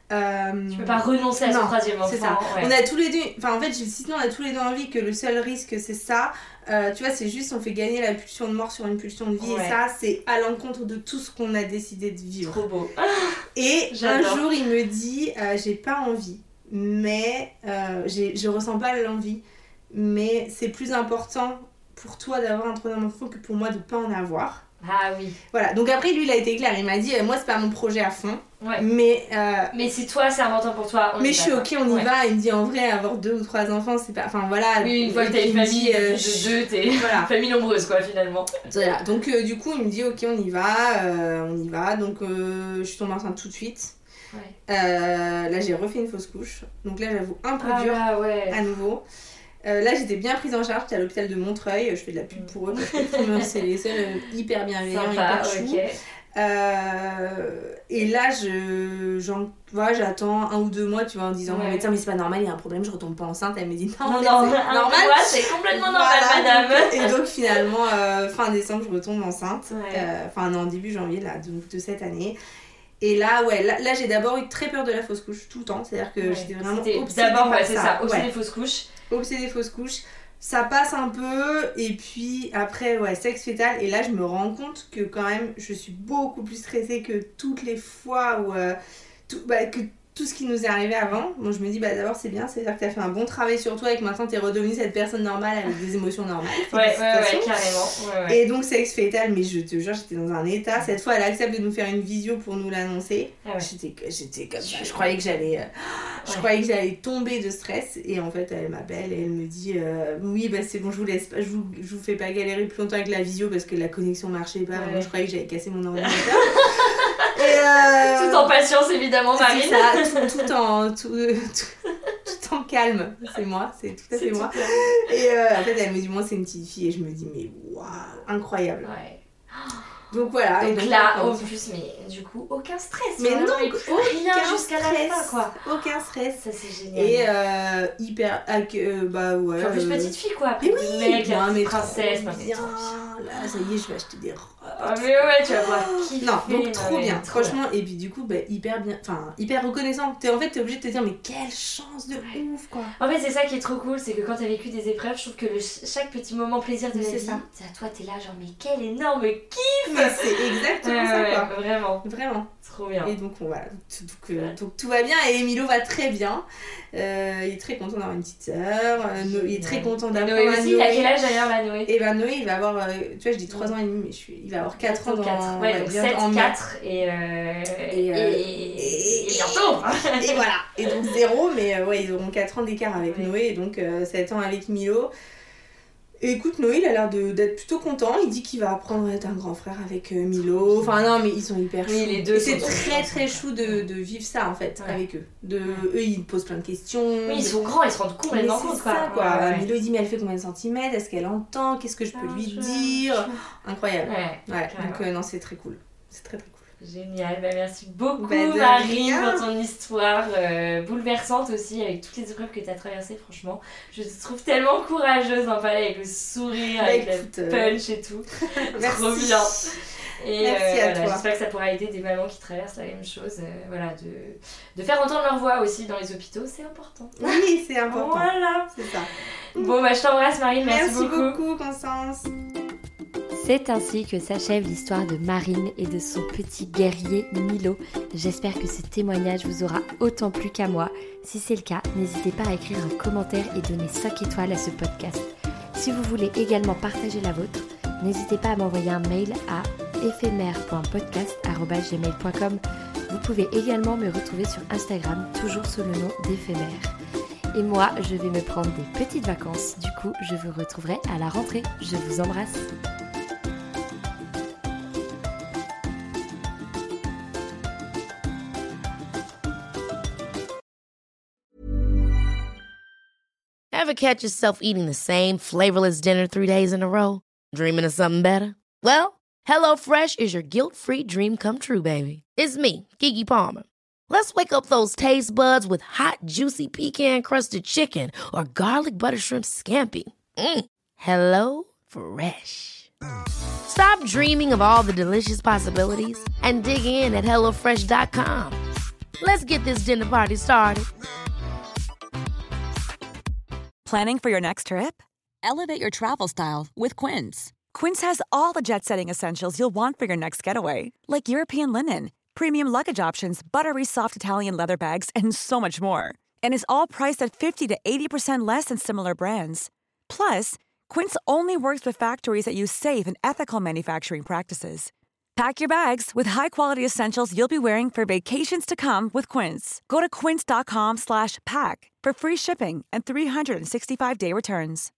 Tu peux pas renoncer à ce troisième enfant. C'est ça. Ouais. On a tous les deux, enfin en fait, sinon on a tous les deux envie que le seul risque c'est ça. Tu vois, c'est juste on fait gagner la pulsion de mort sur une pulsion de vie, et ça c'est à l'encontre de tout ce qu'on a décidé de vivre. Trop beau. Et un jour il me dit j'ai pas envie, mais je ressens pas l'envie, mais c'est plus important pour toi d'avoir un troisième enfant que pour moi de pas en avoir. Ah oui. Voilà, donc après lui il a été clair, il m'a dit moi c'est pas mon projet à fond, mais si toi c'est important pour toi, mais je suis ok, on y va. Il me dit en vrai avoir 2 ou 3 enfants c'est pas, enfin voilà. Oui, une fois que t'as une famille de 2, t'es une famille nombreuse quoi finalement. Voilà, donc du coup il me dit ok on y va, donc je suis tombée enceinte tout de suite. Là j'ai refait une fausse couche, donc là j'avoue un peu dur à nouveau. Là j'étais bien prise en charge, j'étais à l'hôpital de Montreuil, je fais de la pub pour eux parce que c'est les seuls hyper bienveillants, hyper choux. Et là j'attends 1 ou 2 mois, tu vois, en disant mon médecin mais c'est pas normal, il y a un problème, je retombe pas enceinte. Elle me dit non, c'est normal, c'est complètement normal madame. Et donc finalement fin décembre je retombe enceinte, enfin non début janvier là, donc de cette année. Et là, là j'ai d'abord eu très peur de la fausse couche tout le temps, c'est-à-dire que j'étais vraiment obsédée par ça. Obsédée fausse couche. Obsédée fausse couche, ça passe un peu, et puis après, sexe fœtal, et là je me rends compte que quand même je suis beaucoup plus stressée que toutes les fois où que tout ce qui nous est arrivé avant. Bon, je me dis d'abord c'est bien, c'est-à-dire que t'as fait un bon travail sur toi et que maintenant t'es redevenue cette personne normale avec des émotions normales. Carrément. Et donc sexe fœtal, mais je te jure j'étais dans un état. Cette fois elle accepte de nous faire une visio pour nous l'annoncer. J'étais comme ça, je croyais que j'allais tomber de stress, et en fait elle m'appelle et elle me dit oui c'est bon, je vous laisse pas, je vous fais pas galérer plus longtemps avec la visio parce que la connexion marchait pas. Moi je croyais que j'avais cassé mon ordinateur. Tout en patience évidemment Marine. C'est ça, tout en calme, c'est moi, c'est tout à fait moi. Et en fait elle me dit moi c'est une petite fille, et je me dis mais waouh, incroyable. Donc voilà. Donc là en plus, mais du coup aucun stress. Mais non, rien jusqu'à la fin quoi. Aucun stress. Ça c'est génial. Et hyper en plus petite fille quoi. Après mec, la princesse, bien. Là ça y est je vais acheter des robes. Mais tu vas voir kiffer. Non, donc trop bien, franchement. Et puis du coup hyper bien, enfin hyper reconnaissant. T'es obligé de te dire mais quelle chance de ouf quoi. En fait c'est ça qui est trop cool, c'est que quand t'as vécu des épreuves, je trouve que chaque petit moment plaisir de la vie, toi t'es là genre mais quel énorme kiff. Mais c'est exactement ça quoi. Vraiment trop bien. Et donc voilà, donc tout va bien, et Emilo va très bien. Il est très content d'avoir une petite sœur. Il est très content d'avoir Noé aussi. Il a quel âge d'ailleurs là, Noé? Et Noé il va avoir tu vois je dis 3 ans et demi, mais il va avoir 4 ans dans 4. Donc 7, 4 et bientôt. Et voilà, et donc 0, mais ils auront 4 ans d'écart avec Noé, et donc 7 ans avec Milo. Et écoute, Noé il a l'air d'être plôt content, il dit qu'il va apprendre à être un grand frère avec Milo. Enfin non, mais ils sont hyper choux. Les deux, et c'est très chou de vivre ça en fait avec eux. Eux ils posent plein de questions. Oui, ils sont grands, ils se rendent complètement compte quoi. Milo il dit mais elle fait combien de centimètres, est-ce qu'elle entend, qu'est-ce que je peux lui dire. Incroyable. Donc non, c'est très cool. C'est très cool. Génial, merci beaucoup Marine pour ton histoire bouleversante aussi, avec toutes les épreuves que tu as traversées. Franchement, je te trouve tellement courageuse d'en parler avec le sourire, avec le punch et tout. Trop bien. Et merci à toi. J'espère que ça pourra aider des mamans qui traversent la même chose, de faire entendre leur voix aussi dans les hôpitaux, c'est important. Oui, c'est important. Voilà, c'est ça. Bon je t'embrasse Marine, merci beaucoup Constance. C'est ainsi que s'achève l'histoire de Marine et de son petit guerrier Milo. J'espère que ce témoignage vous aura autant plu qu'à moi. Si c'est le cas, n'hésitez pas à écrire un commentaire et donner 5 étoiles à ce podcast. Si vous voulez également partager la vôtre, n'hésitez pas à m'envoyer un mail à éphémère.podcast@gmail.com. Vous pouvez également me retrouver sur Instagram, toujours sous le nom d'éphémère. Et moi, je vais me prendre des petites vacances. Du coup, je vous retrouverai à la rentrée. Je vous embrasse. Ever catch yourself eating the same flavorless dinner 3 days in a row? Dreaming of something better? Well, HelloFresh is your guilt-free dream come true, baby. It's me, Keke Palmer. Let's wake up those taste buds with hot, juicy pecan-crusted chicken or garlic butter shrimp scampi. Hello Fresh. Stop dreaming of all the delicious possibilities and dig in at HelloFresh.com. Let's get this dinner party started. Planning for your next trip? Elevate your travel style with Quince. Quince has all the jet-setting essentials you'll want for your next getaway, like European linen, premium luggage options, buttery soft Italian leather bags, and so much more. And is all priced at 50 to 80% less than similar brands. Plus, Quince only works with factories that use safe and ethical manufacturing practices. Pack your bags with high-quality essentials you'll be wearing for vacations to come with Quince. Go to quince.com/pack for free shipping and 365-day returns.